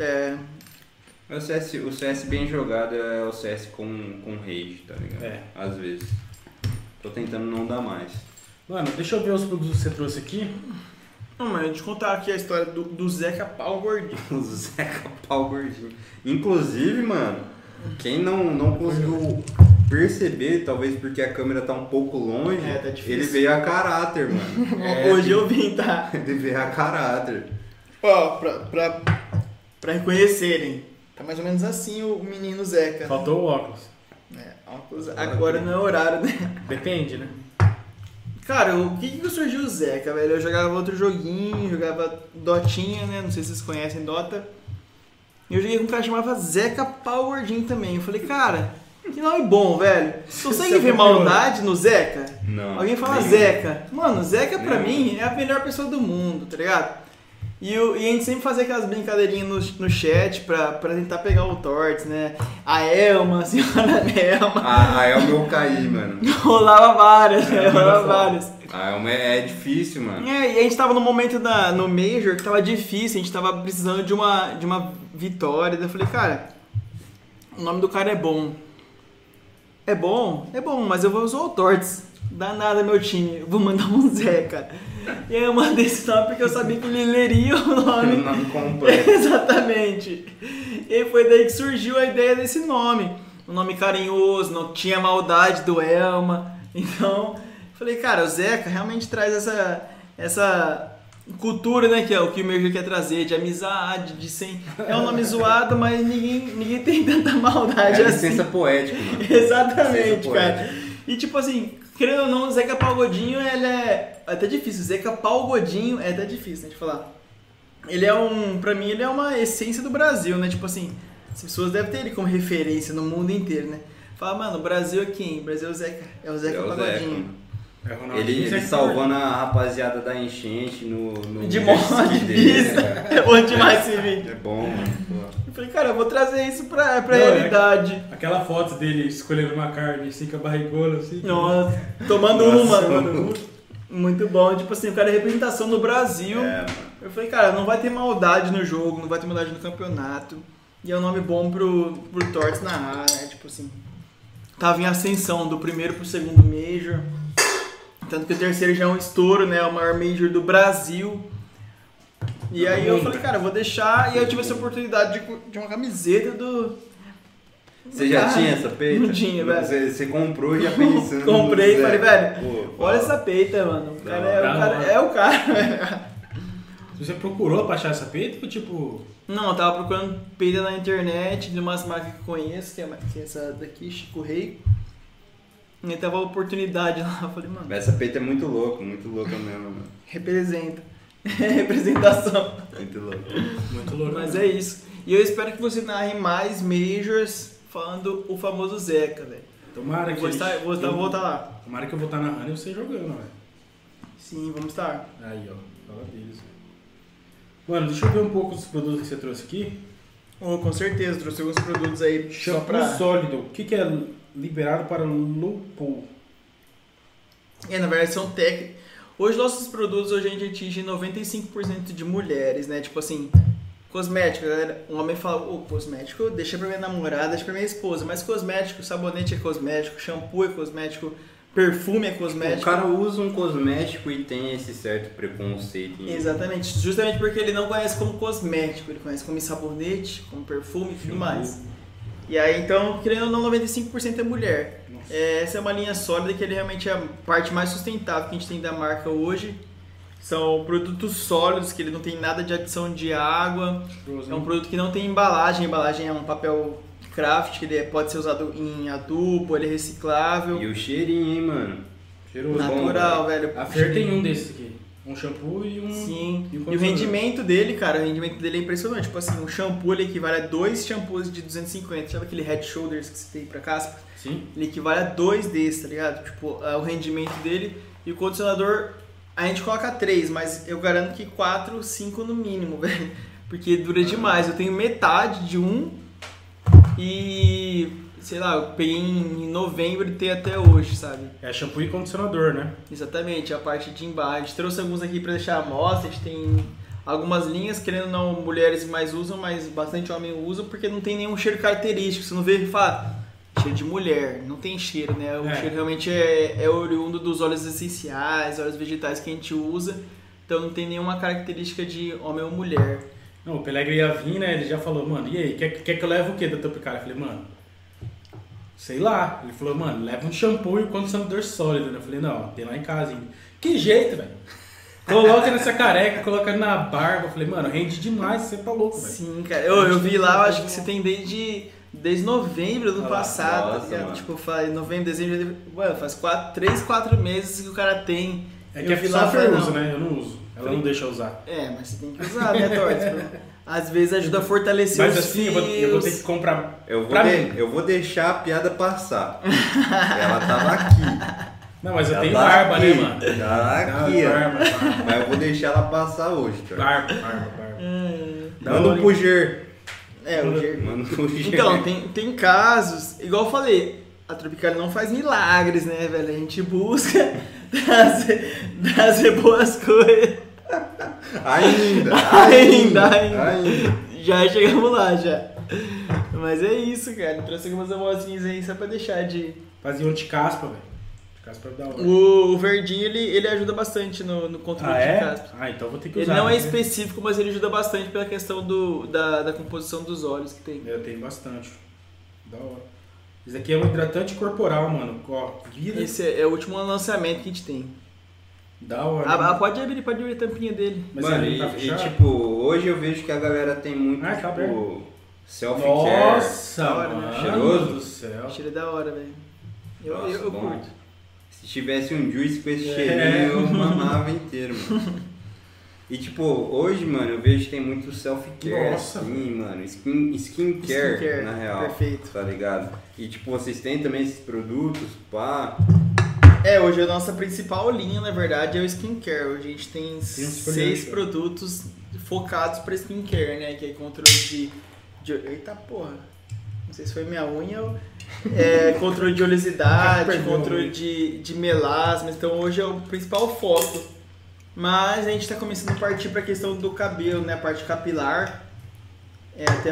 Speaker 2: O CS bem jogado é o CS com rage, tá ligado?
Speaker 1: É.
Speaker 2: Às vezes. Tô tentando não dar mais.
Speaker 1: Mano, deixa eu ver os produtos que você trouxe aqui.
Speaker 3: Não, mas deixa eu contar aqui a história do Zeca Pau Gordinho.
Speaker 2: O Zeca Pau Gordinho. Inclusive, mano, quem não conseguiu perceber, talvez porque a câmera tá um pouco longe,
Speaker 3: tá difícil.
Speaker 2: ele veio a caráter, mano.
Speaker 3: Hoje eu vim, tá?
Speaker 2: Ele veio a caráter.
Speaker 3: Ó, pra reconhecerem, tá mais ou menos assim o menino Zeca.
Speaker 1: Faltou o óculos.
Speaker 3: Óculos, agora não é horário, né?
Speaker 1: Depende, né?
Speaker 3: Cara, o que surgiu o Zeca, velho? Eu jogava outro joguinho, jogava Dotinha, né? Não sei se vocês conhecem Dota. E eu joguei com um cara que chamava Zeca Pau Gordinho também. Eu falei, cara, que nome bom, velho. Você consegue ver maldade no Zeca?
Speaker 2: Não.
Speaker 3: Alguém fala Zeca. Mano, Zeca pra mim é a melhor pessoa do mundo, tá ligado? E a gente sempre fazia aquelas brincadeirinhas no chat pra tentar pegar o Torts, né? A Elma, a senhora Elma.
Speaker 2: A Elma eu caí, mano.
Speaker 3: Rolava várias, rolava várias.
Speaker 2: A Elma é difícil, mano.
Speaker 3: E a gente tava no momento no Major que tava difícil, a gente tava precisando de uma vitória. Daí eu falei, cara, o nome do cara é bom. É bom, mas eu vou usar o Torts. Dá nada, meu time, eu vou mandar um Zeca. E aí eu mandei esse nome porque eu sabia que ele leria o nome.
Speaker 2: O nome completo.
Speaker 3: Exatamente. E aí foi daí que surgiu a ideia desse nome. Um nome carinhoso, não tinha maldade do Elma. Então, falei, cara, o Zeca realmente traz essa cultura, né, que é o que o Major quer trazer, de amizade, de sem... É um nome zoado, mas ninguém tem tanta maldade assim.
Speaker 2: Licença poética, mano.
Speaker 3: Exatamente, cara. E tipo assim, querendo ou não, o Zeca Pau Gordinho, ele é até difícil. Zeca Pau Gordinho é até difícil, né, de falar. Ele é pra mim, ele é uma essência do Brasil, né? Tipo assim, as pessoas devem ter ele como referência no mundo inteiro, né? Fala, mano, o Brasil é quem? O Brasil é o Zeca. É o Zeca Pagodinho.
Speaker 2: Ele salvando a rapaziada da enchente no
Speaker 3: de morte,
Speaker 2: dele,
Speaker 3: é bom demais esse vídeo.
Speaker 2: É bom, mano.
Speaker 3: Eu falei, cara, eu vou trazer isso pra realidade.
Speaker 1: Aquela foto dele escolhendo uma carne assim com a barrigona assim.
Speaker 3: Nossa, tomando uma, mano. Muito bom. Tipo assim, o cara é representação no Brasil.
Speaker 2: Mano.
Speaker 3: Eu falei, cara, não vai ter maldade no jogo, não vai ter maldade no campeonato. E é um nome bom pro Torts narrar, né? Tipo assim, tava em ascensão do primeiro pro segundo Major. Tanto que o terceiro já é um estouro, né? O maior Major do Brasil. E aí eu falei, cara, eu vou deixar. E aí eu tive essa oportunidade de uma camiseta do...
Speaker 2: Você já tinha essa peita?
Speaker 3: Não tinha, velho.
Speaker 2: Você comprou já pensando.
Speaker 3: Comprei e falei, velho, olha essa peita, mano. O cara é o cara.
Speaker 1: Você procurou pra achar essa peita ou tipo...
Speaker 3: Não, eu tava procurando peita na internet, de umas marcas que eu conheço, que é essa daqui, Chico Rei. E tava a oportunidade lá, eu falei, mano...
Speaker 2: Essa peita é muito louca mesmo, mano.
Speaker 3: Representa. Representação.
Speaker 2: Muito louco.
Speaker 1: Muito louco.
Speaker 3: Mas é isso. E eu espero que você narre mais Majors falando o famoso Zeca, velho.
Speaker 1: Tomara que
Speaker 3: vou voltar lá.
Speaker 1: Tomara que eu vou estar narrando e você jogando, velho.
Speaker 3: Sim, vamos estar.
Speaker 1: Aí, ó. Fala deles, velho. Mano, deixa eu ver um pouco dos produtos que você trouxe aqui.
Speaker 3: Oh, com certeza, trouxe alguns produtos aí só
Speaker 1: Shampoo
Speaker 3: pra...
Speaker 1: sólido. O que é liberado para lúpulo?
Speaker 3: Na verdade são técnicos. Hoje nossos produtos a gente atinge 95% de mulheres, né? Tipo assim, cosmético, galera. Um homem fala, cosmético deixa pra minha namorada, deixa pra minha esposa. Mas cosmético, sabonete é cosmético, shampoo é cosmético, perfume é cosmético.
Speaker 2: O cara usa um cosmético e tem esse certo preconceito.
Speaker 3: Exatamente, justamente porque ele não conhece como cosmético, ele conhece como sabonete, como perfume e tudo mais. E aí, então, querendo ou não, 95% é mulher. Essa é uma linha sólida que ele realmente é a parte mais sustentável que a gente tem da marca hoje. São produtos sólidos, que ele não tem nada de adição de água. É um produto que não tem embalagem. A embalagem é um papel craft, que ele pode ser usado em adubo, ele é reciclável.
Speaker 2: E o cheirinho, hein, mano?
Speaker 1: Cheiroso.
Speaker 3: Natural,
Speaker 1: bom,
Speaker 3: velho.
Speaker 1: A Fer tem um desses aqui. Um shampoo e um...
Speaker 3: Sim,
Speaker 1: e
Speaker 3: o rendimento dele, cara, o rendimento dele é impressionante. Tipo assim, um shampoo ele equivale a 2 shampoos de 250. Sabe aquele Head Shoulders que você tem pra caspa?
Speaker 1: Sim.
Speaker 3: Ele equivale a 2 desses, tá ligado? Tipo, o rendimento dele. E o condicionador, a gente coloca 3, mas eu garanto que 4, 5 no mínimo, velho. Porque dura demais. Eu tenho metade de um e... sei lá, eu peguei em novembro e tenho até hoje, sabe?
Speaker 1: É shampoo e condicionador, né?
Speaker 3: Exatamente, a parte de embaixo. A gente trouxe alguns aqui pra deixar a amostra, a gente tem algumas linhas, querendo ou não, mulheres mais usam, mas bastante homem usam, porque não tem nenhum cheiro característico. Você não vê e fala, cheiro de mulher, não tem cheiro, né? O cheiro realmente é oriundo dos óleos essenciais, óleos vegetais que a gente usa, então não tem nenhuma característica de homem ou mulher.
Speaker 1: Não, o Pelegri ia vir, né? Ele já falou, mano, e aí, quer que eu leve o que da Tropical? Eu falei, mano... sei lá. Ele falou, mano, leva um shampoo e um condicionador sólido. Eu falei, não, tem lá em casa ainda. Que jeito, velho. Coloca nessa careca, coloca na barba. Eu falei, mano, rende demais, você tá louco, velho.
Speaker 3: Sim, cara. Eu vi lá, eu acho que você tem desde novembro do ano passado,
Speaker 2: nossa,
Speaker 3: tá ligado?
Speaker 2: mano.
Speaker 3: Tipo, faz novembro, dezembro, mano, faz 3, 4 meses que o cara tem.
Speaker 1: É que
Speaker 3: eu vi
Speaker 1: só
Speaker 3: lá,
Speaker 1: a Fer
Speaker 3: falei,
Speaker 1: usa,
Speaker 3: não.
Speaker 1: né? Eu não uso. Ela não deixa eu usar.
Speaker 3: Mas você tem que usar, né, Torres? Às vezes ajuda a fortalecer
Speaker 1: Mas
Speaker 3: os
Speaker 1: assim,
Speaker 3: fios.
Speaker 1: eu vou ter que comprar
Speaker 2: Eu vou deixar a piada passar. Ela tava aqui.
Speaker 1: Não, mas eu
Speaker 2: Ela
Speaker 1: tenho
Speaker 2: tá
Speaker 1: barba,
Speaker 2: aqui.
Speaker 1: né, mano?
Speaker 2: Tá aqui, ó.
Speaker 1: Barba.
Speaker 2: Mas eu vou deixar ela passar hoje, tá?
Speaker 1: Barba.
Speaker 2: Manda um puger.
Speaker 3: O Ger-
Speaker 2: Manda um puger.
Speaker 3: Então, tem casos, igual eu falei, a Tropical não faz milagres, né, velho? A gente busca trazer boas coisas.
Speaker 2: Ainda.
Speaker 3: Já chegamos lá, já. Mas é isso, cara. Eu trouxe algumas amostrinhas aí só pra deixar de...
Speaker 1: Fazia anti-caspa, velho. Caspa da hora.
Speaker 3: O verdinho, ele ajuda bastante no controle de caspa.
Speaker 1: Ah, então vou ter que
Speaker 3: Ele
Speaker 1: usar.
Speaker 3: não é
Speaker 1: né?
Speaker 3: específico, mas ele ajuda bastante pela questão da composição dos óleos que tem.
Speaker 1: Eu tenho bastante. Da hora. Esse aqui é um hidratante corporal, mano. Ó, vira.
Speaker 3: Esse é o último lançamento que a gente tem.
Speaker 1: Da hora.
Speaker 3: Pode abrir a tampinha dele.
Speaker 1: Mas
Speaker 2: Mano,
Speaker 1: ele tá
Speaker 2: e
Speaker 1: fechado?
Speaker 2: tipo, hoje eu vejo que a galera tem muito,
Speaker 1: tá
Speaker 2: tipo,
Speaker 1: aberto.
Speaker 2: self-care.
Speaker 1: Nossa,
Speaker 3: Da hora, né?
Speaker 1: mano
Speaker 2: Cheiroso?
Speaker 1: do céu.
Speaker 3: Cheiro da hora, velho.
Speaker 2: Nossa,
Speaker 3: Eu
Speaker 2: bom.
Speaker 3: curto.
Speaker 2: Se tivesse um juice com esse cheirinho, eu mamava inteiro, mano. E tipo, hoje, mano, eu vejo que tem muito self-care,
Speaker 1: Nossa,
Speaker 2: assim, mano. Skincare, na real.
Speaker 3: Perfeito.
Speaker 2: Tá ligado? E tipo, vocês têm também esses produtos, pá.
Speaker 3: Hoje a nossa principal linha, na verdade, é o skincare. Hoje a gente tem 6 produtos focados para skincare, né? Que é controle de... Eita porra! Não sei se foi minha unha ou... controle de oleosidade, controle de melasma. Então hoje é o principal foco. Mas a gente está começando a partir para a questão do cabelo, né? A parte capilar. É até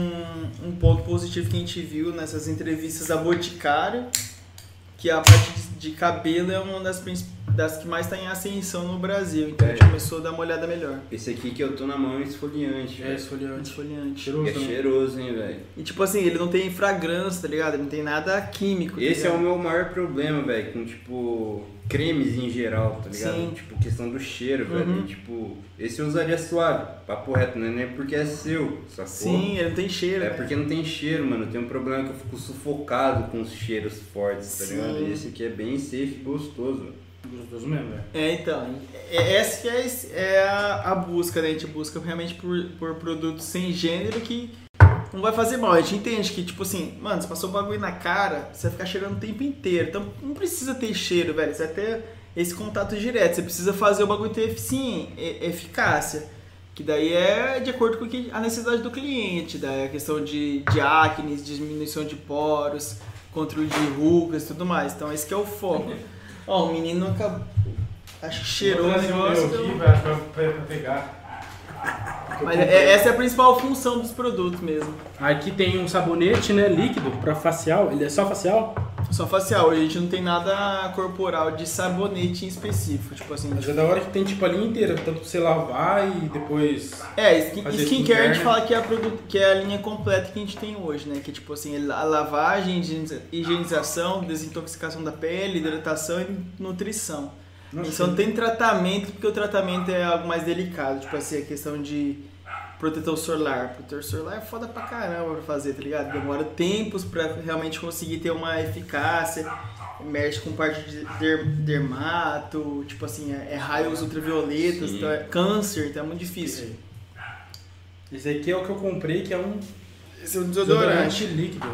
Speaker 3: um ponto positivo que a gente viu nessas entrevistas da Boticário, que a parte de cabelo é uma das que mais está em ascensão no Brasil. Então a gente começou a dar uma olhada melhor.
Speaker 2: Esse aqui que eu tô na mão é esfoliante. velho.
Speaker 1: Esfoliante.
Speaker 3: Esfoliante.
Speaker 2: É cheiroso, hein, velho.
Speaker 3: E tipo assim, ele não tem fragrância, tá ligado? Ele não tem nada químico. Tá
Speaker 2: Esse é
Speaker 3: ligado?
Speaker 2: o meu maior problema, velho, com tipo cremes em geral, tá ligado?
Speaker 3: Sim.
Speaker 2: Tipo, questão do cheiro, velho. E, tipo, esse eu usaria suave, papo reto, não é nem porque é seu, sacou?
Speaker 3: Sim, ele não tem cheiro.
Speaker 2: É
Speaker 3: né?
Speaker 2: porque não tem cheiro, mano. Tem um problema que eu fico sufocado com os cheiros fortes, tá
Speaker 3: Sim.
Speaker 2: ligado? E esse aqui é bem safe e gostoso.
Speaker 1: Gostoso mesmo, velho.
Speaker 3: Então, essa que é a busca, né? A gente busca realmente por produtos sem gênero que não vai fazer mal. A gente entende que, tipo assim, mano, você passou o bagulho na cara, você vai ficar cheirando o tempo inteiro. Então, não precisa ter cheiro, velho. Você vai ter esse contato direto. Você precisa fazer o bagulho ter eficácia. Que daí é de acordo com a necessidade do cliente, daí a questão de acne, diminuição de poros, controle de rugas e tudo mais. Então esse que é o foco. Ó, o menino acabou. Acho que cheirou o negócio.
Speaker 1: Pra pegar.
Speaker 3: Mas essa é a principal função dos produtos mesmo.
Speaker 1: Aqui tem um sabonete, né, líquido pra facial. Ele é só facial?
Speaker 3: Só facial, a gente não tem nada corporal de sabonete em específico, tipo assim.
Speaker 1: Mas é da hora que tem tipo a linha inteira, tanto pra você lavar e depois... fazer
Speaker 3: Skincare a gente
Speaker 1: né?
Speaker 3: fala que é a linha completa que a gente tem hoje, né? Que é tipo assim, a lavagem, higienização, desintoxicação da pele, hidratação e nutrição.
Speaker 1: Nossa,
Speaker 3: Isso não tem tratamento, porque o tratamento é algo mais delicado, tipo assim, a questão de protetor solar. Protetor solar é foda pra caramba pra fazer, tá ligado? Demora tempos pra realmente conseguir ter uma eficácia, mexe com parte de dermato, tipo assim, é raios ultravioletas, então é câncer, então é muito difícil.
Speaker 1: Esse aqui é o que eu comprei, que é um
Speaker 3: Esse é um
Speaker 1: desodorante líquido.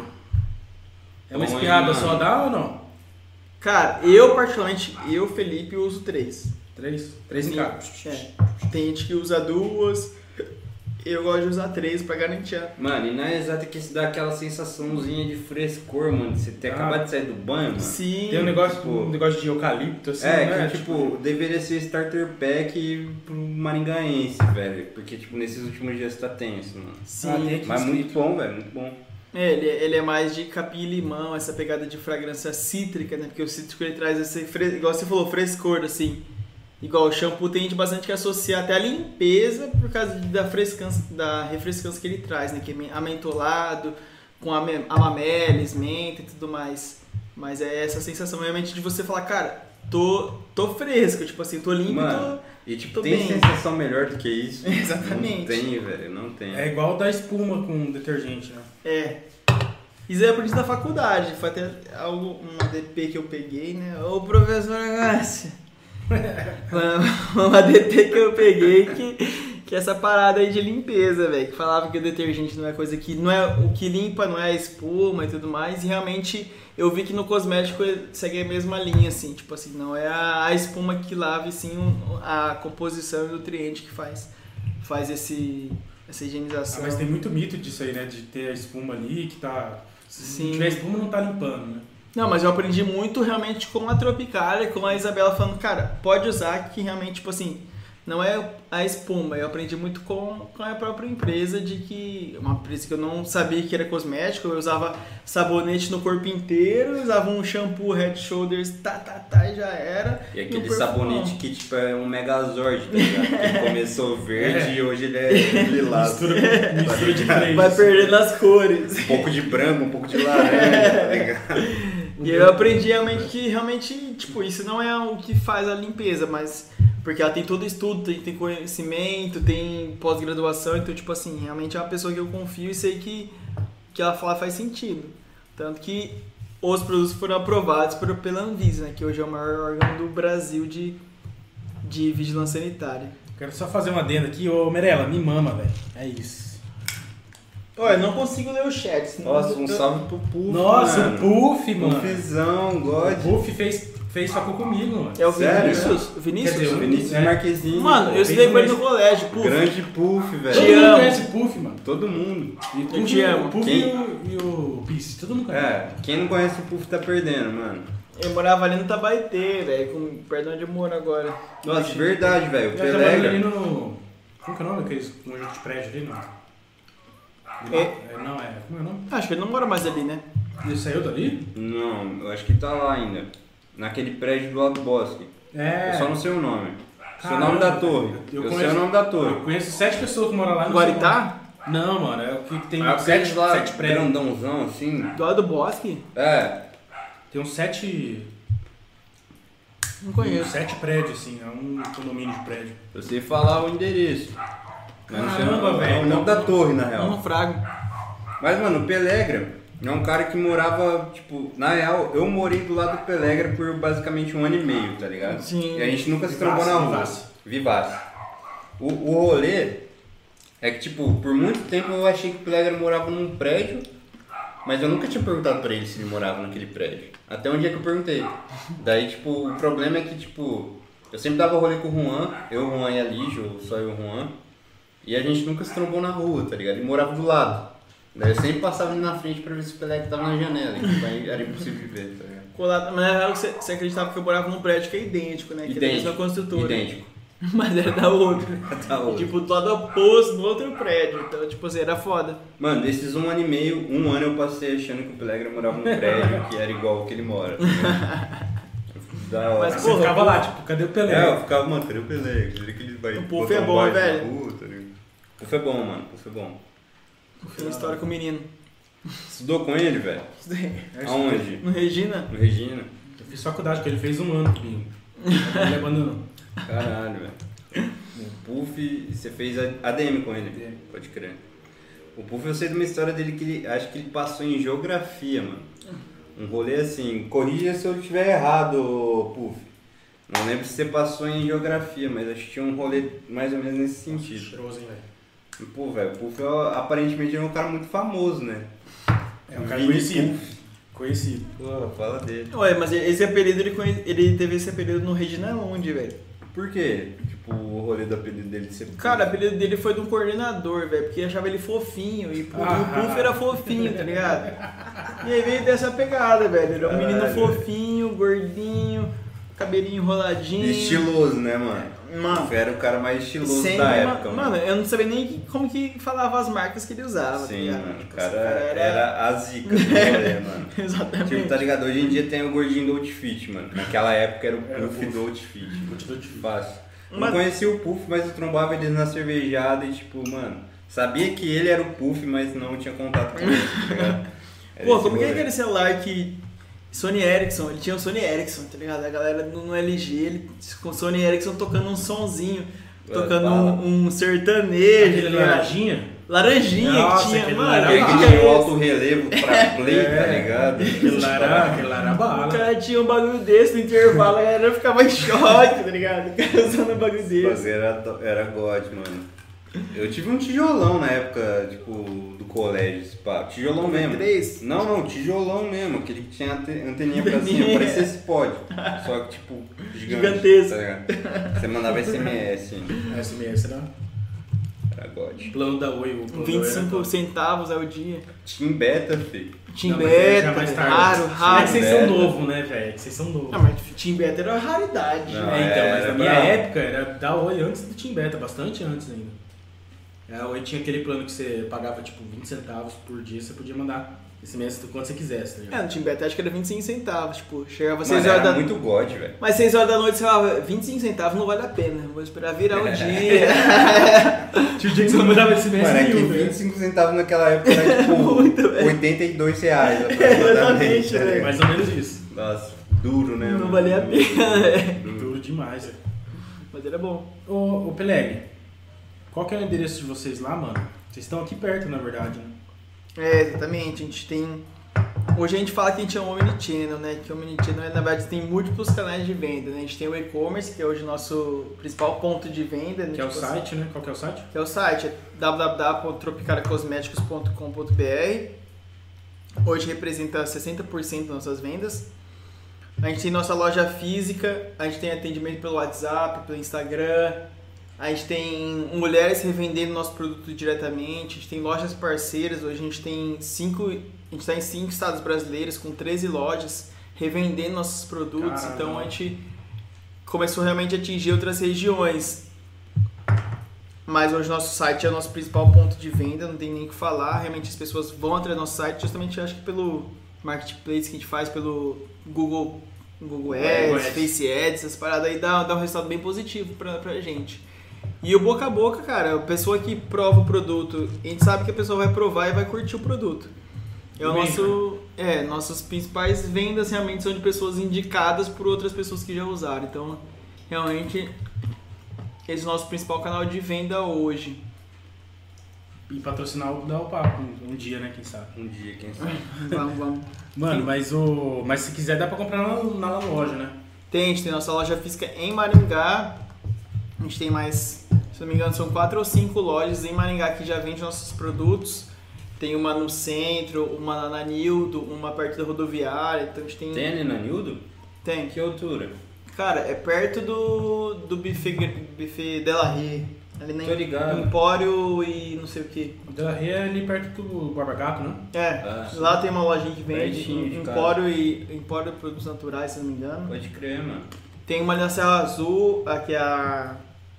Speaker 1: É uma espirrada só dá ou não?
Speaker 3: Cara, particularmente, Felipe, uso 3.
Speaker 1: 3 em cada.
Speaker 3: É. Tem gente que usa 2, eu gosto de usar 3 pra garantir.
Speaker 2: Mano, e não é exato que isso dá aquela sensaçãozinha de frescor, mano, de você ter acabado de sair do banho, mano.
Speaker 3: Sim.
Speaker 1: Tem um negócio de eucalipto, assim, né?
Speaker 2: Que, tipo, deveria ser starter pack pro maringaense, velho. Porque, tipo, nesses últimos dias tá tenso, mano.
Speaker 3: Sim.
Speaker 1: Tem aqui
Speaker 2: Mas
Speaker 1: escrito.
Speaker 2: muito bom, velho, muito bom.
Speaker 3: Ele é mais de capim e limão, essa pegada de fragrância cítrica, né? Porque o cítrico ele traz esse, igual você falou, frescor, assim. Igual o shampoo tem gente bastante que associa até a limpeza por causa da refrescância que ele traz, né? Que é amentolado, com amamelis, menta e tudo mais. Mas é essa sensação realmente de você falar, cara, tô fresco, tipo assim, tô limpo,
Speaker 2: mano, e tipo,
Speaker 3: tô
Speaker 2: tem
Speaker 3: bem.
Speaker 2: sensação melhor do que isso?
Speaker 3: Exatamente.
Speaker 2: Não tem, velho, não tem.
Speaker 1: É igual dar espuma com detergente, né?
Speaker 3: É. Isso eu aprendi na faculdade, foi até uma DP que eu peguei, né? Ô professor Agácio, uma DP que eu peguei que é essa parada aí de limpeza, velho. Que falava que o detergente não é coisa que... Não é o que limpa, não é a espuma e tudo mais. E realmente eu vi que no cosmético segue a mesma linha, assim. Tipo assim, não é a espuma que lava, e sim a composição e o nutriente que faz essa higienização.
Speaker 1: Mas tem muito mito disso aí, né? De ter a espuma ali que tá... Se
Speaker 3: Sim.
Speaker 1: não tiver espuma, não tá limpando, né?
Speaker 3: Não, mas eu aprendi muito realmente com a Tropicália, com a Isabela falando, cara, pode usar que realmente, tipo assim, não é a espuma. Eu aprendi muito com a própria empresa, de que... Uma empresa que eu não sabia que era cosmético, eu usava sabonete no corpo inteiro, usava um shampoo Head Shoulders, e já era.
Speaker 2: E aquele
Speaker 3: um
Speaker 2: sabonete que tipo é um Megazord, tá ligado? Que ele começou verde e hoje ele é lilás.
Speaker 1: Mistura de três.
Speaker 3: vai perdendo as cores.
Speaker 2: Um pouco de branco, um pouco de laranja, tá ligado?
Speaker 3: E eu aprendi realmente que, tipo, isso não é o que faz a limpeza, mas... Porque ela tem todo estudo, tem conhecimento, tem pós-graduação, então, tipo assim, realmente é uma pessoa que eu confio e sei que ela fala faz sentido. Tanto que os produtos foram aprovados pela Anvisa, né, que hoje é o maior órgão do Brasil de vigilância sanitária.
Speaker 1: Quero só fazer uma adenda aqui. Ô, Merela, me mama, velho. É isso.
Speaker 3: Olha, eu não consigo ler o chat. Senão
Speaker 2: Nossa, um salve pro Puff,
Speaker 1: Nossa,
Speaker 2: mano.
Speaker 1: o Puff, mano.
Speaker 2: Puffzão, God.
Speaker 1: O Puff fez facul comigo, mano.
Speaker 3: É o
Speaker 2: Sério?
Speaker 3: Vinícius? O Vinícius?
Speaker 1: Quer dizer,
Speaker 2: O Vinícius
Speaker 1: É.
Speaker 2: Marquezine.
Speaker 3: Mano, eu
Speaker 2: pô.
Speaker 3: estudei com ele no colégio, Puff.
Speaker 2: Grande Puff,
Speaker 1: Todo
Speaker 2: velho.
Speaker 3: Te
Speaker 1: mundo
Speaker 3: amo.
Speaker 1: conhece o Puff, mano.
Speaker 2: Todo mundo.
Speaker 1: E o Puff,
Speaker 3: te amo.
Speaker 1: O Puff
Speaker 2: Quem?
Speaker 1: e o Pisse, todo mundo conhece.
Speaker 2: É, quem não conhece o Puff tá perdendo, mano.
Speaker 3: Eu morava ali no Tabaetê, velho, perto onde eu moro agora.
Speaker 2: Nossa, verdade, velho. O
Speaker 1: Eu trabalho ali
Speaker 2: Pelegra.
Speaker 1: no... Como que é o nome daqueles conjunto de prédio ali, não? Como é o nome?
Speaker 3: Acho que ele não mora mais ali, né?
Speaker 1: Ele saiu dali?
Speaker 2: Não, eu acho que tá lá ainda. Naquele prédio do lado do bosque.
Speaker 1: É.
Speaker 2: Eu só não sei o nome. Sei o
Speaker 1: Caramba,
Speaker 2: nome da torre.
Speaker 1: eu
Speaker 2: Eu sei
Speaker 1: conheço-
Speaker 2: o nome da
Speaker 1: Eu
Speaker 2: torre.
Speaker 1: conheço 7 pessoas que moram lá. não
Speaker 3: Guaritá?
Speaker 1: sei o nome. Não, mano, é o que tem
Speaker 2: Ah, o
Speaker 1: 7
Speaker 2: prédio lá,
Speaker 1: prédios.
Speaker 2: grandãozão assim.
Speaker 3: Do lado do Bosque?
Speaker 2: É.
Speaker 1: Tem uns 7
Speaker 3: Não conheço.
Speaker 1: prédios, assim, é um condomínio de prédio.
Speaker 2: Eu sei falar o endereço. Mas não sei o
Speaker 1: Caramba,
Speaker 2: nome. É
Speaker 1: velho.
Speaker 2: o nome da torre, na
Speaker 3: Não
Speaker 2: real.
Speaker 3: no Frago.
Speaker 2: Mas, mano, o Pelegra é um cara que morava, tipo, na real, eu morei do lado do Pelegra por basicamente 1 ano e meio, tá ligado?
Speaker 3: Sim.
Speaker 2: E a gente nunca se
Speaker 1: Vivace,
Speaker 2: trombou na rua.
Speaker 1: Vivace.
Speaker 2: Vivace. O rolê é que, tipo, por muito tempo eu achei que o Pelegra morava num prédio, mas eu nunca tinha perguntado pra ele se ele morava naquele prédio. Até um dia que eu perguntei. Daí, tipo, o problema é que, tipo, eu sempre dava rolê com o Juan, eu, o Juan e a Lígia, ou só eu e o Juan. E a gente nunca se trombou na rua, tá ligado? Ele morava do lado. Daí eu sempre passava ali na frente pra ver se o Pelé tava na janela. Então era impossível de ver, tá ligado?
Speaker 3: Colado, mas na real você acreditava que eu morava num prédio que é idêntico, né? Que é da mesma construtora.
Speaker 2: Idêntico.
Speaker 3: Mas era da outra.
Speaker 2: Da outra.
Speaker 3: Tipo, do lado oposto, no outro prédio. Então, tipo assim, era foda.
Speaker 2: Mano, desses 1 ano e meio, 1 ano eu passei achando que o Pelegre morava num prédio que era igual ao que ele mora. Tá ligado? Da hora.
Speaker 3: Mas,
Speaker 1: Você ficava lá, tipo, cadê o Pelé?
Speaker 2: Eu ficava, mano, cadê o Pelegre? Cadê que ele vai
Speaker 3: O Puff
Speaker 2: botar
Speaker 3: é
Speaker 2: um
Speaker 3: bom,
Speaker 2: baile na
Speaker 3: velho.
Speaker 2: rua, tá ligado? Puff é bom, mano. Puff é bom.
Speaker 3: Tem história com o menino.
Speaker 2: Estudou com ele, velho? Aonde?
Speaker 3: No Regina?
Speaker 2: No Regina?
Speaker 1: Eu fiz faculdade, porque ele fez 1 ano comigo. Ele abandonou.
Speaker 2: Caralho, velho. O Puff, você fez ADM com ele? Pode crer. O Puff, eu sei de uma história dele que ele, acho que ele passou em geografia, mano. Um rolê assim, corrija se eu estiver errado, Puff. Não lembro se você passou em geografia, mas acho que tinha um rolê mais ou menos nesse sentido.
Speaker 1: Cheiroso, hein, velho?
Speaker 2: E, pô, velho, o Puff aparentemente é um cara muito famoso, né?
Speaker 1: É um cara
Speaker 2: Vini
Speaker 1: conhecido.
Speaker 2: Puff.
Speaker 1: Conhecido.
Speaker 2: Pô, fala dele.
Speaker 3: Ué, mas esse apelido ele teve esse apelido no Regina onde, velho?
Speaker 2: Por quê? Tipo, o rolê do apelido dele de ser Puff.
Speaker 3: Cara, o apelido dele foi de um coordenador, velho, porque achava ele fofinho e pô, o Puff era fofinho, tá ligado? E aí veio dessa pegada, velho. Ele era um menino fofinho, gordinho, cabelinho enroladinho.
Speaker 2: Estiloso, né, mano?
Speaker 3: Mano,
Speaker 2: Puff era o cara mais estiloso
Speaker 3: sempre,
Speaker 2: da época,
Speaker 3: mano. Eu não sabia nem como que falava as marcas que ele usava.
Speaker 2: Sim,
Speaker 3: tá ligado?
Speaker 2: mano.
Speaker 3: Tipo,
Speaker 2: O cara
Speaker 3: esse
Speaker 2: era a zica do rolê, mano.
Speaker 3: Exatamente.
Speaker 2: Tipo, tá ligado? Hoje em dia tem o gordinho do Outfit, mano. Naquela época era o
Speaker 1: Era
Speaker 2: Puff
Speaker 1: o
Speaker 2: do Outfit.
Speaker 1: Continua difícil.
Speaker 2: Fácil. Não
Speaker 3: Mas-
Speaker 2: conhecia o Puff, mas eu trombava eles na cervejada e tipo, mano, sabia que ele era o Puff, mas não tinha contato com ele, tá ligado? Era
Speaker 3: Pô,
Speaker 2: esse
Speaker 3: como que é
Speaker 2: rolê.
Speaker 3: aquele celular que... Sony Ericsson, ele tinha o Sony Ericsson, tá ligado? A galera no LG, ele com o Sony Ericsson tocando um sonzinho, tocando
Speaker 2: fala.
Speaker 3: um sertanejo,
Speaker 1: Aquele
Speaker 3: tá ligado?
Speaker 1: laranjinha?
Speaker 3: Laranjinha
Speaker 1: Nossa,
Speaker 3: que tinha,
Speaker 1: aquele
Speaker 3: mano.
Speaker 1: laranjinha.
Speaker 2: Aquele que tinha o alto relevo pra play, tá ligado?
Speaker 1: Aquele lá era
Speaker 3: O
Speaker 1: bala.
Speaker 3: cara tinha um bagulho desse no intervalo, a galera ficava em choque, tá ligado? O cara usando um bagulho
Speaker 2: Esse
Speaker 3: desse.
Speaker 2: bagulho era God, mano. Eu tive um tijolão na época, tipo, do colégio, esse pá. Tijolão mesmo.
Speaker 3: 3?
Speaker 2: Não, tijolão mesmo, aquele que tinha anteninha pra cima, parecia esse pod. Só que, tipo,
Speaker 3: Gigantesco.
Speaker 2: Tá ligado? Você mandava SMS, assim.
Speaker 1: SMS era
Speaker 2: Era God.
Speaker 1: plano da Oi. O plano da Oi era
Speaker 3: 25
Speaker 1: top.
Speaker 3: centavos ao dia.
Speaker 2: Team Beta, filho.
Speaker 3: Team
Speaker 1: Não, mas é já
Speaker 3: Beta,
Speaker 1: mais tarde.
Speaker 3: raro,
Speaker 1: É
Speaker 3: raro.
Speaker 1: que vocês
Speaker 2: Beta.
Speaker 1: são novos, né, velho? É que vocês são novos.
Speaker 3: Não, mas Team Beta era uma raridade.
Speaker 2: Não,
Speaker 3: né?
Speaker 1: Então, mas
Speaker 2: era
Speaker 1: na minha
Speaker 2: bravo.
Speaker 1: época era da Oi antes do Team Beta, bastante antes ainda. A Oi tinha aquele plano que você pagava tipo 20 centavos por dia, você podia mandar SMS do quanto você quisesse, tá ligado?
Speaker 3: É, no Team Beta acho que era 25 centavos, tipo, chegava 6
Speaker 2: Mano,
Speaker 3: horas
Speaker 2: era
Speaker 3: da
Speaker 2: muito God, velho.
Speaker 3: Mas 6 horas da noite você falava, 25 centavos não vale a pena, vou esperar virar o dia.
Speaker 1: Tinha o dia que você não mandava SMS
Speaker 2: Mano, é que
Speaker 1: nenhum, velho.
Speaker 2: 25 centavos naquela época era tipo
Speaker 3: Muito, velho.
Speaker 2: R$82 aproximadamente.
Speaker 3: Exatamente,
Speaker 2: tá ligado?
Speaker 3: velho.
Speaker 1: Mais ou menos isso.
Speaker 2: Nossa, duro, né?
Speaker 3: Não
Speaker 2: mano?
Speaker 3: valia a pena, né?
Speaker 1: Duro demais, velho.
Speaker 3: Mas era bom.
Speaker 1: Ô Pelegre, qual que é o endereço de vocês lá, mano? Vocês estão aqui perto, na verdade, né?
Speaker 3: É, exatamente, a gente tem... Hoje a gente fala que a gente é um Omnichannel, né? Que o Omnichannel, na verdade, tem múltiplos canais de venda, né? A gente tem o e-commerce, que é hoje o nosso principal ponto de venda. Né?
Speaker 1: Que é o
Speaker 3: Tipo
Speaker 1: site, né? Qual que é o site?
Speaker 3: Que é o site, é www.tropicalacosméticos.com.br. Hoje representa 60% das nossas vendas. A gente tem nossa loja física, a gente tem atendimento pelo WhatsApp, pelo Instagram. A gente tem mulheres revendendo nosso produto diretamente. A gente tem lojas parceiras. Hoje a gente tem 5... A gente está em 5 estados brasileiros com 13 lojas revendendo nossos produtos.
Speaker 1: Caramba.
Speaker 3: Então a gente começou realmente a atingir outras regiões. Mas hoje nosso site é o nosso principal ponto de venda, não tem nem o que falar. Realmente as pessoas vão atrás do nosso site, justamente acho que pelo marketplace que a gente faz, pelo Google Ads, Face Ads, essas paradas aí dá um resultado bem positivo pra gente. E o boca a boca, cara, a pessoa que prova o produto, a gente sabe que a pessoa vai provar e vai curtir o produto. É o nossas principais vendas realmente são de pessoas indicadas por outras pessoas que já usaram. Então, realmente, esse é o nosso principal canal de venda hoje.
Speaker 1: E patrocinar o Dá o Papo um dia, né? Quem sabe?
Speaker 2: Um dia, quem sabe.
Speaker 3: Vamos.
Speaker 1: Mano, mas se quiser dá pra comprar na loja, né?
Speaker 3: A gente tem nossa loja física em Maringá. A gente tem mais, se não me engano, são 4 ou 5 lojas em Maringá que já vendem nossos produtos. Tem uma no centro, uma na Nildo, uma perto da rodoviária. Então a gente tem.
Speaker 2: Tem ali na Nildo?
Speaker 3: Tem.
Speaker 2: Que altura?
Speaker 3: Cara, é perto do buffet Dela Rie. Ali na
Speaker 2: Tô ligado.
Speaker 3: Empório e não sei o que.
Speaker 1: Da Rê é ali perto do Barba Gato, né?
Speaker 3: Lá tem uma lojinha que vende
Speaker 2: Pertinho de
Speaker 3: Empório Produtos Naturais, se não me engano.
Speaker 2: Pode crer, mano.
Speaker 3: Tem uma na Serra Azul, aqui é a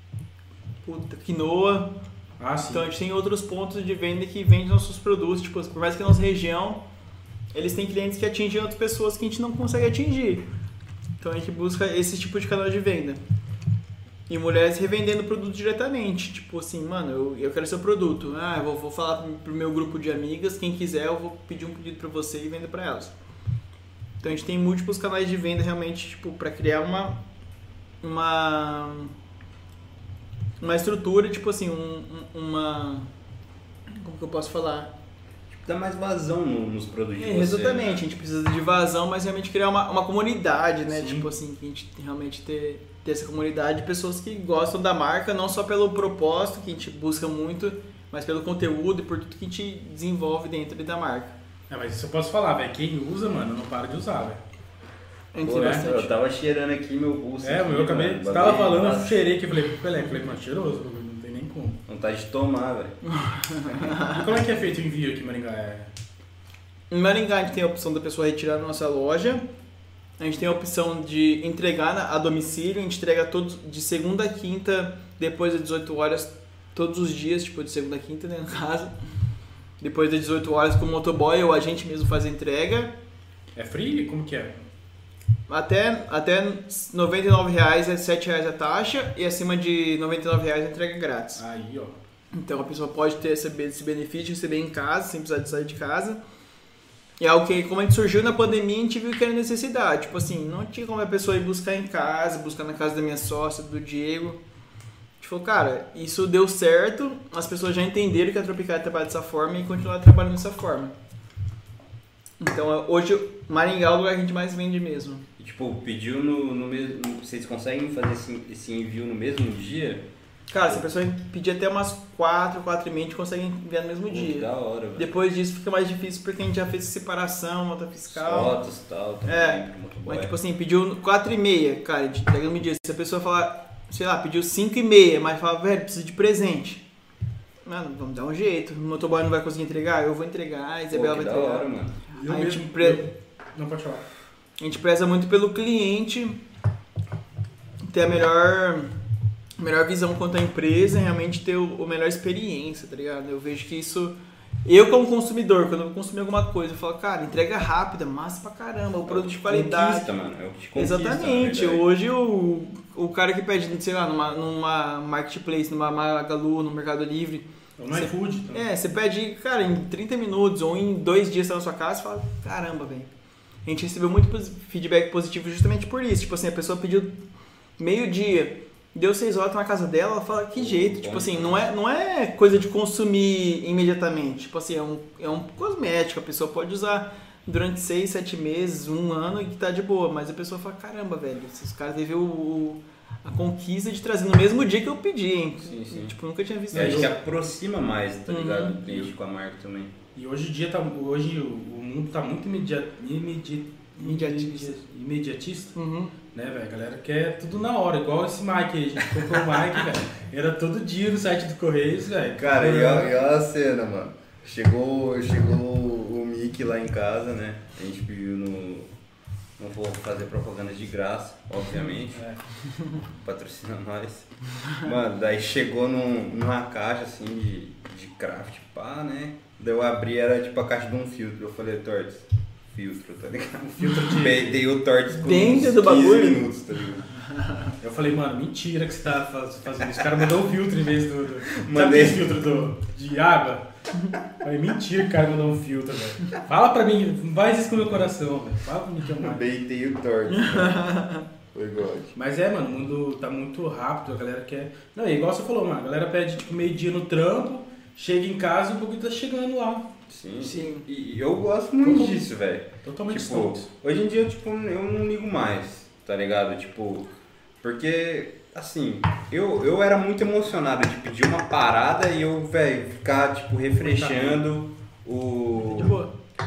Speaker 3: Quinoa.
Speaker 1: Ah, sim.
Speaker 3: Então a gente tem outros pontos de venda que vendem nossos produtos, tipo, por mais que a nossa região, eles têm clientes que atingem outras pessoas que a gente não consegue atingir. Então a gente busca esse tipo de canal de venda. E mulheres revendendo produto diretamente. Tipo assim, mano, eu quero seu produto. Ah, eu vou falar pro meu grupo de amigas, quem quiser eu vou pedir um pedido pra você e vender pra elas. Então a gente tem múltiplos canais de venda realmente, tipo, pra criar uma estrutura, tipo assim, uma... Como que eu posso falar?
Speaker 2: Dá mais vazão nos produtos de você.
Speaker 3: Exatamente,
Speaker 2: né?
Speaker 3: a gente precisa de vazão, mas realmente criar uma comunidade, né?
Speaker 1: Sim.
Speaker 3: Tipo assim, que a gente realmente ter essa comunidade de pessoas que gostam da marca, não só pelo propósito, que a gente busca muito, mas pelo conteúdo e por tudo que a gente desenvolve dentro da marca.
Speaker 1: Mas isso eu posso falar, velho. Quem usa, mano, não para de usar, velho.
Speaker 3: A gente
Speaker 2: Pô,
Speaker 3: tem
Speaker 2: né?
Speaker 3: bastante.
Speaker 2: Eu tava cheirando aqui meu pulso.
Speaker 1: É,
Speaker 2: aqui,
Speaker 1: eu acabei.
Speaker 2: mano.
Speaker 1: Você tava falando, eu
Speaker 2: Nossa,
Speaker 1: cheirei aqui. Falei, mano, cheiroso, não tem nem como.
Speaker 2: vontade de tomar, velho.
Speaker 1: E como é que é feito o envio aqui em Maringá?
Speaker 3: Em Maringá a gente tem a opção da pessoa retirar na nossa loja. A gente tem a opção de entregar a domicílio. A gente entrega todos de segunda a quinta, depois das 18 horas, todos os dias, tipo de segunda a quinta, né, no caso. Depois das 18 horas com o motoboy ou a gente mesmo faz a entrega.
Speaker 1: É free? Como que é?
Speaker 3: Até R$ 99,00 é R$ 7,00 a taxa e acima de R$ 99,00 a entrega grátis.
Speaker 1: Aí, ó.
Speaker 3: Então a pessoa pode ter esse benefício de receber em casa, sem precisar de sair de casa. E é algo que, como a gente surgiu na pandemia, a gente viu que era necessidade. Tipo assim, não tinha como a pessoa ir buscar em casa, buscar na casa da minha sócia, do Diego. A gente falou, cara, isso deu certo, as pessoas já entenderam que a Tropicália trabalha dessa forma e continuar trabalhando dessa forma. Então hoje Maringá é o lugar que a gente mais vende mesmo.
Speaker 2: E, tipo, pediu no mesmo... Vocês conseguem fazer esse envio no mesmo dia?
Speaker 3: Cara, se a pessoa pedir até umas 4 e meia, a gente consegue enviar no mesmo
Speaker 2: Pô,
Speaker 3: dia.
Speaker 2: Da hora, velho.
Speaker 3: Depois disso fica mais difícil porque a gente já fez separação, nota fiscal.
Speaker 2: Fotos e tal. Também, pro motoboy.
Speaker 3: Mas tipo assim, pediu 4 e meia, cara, a gente entrega no dia. Se a pessoa falar, sei lá, pediu 5 e meia, mas fala, velho, preciso de presente. Mano, vamos dar um jeito. O motoboy não vai conseguir entregar, eu vou entregar, a Isabela vai
Speaker 2: da
Speaker 3: entregar.
Speaker 2: hora, mano.
Speaker 1: Eu
Speaker 3: A gente
Speaker 1: mesmo- Não, pode falar.
Speaker 3: A gente preza muito pelo cliente ter a melhor visão quanto à empresa, realmente ter a melhor experiência, tá ligado? Eu vejo que isso... Eu como consumidor, quando eu vou consumir alguma coisa, eu falo, cara, entrega rápida, massa pra caramba, o produto de qualidade.
Speaker 2: Conquista, mano. É o que te conquista,
Speaker 3: Exatamente.
Speaker 2: na verdade.
Speaker 3: Hoje o cara que pede, sei lá, numa marketplace, numa Magalu, no Mercado Livre...
Speaker 1: No iFood também.
Speaker 3: Você pede, cara, em 30 minutos ou em 2 dias tá na sua casa e fala, caramba, velho. A gente recebeu muito feedback positivo justamente por isso. Tipo assim, a pessoa pediu meio-dia, deu 6 horas, tá na casa dela, ela fala, que jeito. Tipo assim, não é coisa de consumir imediatamente. Tipo assim, é um cosmético, a pessoa pode usar durante 6, 7 meses, 1 ano e que tá de boa. Mas a pessoa fala, caramba, velho, esses caras teve a conquista de trazer no mesmo dia que eu pedi, hein?
Speaker 2: Sim, sim.
Speaker 3: Tipo, nunca tinha visto
Speaker 2: Eu acho
Speaker 3: isso.
Speaker 2: que aproxima mais, tá ligado?
Speaker 3: Uhum.
Speaker 2: O cliente com a marca também.
Speaker 1: E hoje em dia hoje o mundo tá muito imediatista,
Speaker 3: Uhum.
Speaker 1: né, velho? A galera quer tudo na hora, igual esse mic aí. A gente comprou o mic, velho. Era todo dia no site do Correios, velho.
Speaker 2: Cara, e olha a cena, mano. Chegou o Mickey lá em casa, né? A gente pediu no... Não vou fazer propaganda de graça, obviamente.
Speaker 1: É.
Speaker 2: Patrocina nós. Mano, daí chegou numa caixa assim de craft, pá, né? Daí eu abri, era tipo a caixa de um filtro. Eu falei, Tortes, filtro, tá ligado?
Speaker 1: Filtro de...
Speaker 2: Peidei o Tortes com
Speaker 3: Dentro
Speaker 2: uns
Speaker 3: do
Speaker 2: 15
Speaker 3: bagulho?
Speaker 2: minutos, tá ligado?
Speaker 1: Eu falei, mano, mentira que você tá fazendo isso. O cara mandou um filtro em vez do... Sabe
Speaker 2: Mandei.
Speaker 1: esse filtro de água? Eu falei, mentira que o cara mandou um filtro, velho. Fala pra mim, não faz isso com o meu coração, velho. Fala pra mim que é um mic.
Speaker 2: Peidei o Tortes, mano. Foi God.
Speaker 1: Mas mano, o mundo tá muito rápido, a galera quer... Não, é igual você falou, mano, a galera pede tipo meio-dia no trampo, chega em casa e o bagulho tá chegando lá.
Speaker 2: Sim.
Speaker 3: Sim.
Speaker 2: E eu gosto muito disso, velho.
Speaker 1: Totalmente
Speaker 2: Tipo,
Speaker 1: stoked.
Speaker 2: hoje em dia eu não ligo mais, tá ligado? Tipo, porque, assim, eu era muito emocionado de pedir uma parada e eu, velho, ficar, tipo, refreshando
Speaker 3: De boa.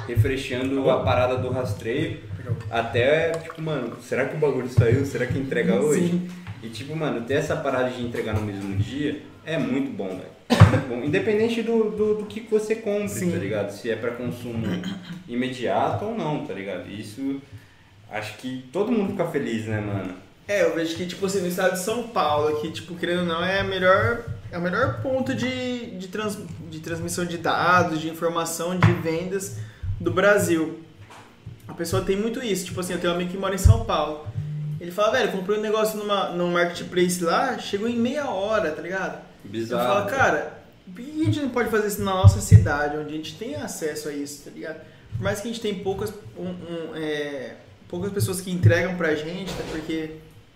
Speaker 2: refreshando a parada do rastreio. Até, tipo, mano, será que o bagulho saiu? Será que entrega hoje?
Speaker 3: Sim.
Speaker 2: E, tipo, mano, ter essa parada de entregar no mesmo dia é muito bom, velho. É muito bom. Independente do que você compre,
Speaker 3: Sim.
Speaker 2: tá ligado? Se é pra consumo imediato ou não, tá ligado? Isso, acho que todo mundo fica feliz, né, mano?
Speaker 3: Eu vejo que, tipo assim, no estado de São Paulo, que, tipo, querendo ou não, é o melhor ponto de transmissão de dados, de informação, de vendas do Brasil. A pessoa tem muito isso. Tipo assim, eu tenho um amigo que mora em São Paulo. Ele fala, velho, comprei um negócio num marketplace lá, chegou em meia hora, tá ligado?
Speaker 2: Bizarro.
Speaker 3: Eu falo, cara, por que a gente não pode fazer isso na nossa cidade, onde a gente tem acesso a isso, tá ligado? Por mais que a gente tenha poucas pessoas que entregam pra gente, tá? Porque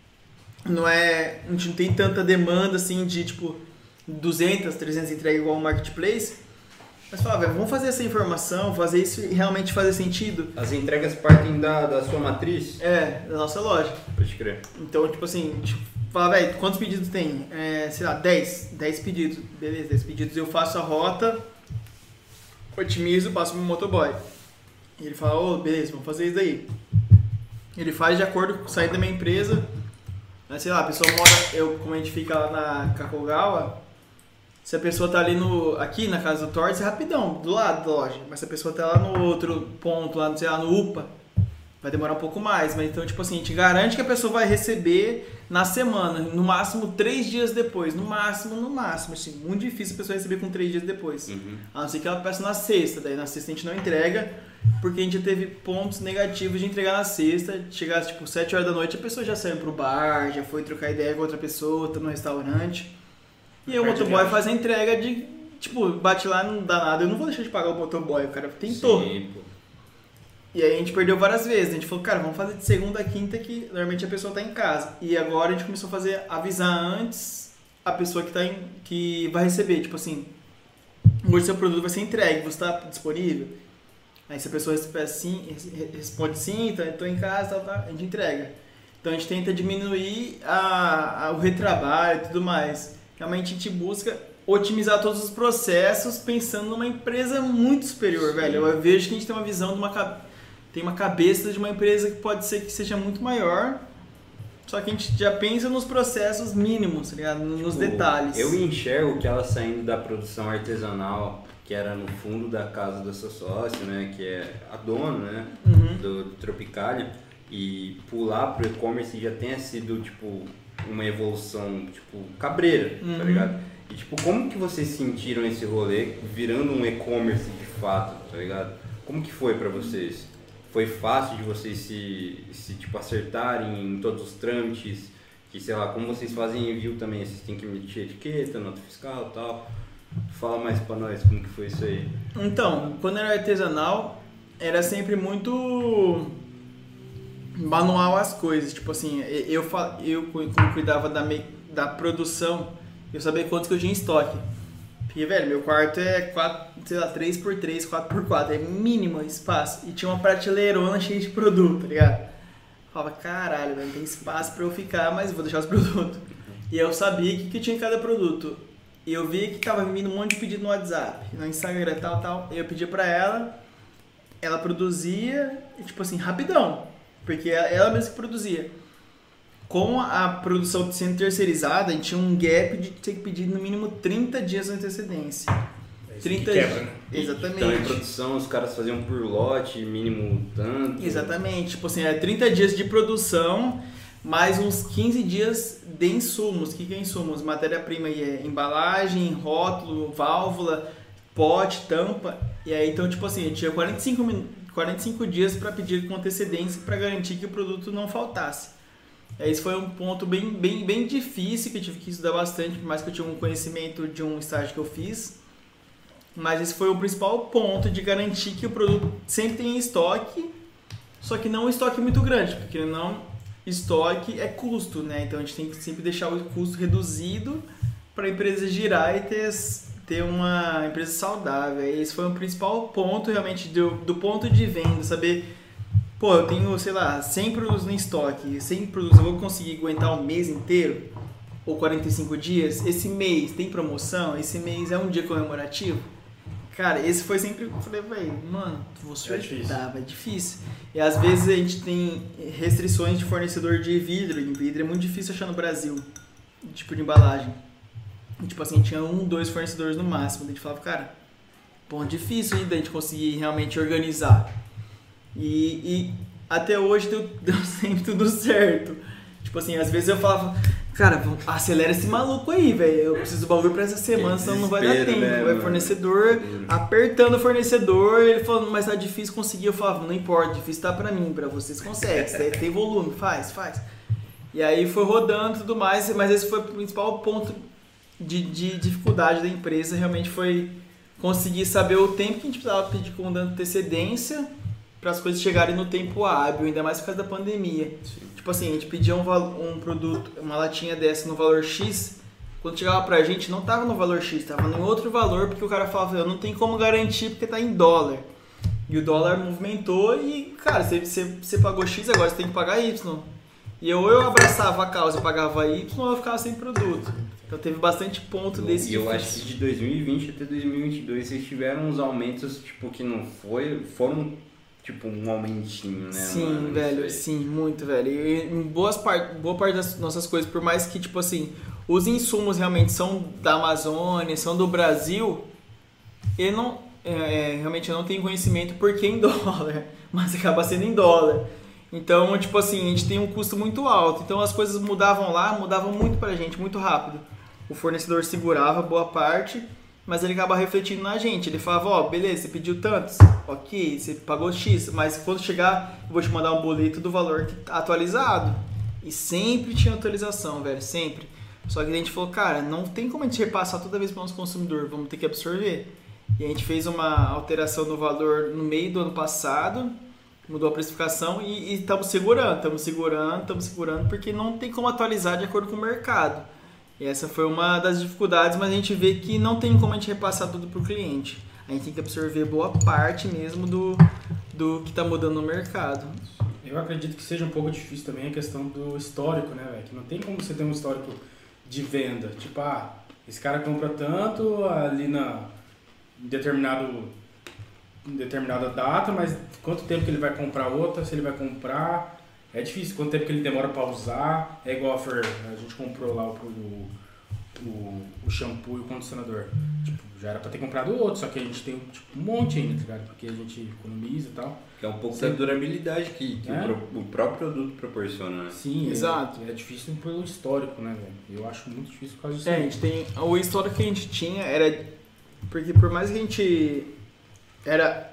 Speaker 3: a gente não tem tanta demanda assim de tipo 200, 300 entregas igual o marketplace. Mas fala, velho, vamos fazer essa informação, fazer isso e realmente fazer sentido.
Speaker 2: As entregas partem da sua matriz?
Speaker 3: Da nossa loja.
Speaker 2: Pode crer.
Speaker 3: Então, tipo assim, fala, velho, quantos pedidos tem? Sei lá, 10 pedidos. Beleza, 10 pedidos. Eu faço a rota, otimizo, passo pro motoboy. E ele fala, beleza, vamos fazer isso daí. Ele faz de acordo com a saída da minha empresa. Mas, sei lá, a pessoa mora, como a gente fica lá na Kakogawa, se a pessoa tá ali aqui na casa do Torres, é rapidão, do lado da loja. Mas se a pessoa tá lá no outro ponto, lá, sei lá, no UPA, vai demorar um pouco mais. Mas então, tipo assim, a gente garante que a pessoa vai receber na semana, no máximo 3 dias depois. No máximo, assim, muito difícil a pessoa receber com 3 dias depois.
Speaker 2: Uhum.
Speaker 3: A não ser que ela peça na sexta, daí na sexta a gente não entrega, porque a gente já teve pontos negativos de entregar na sexta, chegar tipo 7 horas da noite, a pessoa já saiu pro bar, já foi trocar ideia com outra pessoa, tá no restaurante. E aí o motoboy faz a entrega de, tipo, bate lá, não dá nada, eu não vou deixar de pagar o motoboy, o cara tentou.
Speaker 2: Sim, pô.
Speaker 3: E aí a gente perdeu várias vezes, a gente falou, cara, vamos fazer de segunda a quinta que normalmente a pessoa tá em casa. E agora a gente começou a avisar antes a pessoa que vai receber, tipo assim, hoje seu produto vai ser entregue, você tá disponível? Aí se a pessoa responde sim, então eu tô em casa, tal, a gente entrega. Então a gente tenta diminuir o retrabalho e tudo mais. Realmente a gente busca otimizar todos os processos pensando numa empresa muito superior, velho. Eu vejo que a gente tem uma visão tem uma cabeça de uma empresa que pode ser que seja muito maior, só que a gente já pensa nos processos mínimos, tá ligado? Nos detalhes.
Speaker 2: Eu enxergo que ela saindo da produção artesanal, que era no fundo da casa da sua sócia, né, que é a dona, né, do Tropicalia, e pular pro e-commerce já tenha sido, tipo, uma evolução, tipo, cabreira, tá ligado? E, tipo, como que vocês sentiram esse rolê virando um e-commerce de fato, tá ligado? Como que foi pra vocês? Foi fácil de vocês se tipo, acertarem em todos os trâmites? Que, sei lá, como vocês fazem envio também, vocês têm que emitir etiqueta, nota fiscal e tal. Fala mais pra nós como que foi isso aí.
Speaker 3: Então, quando era artesanal, era sempre muito manual as coisas, tipo assim, eu como cuidava da produção, eu sabia quantos que eu tinha em estoque. Porque, velho, meu quarto é 3x3, 4x4, é mínimo espaço. E tinha uma prateleirona cheia de produto, tá ligado? Eu falava, caralho, velho, tem espaço pra eu ficar, mas vou deixar os produtos. E eu sabia o que tinha em cada produto. E eu via que tava vindo um monte de pedido no WhatsApp, no Instagram, tal. E eu pedia pra ela produzia, tipo assim, rapidão. Porque ela mesma que produzia. Com a produção sendo terceirizada, a gente tinha um gap de ter que pedir no mínimo 30 dias de antecedência. 30 dias.
Speaker 1: Quebra, né?
Speaker 3: Exatamente.
Speaker 2: Então, em produção, os caras faziam por lote, mínimo tanto.
Speaker 3: Exatamente. Tipo assim, 30 dias de produção, mais uns 15 dias de insumos. O que é insumos? Matéria-prima é embalagem, rótulo, válvula, pote, tampa. E aí, então, tipo assim, tinha 45 dias para pedir com antecedência para garantir que o produto não faltasse. Esse foi um ponto bem difícil, que eu tive que estudar bastante, por mais que eu tinha um conhecimento de um estágio que eu fiz. Mas esse foi o principal ponto de garantir que o produto sempre tem em estoque, só que não um estoque muito grande, porque não estoque é custo, né? Então a gente tem que sempre deixar o custo reduzido para a empresa girar e ter uma empresa saudável. Esse foi o principal ponto realmente do ponto de venda, saber... Pô, eu tenho, sei lá, 100 produtos no estoque, 100 produtos, eu vou conseguir aguentar um mês inteiro? Ou 45 dias? Esse mês tem promoção? Esse mês é um dia comemorativo? Cara, esse foi sempre, eu falei, velho, mano, vou
Speaker 1: difícil.
Speaker 3: é difícil. E às vezes a gente tem restrições de fornecedor de vidro, e vidro é muito difícil achar no Brasil, tipo de embalagem. E, tipo assim, tinha 1, 2 fornecedores no máximo, a gente falava, cara, bom, difícil ainda a gente conseguir realmente organizar. E até hoje deu sempre tudo certo. Tipo assim, às vezes eu falava, cara, acelera esse maluco aí, velho. Eu preciso do bagulho pra essa semana, senão não vai dar tempo.
Speaker 2: Né,
Speaker 3: vai fornecedor, apertando o fornecedor, ele falando, mas tá difícil conseguir. Eu falava, não importa, difícil tá pra mim, pra vocês conseguem. Você tem volume, faz. E aí foi rodando e tudo mais, mas esse foi o principal ponto de dificuldade da empresa, realmente foi conseguir saber o tempo que a gente precisava pedir com antecedência para as coisas chegarem no tempo hábil, ainda mais por causa da pandemia.
Speaker 2: Sim.
Speaker 3: Tipo assim, a gente pedia um produto, uma latinha dessa no valor X, quando chegava pra gente não tava no valor X, tava em outro valor, porque o cara falava, eu não tenho como garantir porque tá em dólar. E o dólar movimentou e, cara, você pagou X, agora você tem que pagar Y. E eu abraçava a causa e pagava Y, eu ficava sem produto. Então teve bastante ponto desse.
Speaker 2: E eu acho que de 2020 até 2022 vocês tiveram uns aumentos, tipo, que não foram tipo um aumentinho, né?
Speaker 3: Sim,
Speaker 2: mano?
Speaker 3: velho, sim, muito, velho. E em boa parte das nossas coisas, por mais que, tipo assim, os insumos realmente são da Amazônia, são do Brasil, eu não, realmente eu não tenho conhecimento porque em dólar, mas acaba sendo em dólar. Então, tipo assim, a gente tem um custo muito alto. Então as coisas mudavam muito pra gente, muito rápido. O fornecedor segurava boa parte, mas ele acaba refletindo na gente. Ele falava, ó, beleza, você pediu tantos, ok, você pagou X, mas quando chegar eu vou te mandar um boleto do valor que tá atualizado. E sempre tinha atualização, velho, sempre. Só que a gente falou, cara, não tem como a gente repassar toda vez para o nosso consumidor, vamos ter que absorver. E a gente fez uma alteração no valor no meio do ano passado, mudou a precificação e estamos segurando, porque não tem como atualizar de acordo com o mercado. E essa foi uma das dificuldades, mas a gente vê que não tem como a gente repassar tudo para o cliente. A gente tem que absorver boa parte mesmo do que está mudando no mercado.
Speaker 1: Eu acredito que seja um pouco difícil também a questão do histórico, né, velho? Que não tem como você ter um histórico de venda. Tipo, esse cara compra tanto ali em determinada data, mas quanto tempo que ele vai comprar outra, se ele vai comprar... É difícil, quanto tempo que ele demora pra usar. É igual a gente comprou lá o shampoo e o condicionador. Tipo, já era pra ter comprado outro, só que a gente tem um monte ainda, tá ligado? Porque a gente economiza e tal.
Speaker 2: Que é um pouco da durabilidade que o próprio produto proporciona, né?
Speaker 1: Sim,
Speaker 3: exato.
Speaker 1: É difícil pelo histórico, né, velho? Eu acho muito difícil por causa disso.
Speaker 3: A gente tem... O histórico que a gente tinha era... Porque por mais que a gente era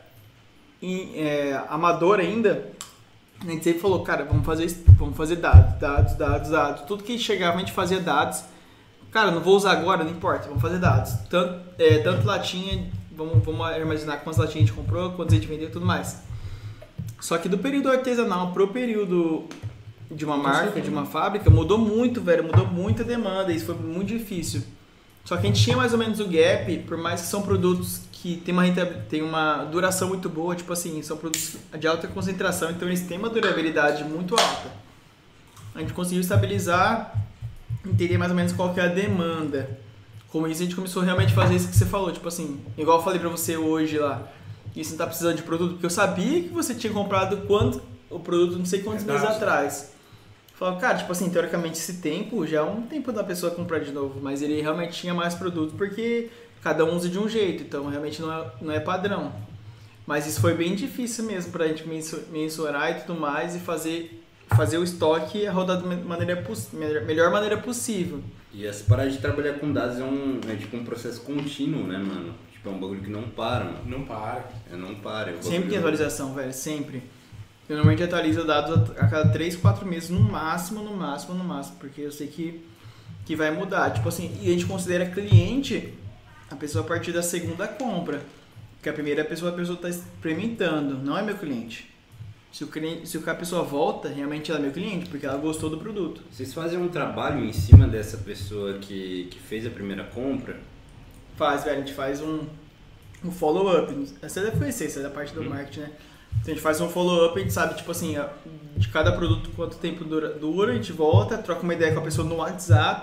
Speaker 3: amador ainda... A gente sempre falou, cara, vamos fazer dados. Tudo que chegava a gente fazia dados. Cara, não vou usar agora, não importa, vamos fazer dados. Tanto latinha, vamos armazenar quantas latinhas a gente comprou, quantas a gente vendeu e tudo mais. Só que do período artesanal pro período de uma marca, de uma fábrica, mudou muito, velho, mudou muita demanda, isso foi muito difícil. Só que a gente tinha mais ou menos o gap, por mais que são produtos que tem uma duração muito boa, tipo assim, são produtos de alta concentração, então eles têm uma durabilidade muito alta. A gente conseguiu estabilizar, entender mais ou menos qual que é a demanda. Com isso a gente começou realmente a fazer isso que você falou, tipo assim, igual eu falei pra você hoje lá, que você não tá precisando de produto, porque eu sabia que você tinha comprado o produto não sei quantos meses atrás. Eu falava, cara, tipo assim, teoricamente esse tempo já é um tempo da pessoa comprar de novo, mas ele realmente tinha mais produto porque cada um usa de um jeito, então realmente não é padrão. Mas isso foi bem difícil mesmo pra gente mensurar e tudo mais e fazer o estoque rodar da melhor maneira possível.
Speaker 2: E essa parada de trabalhar com dados é tipo um processo contínuo, né, mano? Tipo, é um bagulho que não para, mano.
Speaker 1: Não para.
Speaker 2: Não para.
Speaker 3: Sempre tem atualização, velho, sempre. Eu normalmente atualizo dados a cada 3, 4 meses, no máximo, porque eu sei que vai mudar. Tipo assim, e a gente considera cliente a pessoa a partir da segunda compra. Porque a primeira pessoa está experimentando, não é meu cliente. Se a pessoa volta, realmente ela é meu cliente, porque ela gostou do produto.
Speaker 2: Vocês fazem um trabalho em cima dessa pessoa que fez a primeira compra?
Speaker 3: Faz, velho, a gente faz um follow-up. Você deve conhecer, isso é da parte do marketing, né? Então a gente faz um follow-up, a gente sabe, tipo assim, de cada produto quanto tempo dura, a gente volta, troca uma ideia com a pessoa no WhatsApp,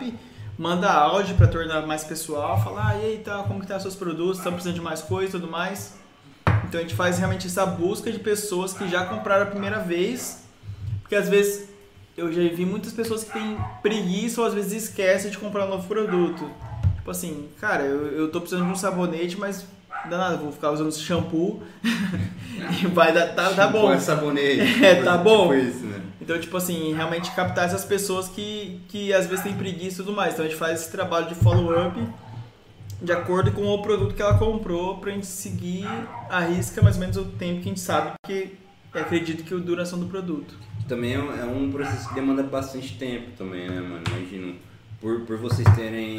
Speaker 3: manda áudio pra tornar mais pessoal, falar, e aí, tá, como que tá os seus produtos, estão precisando de mais coisa e tudo mais. Então a gente faz realmente essa busca de pessoas que já compraram a primeira vez, porque às vezes eu já vi muitas pessoas que têm preguiça ou às vezes esquecem de comprar um novo produto. Tipo assim, cara, eu tô precisando de um sabonete, mas danado, vou ficar usando esse shampoo e vai dar, tá bom.
Speaker 2: É sabonete.
Speaker 3: Tá bom.
Speaker 2: Tipo isso, né?
Speaker 3: Então, tipo assim, realmente captar essas pessoas que às vezes têm preguiça e tudo mais. Então a gente faz esse trabalho de follow-up de acordo com o produto que ela comprou pra gente seguir a risca mais ou menos o tempo que a gente sabe, porque acredito que a duração do produto.
Speaker 2: Também é um processo que demanda bastante tempo também, né, mano? Imagino, por vocês terem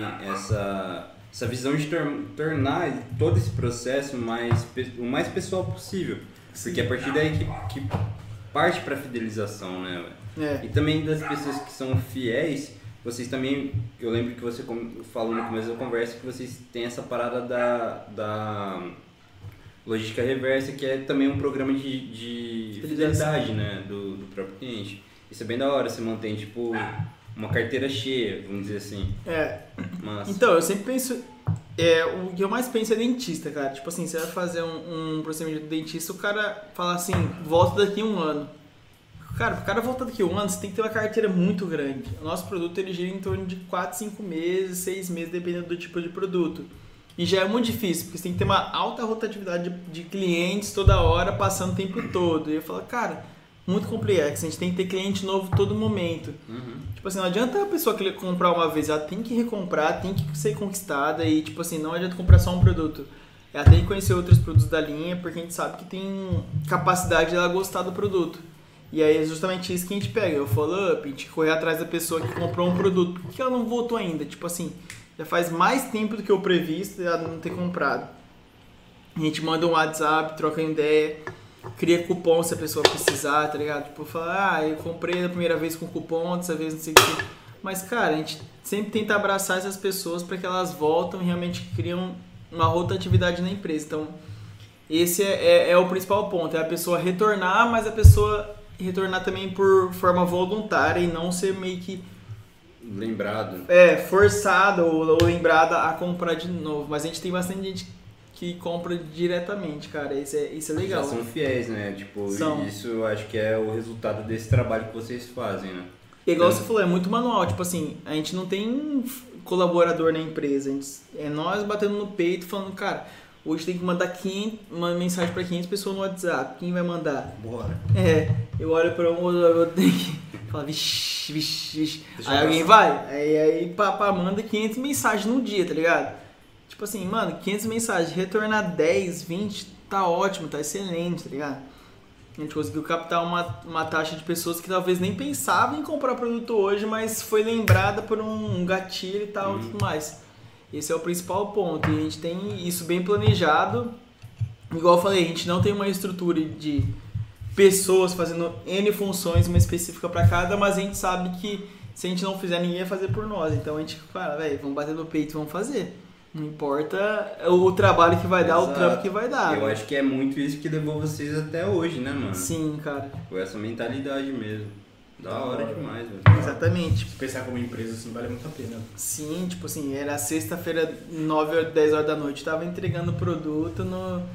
Speaker 2: essa visão de tornar todo esse processo o mais pessoal possível. Porque é a partir daí que parte pra fidelização, né, velho? E também das pessoas que são fiéis, vocês também, eu lembro que você falou no começo da conversa que vocês têm essa parada da logística reversa, que é também um programa de fidelidade, né, do próprio cliente. Isso é bem da hora, você mantém, tipo, uma carteira cheia, vamos dizer assim. Mas...
Speaker 3: Então, eu sempre penso... o que eu mais penso é dentista, cara. Tipo assim, você vai fazer um procedimento de dentista, o cara fala assim, volta daqui a 1 ano. Cara, pro cara voltar daqui a 1 ano, você tem que ter uma carteira muito grande. O nosso produto, ele gira em torno de 4, 5 meses, 6 meses, dependendo do tipo de produto. E já é muito difícil, porque você tem que ter uma alta rotatividade de clientes toda hora, passando o tempo todo. E eu falo, cara, muito complexo, a gente tem que ter cliente novo todo momento. Tipo assim, não adianta a pessoa que comprar uma vez, ela tem que recomprar, tem que ser conquistada e tipo assim, não adianta comprar só um produto. Ela tem que conhecer outros produtos da linha, porque a gente sabe que tem capacidade dela gostar do produto. E aí é justamente isso que a gente pega, eu follow up, a gente correr atrás da pessoa que comprou um produto. Por que ela não voltou ainda? Tipo assim, já faz mais tempo do que o previsto ela não ter comprado. A gente manda um WhatsApp, troca ideia, cria cupom se a pessoa precisar, tá ligado? Tipo, fala, eu comprei da primeira vez com cupom, dessa vez não sei o que. Mas, cara, a gente sempre tenta abraçar essas pessoas para que elas voltam e realmente criam uma rotatividade na empresa. Então, esse é o principal ponto, é a pessoa retornar, mas a pessoa retornar também por forma voluntária e não ser meio que
Speaker 2: lembrado.
Speaker 3: Forçada ou lembrada a comprar de novo. Mas a gente tem bastante gente que compra diretamente, cara. Isso é legal.
Speaker 2: Já são fiéis, né? Tipo,
Speaker 3: São.
Speaker 2: Isso eu acho que é o resultado desse trabalho que vocês fazem, né?
Speaker 3: E igual você falou, é muito manual. Tipo assim, a gente não tem colaborador na empresa. É nós batendo no peito falando, cara, hoje tem que mandar uma mensagem para 500 pessoas no WhatsApp. Quem vai mandar?
Speaker 2: Bora.
Speaker 3: Eu olho para um, eu tenho que falar, vixe. Aí alguém vai. Aí manda 500 mensagens no dia, tá ligado? Tipo assim, mano, 500 mensagens, retornar 10, 20, tá ótimo, tá excelente, tá ligado? A gente conseguiu captar uma taxa de pessoas que talvez nem pensavam em comprar produto hoje, mas foi lembrada por um gatilho e tal e tudo mais. Esse é o principal ponto. E a gente tem isso bem planejado. Igual eu falei, a gente não tem uma estrutura de pessoas fazendo N funções, uma específica para cada, mas a gente sabe que se a gente não fizer, ninguém vai fazer por nós. Então a gente, cara, vamos bater no peito e vamos fazer. Não importa o trabalho que vai dar, o trampo que vai dar.
Speaker 2: Eu acho que é muito isso que levou vocês até hoje, né, mano?
Speaker 3: Sim, cara.
Speaker 2: Com essa mentalidade mesmo. Da hora demais, velho.
Speaker 3: Exatamente.
Speaker 1: Se pensar como empresa, assim, vale muito a pena.
Speaker 3: Sim, tipo assim, era sexta-feira, 9 ou 10 horas da noite, tava entregando produto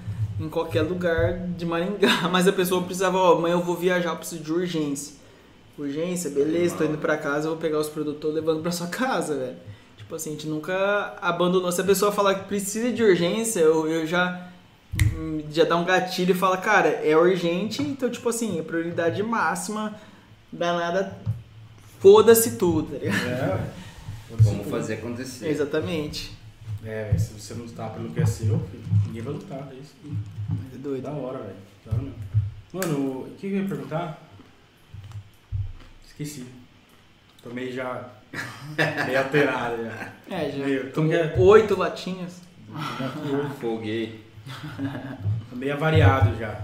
Speaker 3: em qualquer lugar de Maringá, mas a pessoa precisava, amanhã eu vou viajar, eu preciso de urgência. Urgência, beleza, tô indo pra casa, eu vou pegar os produtos, tô levando pra sua casa, velho. Tipo assim, a gente nunca abandonou. Se a pessoa falar que precisa de urgência, eu já dá um gatilho e fala, cara, é urgente, então tipo assim, é prioridade máxima, danada, foda-se tudo, tá ligado?
Speaker 2: Vamos fazer acontecer.
Speaker 3: Exatamente.
Speaker 1: Se você não lutar pelo que é seu, ninguém vai lutar, é isso.
Speaker 3: É doido.
Speaker 1: Da hora, velho. Da hora mesmo. Mano, o que eu ia perguntar? Esqueci. Tô meio alterado já.
Speaker 3: Já.
Speaker 1: Como que é?
Speaker 3: 8 latinhas.
Speaker 2: Folguei.
Speaker 1: Tô meio avariado já.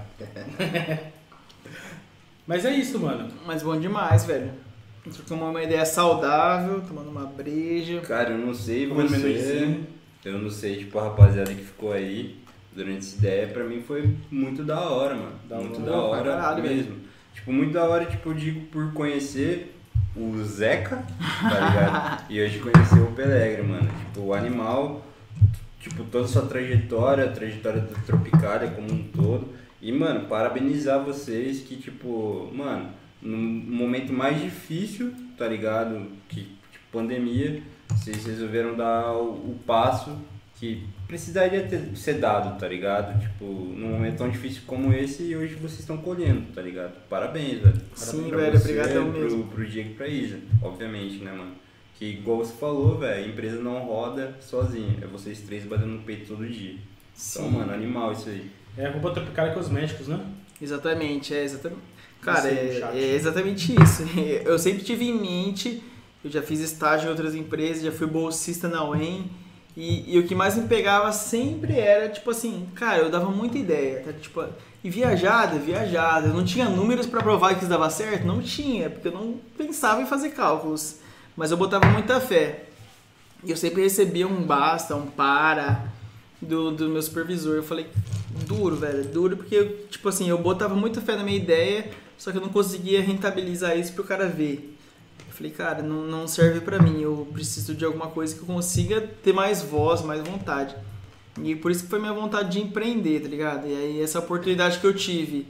Speaker 1: Mas é isso, mano.
Speaker 3: Mas bom demais, velho. Trocamos uma ideia saudável, tomando uma breja.
Speaker 2: Cara, eu não sei
Speaker 1: Comendo
Speaker 2: você.
Speaker 1: amendoinzinho.
Speaker 2: Eu não sei, tipo, a rapaziada que ficou aí durante essa ideia, pra mim foi muito da hora, mano. Muito da hora
Speaker 3: caralho,
Speaker 2: mesmo. Tipo, muito da hora, tipo, eu digo por conhecer o Zeca, tá ligado? E hoje conheceu o Pelegre, mano. Tipo, o animal, tipo, toda a sua trajetória, a trajetória da Tropicália como um todo. E, mano, parabenizar vocês que, tipo, mano, no momento mais difícil, tá ligado? Que, tipo, pandemia, vocês resolveram dar o passo que precisaria ser dado, tá ligado? Tipo, num momento tão difícil como esse, e hoje vocês estão colhendo, tá ligado? Parabéns, velho.
Speaker 3: Sim,
Speaker 2: Parabéns
Speaker 3: velho,
Speaker 2: você,
Speaker 3: obrigadão mesmo.
Speaker 2: Pro Diego e pra Isa, obviamente, né, mano? Que, igual você falou, velho, a empresa não roda sozinha, é vocês três batendo no peito todo dia. Então, mano, animal isso aí.
Speaker 1: É a roupa Tropicália Cosméticos, né?
Speaker 3: Exatamente, exatamente. Cara,
Speaker 1: Esse
Speaker 3: é exatamente isso. Eu sempre tive em mente, eu já fiz estágio em outras empresas, já fui bolsista na UEM, e o que mais me pegava sempre era, tipo assim, cara, eu dava muita ideia, tá? Tipo, e viajada, eu não tinha números pra provar que isso dava certo? Não tinha, porque eu não pensava em fazer cálculos, mas eu botava muita fé. E eu sempre recebia um basta, um para do meu supervisor. Eu falei, duro, velho, duro, porque, tipo assim, eu botava muita fé na minha ideia, só que eu não conseguia rentabilizar isso pro cara ver. Eu falei, cara, não serve pra mim, eu preciso de alguma coisa que eu consiga ter mais voz, mais vontade. E por isso que foi minha vontade de empreender, tá ligado? E aí essa oportunidade que eu tive,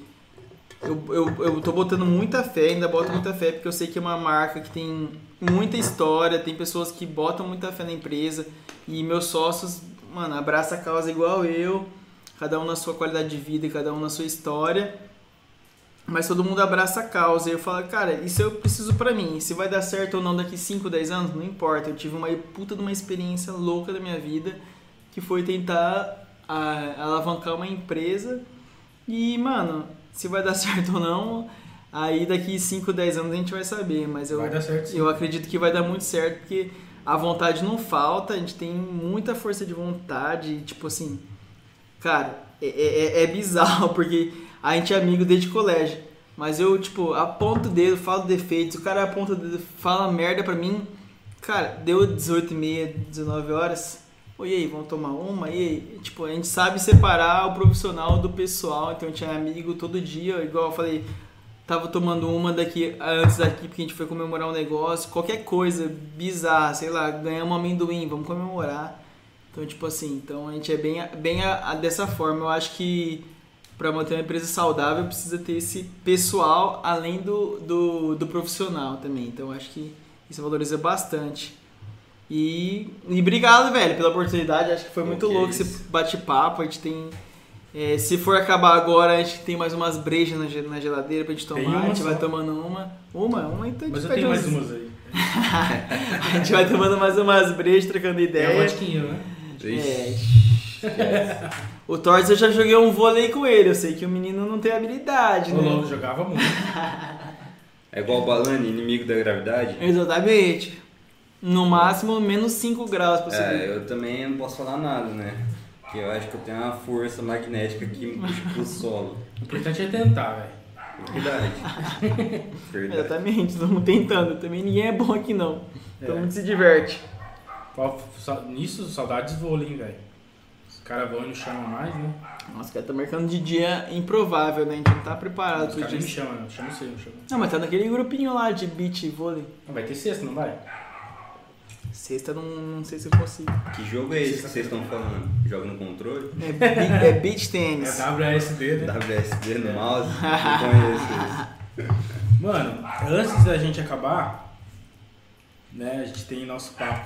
Speaker 3: eu tô botando muita fé, ainda boto muita fé, porque eu sei que é uma marca que tem muita história, tem pessoas que botam muita fé na empresa, e meus sócios, mano, abraça a causa igual eu, cada um na sua qualidade de vida e cada um na sua história, mas todo mundo abraça a causa. E eu falo, cara, isso eu preciso pra mim, se vai dar certo ou não daqui 5, 10 anos, não importa. Eu tive uma puta de uma experiência louca da minha vida, que foi tentar alavancar uma empresa, e, mano, se vai dar certo ou não, aí daqui 5, 10 anos a gente vai saber, mas
Speaker 1: Vai dar certo, sim.
Speaker 3: eu acredito que vai dar muito certo, porque a vontade não falta, a gente tem muita força de vontade, tipo assim, cara, é bizarro, porque a gente é amigo desde colégio, mas eu, tipo, aponto o dedo, falo defeitos, o cara aponta o dedo, fala merda pra mim, cara, deu 18h30, 19 horas, e aí, vamos tomar uma? E aí, tipo, a gente sabe separar o profissional do pessoal, então a gente é amigo todo dia, igual eu falei, tava tomando uma antes daqui, porque a gente foi comemorar um negócio, qualquer coisa bizarra, sei lá, ganhamos um amendoim, vamos comemorar. Então, tipo assim, então a gente é bem dessa forma. Eu acho que para manter uma empresa saudável precisa ter esse pessoal além do profissional também. Então, eu acho que isso valoriza bastante. E obrigado, velho, pela oportunidade. Acho que foi muito louco esse bate-papo. A gente tem... se for acabar agora, a gente tem mais umas brejas na geladeira pra gente tomar. A gente vai tomando uma. Uma, então a gente
Speaker 1: Mas eu tenho mais umas aí.
Speaker 3: A gente vai tomando mais umas brejas, trocando ideia.
Speaker 1: É um vodquinho, né?
Speaker 3: O Torres, eu já joguei um vôlei com ele. Eu sei que o menino não tem habilidade,
Speaker 1: O
Speaker 3: né?
Speaker 1: Lobo jogava muito.
Speaker 2: É igual o Balani, inimigo da gravidade?
Speaker 3: Exatamente. No máximo, menos 5 graus pra subir.
Speaker 2: Eu também não posso falar nada, né? Porque eu acho que eu tenho uma força magnética que me puxa pro solo.
Speaker 1: O importante é tentar, velho.
Speaker 2: Verdade. Verdade.
Speaker 3: Exatamente, estamos tentando. Também ninguém é bom aqui, não. Todo mundo se diverte.
Speaker 1: Nisso, saudades vôlei, hein, velho. Os caras vão e não chamam mais, né?
Speaker 3: Nossa, o cara tá marcando de dia improvável, né? A gente não tá preparado
Speaker 1: Os
Speaker 3: pro
Speaker 1: caras nem me
Speaker 3: dia.
Speaker 1: chamam, não. Chama você, não chama.
Speaker 3: Não, mas tá naquele grupinho lá de beach vôlei.
Speaker 1: Não, vai ter sexta, não vai?
Speaker 3: Sexta não sei se eu consigo.
Speaker 2: Que jogo é esse que vocês estão falando? Joga no controle?
Speaker 3: É beach
Speaker 1: É
Speaker 3: tênis.
Speaker 1: WASD, né?
Speaker 2: WSD no mouse? Eu conheço isso.
Speaker 1: Mano, antes da gente acabar, né, a gente tem nosso papo,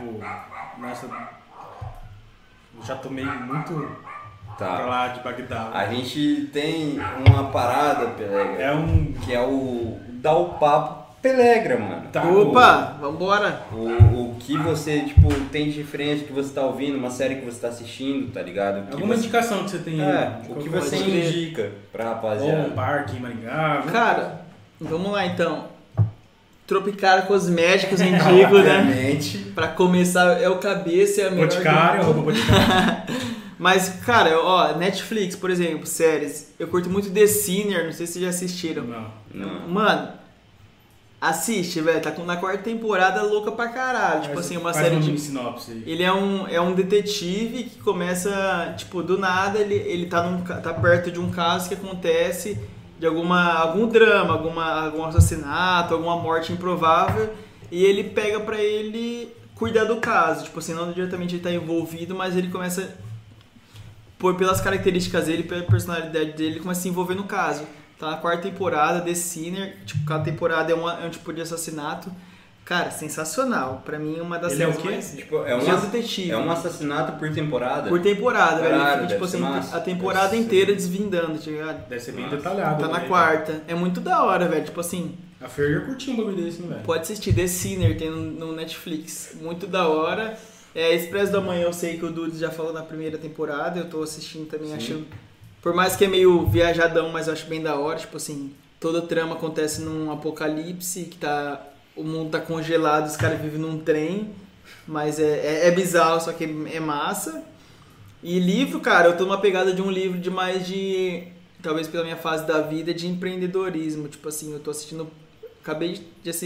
Speaker 1: eu já tomei muito pra
Speaker 2: Tá.
Speaker 1: lá de Bagdá.
Speaker 2: A gente tem uma parada, Pelegra, que é o dar o papo Pelegra, mano.
Speaker 1: Tá.
Speaker 3: Opa, vambora.
Speaker 2: O que você, tipo, tem de diferente que você tá ouvindo, uma série que você tá assistindo, tá ligado? Que
Speaker 1: Alguma
Speaker 2: você...
Speaker 1: indicação que você tem aí?
Speaker 2: o que você indica pra
Speaker 1: Ou
Speaker 2: rapaziada?
Speaker 1: um bar aqui em Maringá.
Speaker 3: Cara, vamos lá então. Tropicália Cosméticos, indico, né?
Speaker 2: Obviamente.
Speaker 3: Pra começar, é o cabeça, é a melhor.
Speaker 1: Boticário, arroba Boticário.
Speaker 3: Mas, cara, ó, Netflix, por exemplo, séries. Eu curto muito The Sinner, não sei se vocês já assistiram.
Speaker 2: Não.
Speaker 3: Mano, assiste, velho. Tá na 4ª temporada, louca pra caralho. Tipo assim, uma série de...
Speaker 1: sinopse aí.
Speaker 3: Ele é um detetive que começa, tipo, do nada, ele tá perto de um caso que acontece algum drama, algum assassinato, alguma morte improvável, e ele pega pra ele cuidar do caso. Tipo assim, não diretamente ele tá envolvido, mas ele começa, pelas características dele, pela personalidade dele, ele começa a se envolver no caso. Tá na 4ª temporada, The Sinner, tipo, cada temporada é um tipo de assassinato. Cara, sensacional. Pra mim, uma das
Speaker 1: Ele é o
Speaker 3: séries
Speaker 1: quê?
Speaker 3: mais...
Speaker 2: Tipo,
Speaker 3: detetive.
Speaker 2: é um assassinato por temporada?
Speaker 3: Por temporada, velho.
Speaker 2: Caralho,
Speaker 3: Ele fica, tipo
Speaker 2: deve ser
Speaker 3: assim,
Speaker 2: massa.
Speaker 3: a temporada
Speaker 2: Deve ser.
Speaker 3: inteira desvendando, tá ligado?
Speaker 1: Deve ser bem
Speaker 2: Nossa.
Speaker 1: detalhado.
Speaker 3: Tá na
Speaker 1: né?
Speaker 3: 4ª. É muito da hora, velho. Tipo assim,
Speaker 1: A Fer ia curtir um bagulho desse, né, velho?
Speaker 3: pode assistir The Sinner, tem no Netflix. Muito da hora. Expresso da Manhã, eu sei que o Dudes já falou na primeira temporada. Eu tô assistindo também,
Speaker 2: Sim.
Speaker 3: acho... Por mais que é meio viajadão, mas eu acho bem da hora. Tipo assim, toda a trama acontece num apocalipse, que o mundo tá congelado, os caras vivem num trem. Mas é bizarro, só que é massa. E livro, cara, eu tô numa pegada de um livro de mais de... Talvez pela minha fase da vida, de empreendedorismo. Tipo assim, eu tô assistindo... Acabei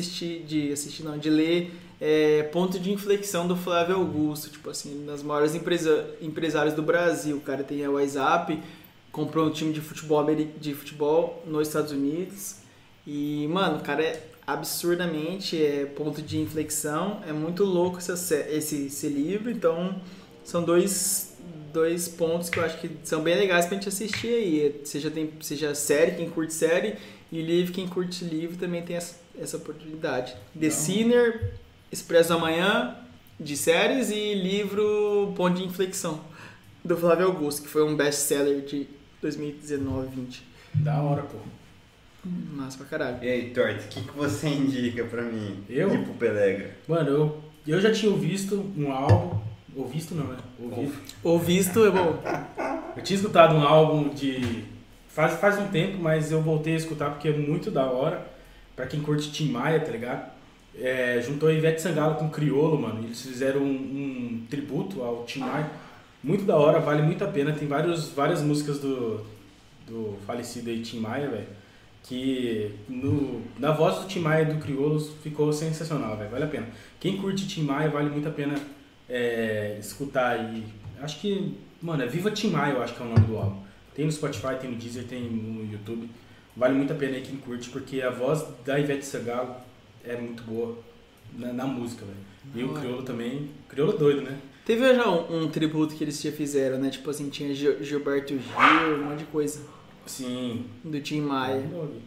Speaker 3: de ler Ponto de Inflexão do Flávio Augusto. Tipo assim, das maiores empresários do Brasil. O cara tem a WhatsApp, comprou um time de futebol nos Estados Unidos. E, mano, o cara é absurdamente ponto de inflexão. É muito louco esse livro. Então, são dois pontos que eu acho que são bem legais pra gente assistir aí. Seja série, quem curte série, e livro, quem curte livro também tem essa oportunidade. The Sinner, Expresso da Manhã, de séries, e livro Ponto de Inflexão, do Flávio Augusto, que foi um best-seller de 2019-20.
Speaker 1: Da hora, pô.
Speaker 3: Massa pra caralho.
Speaker 2: E aí, Torte, o que você indica pra mim?
Speaker 1: Eu?
Speaker 2: Ir pro Pelegra?
Speaker 1: Mano, eu já tinha visto um álbum. Ouvisto não, né? Ouvido.
Speaker 3: Ouvisto é bom.
Speaker 1: Eu tinha escutado um álbum faz um tempo, mas eu voltei a escutar porque é muito da hora. Pra quem curte Tim Maia, tá ligado? Juntou a Ivete Sangalo com o Criolo, mano. Eles fizeram um tributo ao Tim Maia. Muito da hora, vale muito a pena. Tem várias músicas do falecido aí Tim Maia, velho. Que na voz do Tim Maia e do Criolo ficou sensacional, velho. Vale a pena. Quem curte Tim Maia, vale muito a pena escutar aí. Acho que, mano, Viva Tim Maia, eu acho que é o nome do álbum. Tem no Spotify, tem no Deezer, tem no YouTube. Vale muito a pena aí quem curte, porque a voz da Ivete Sangalo é muito boa na música, velho. E o Criolo também. Criolo doido, né?
Speaker 3: Teve já um tributo que eles já fizeram, né? Tipo assim, tinha Gilberto Gil, um monte de coisa.
Speaker 1: Sim.
Speaker 3: Do Tim Maia.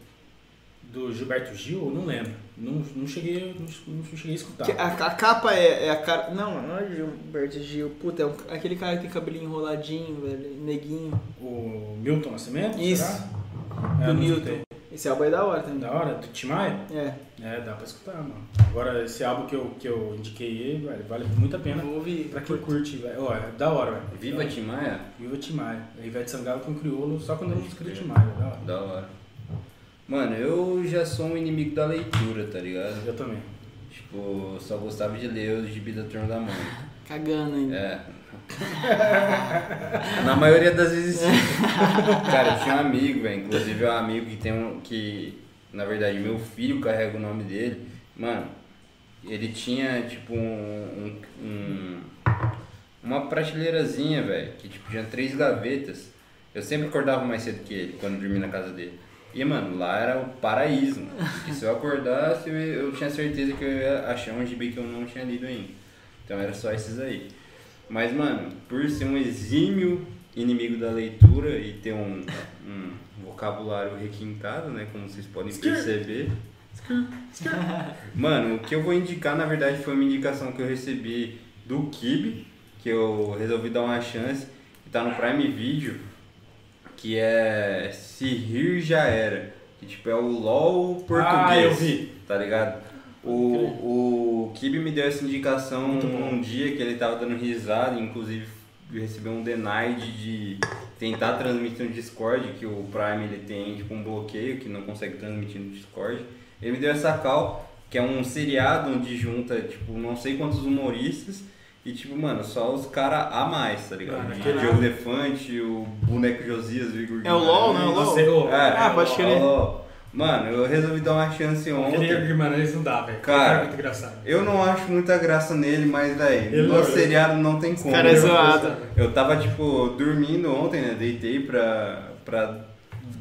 Speaker 1: Do Gilberto Gil? Eu não lembro. Não cheguei a escutar.
Speaker 3: A capa é a cara... Não é Gilberto Gil. Puta, é aquele cara que tem cabelinho enroladinho, velho, neguinho.
Speaker 1: O Milton Nascimento?
Speaker 3: Isso.
Speaker 1: Será?
Speaker 3: Do
Speaker 1: não
Speaker 3: Milton.
Speaker 1: escutei.
Speaker 3: Esse álbum é da hora também.
Speaker 1: Da hora? Do Tim Maia?
Speaker 3: É.
Speaker 1: Dá pra escutar, mano. Agora, esse álbum que eu indiquei, velho, vale muito a pena.
Speaker 3: Vou ouvir.
Speaker 1: Pra quem curte, velho. Ó, é da hora, velho.
Speaker 2: Viva Tim Maia?
Speaker 1: Viva Tim Maia. A Ivete Sangalo com o Criolo, só quando a música do Tim Maia, da hora.
Speaker 2: Da hora. Mano, eu já sou um inimigo da leitura, tá ligado?
Speaker 1: Eu também.
Speaker 2: Tipo, só gostava de ler os gibi da Turma da Mônica.
Speaker 3: Cagando ainda.
Speaker 2: Na maioria das vezes sim. Cara, eu tinha um amigo, velho. Inclusive é um amigo que tem que, na verdade, meu filho carrega o nome dele. Mano, ele tinha tipo uma prateleirazinha, velho, que tipo tinha 3 gavetas. Eu sempre acordava mais cedo que ele quando dormia na casa dele. E, mano, lá era o paraíso, mano. Porque se eu acordasse, eu tinha certeza que eu ia achar um gibi que eu não tinha lido ainda. Então era só esses aí. Mas, mano, por ser um exímio inimigo da leitura e ter um vocabulário requintado, né, como vocês podem perceber. Mano, o que eu vou indicar, na verdade, foi uma indicação que eu recebi do Kibe, que eu resolvi dar uma chance, que tá no Prime Video, que é Se Rir Já Era, que tipo é o LOL português,
Speaker 1: eu vi.
Speaker 2: tá ligado? O Kibe me deu essa indicação um dia que ele tava dando risada, inclusive recebeu um denied de tentar transmitir no Discord, que o Prime ele tem tipo um bloqueio que não consegue transmitir no Discord. Ele me deu essa call, que é um seriado onde junta tipo não sei quantos humoristas e tipo, mano, só os caras a mais, tá ligado? O Diogo Defante, o Boneco Josias, o Igor Guimarães.
Speaker 3: É o LOL, não é o LOL? Pode crer.
Speaker 2: Mano, eu resolvi dar uma chance ontem.
Speaker 1: Aquele Igor Guimarães não dá, velho.
Speaker 2: Cara,
Speaker 1: é muito engraçado.
Speaker 2: Eu não acho muita graça nele, mas, velho, no seriado não tem como.
Speaker 3: Cara, é zoado.
Speaker 2: Eu tava, tipo, dormindo ontem, né? Deitei pra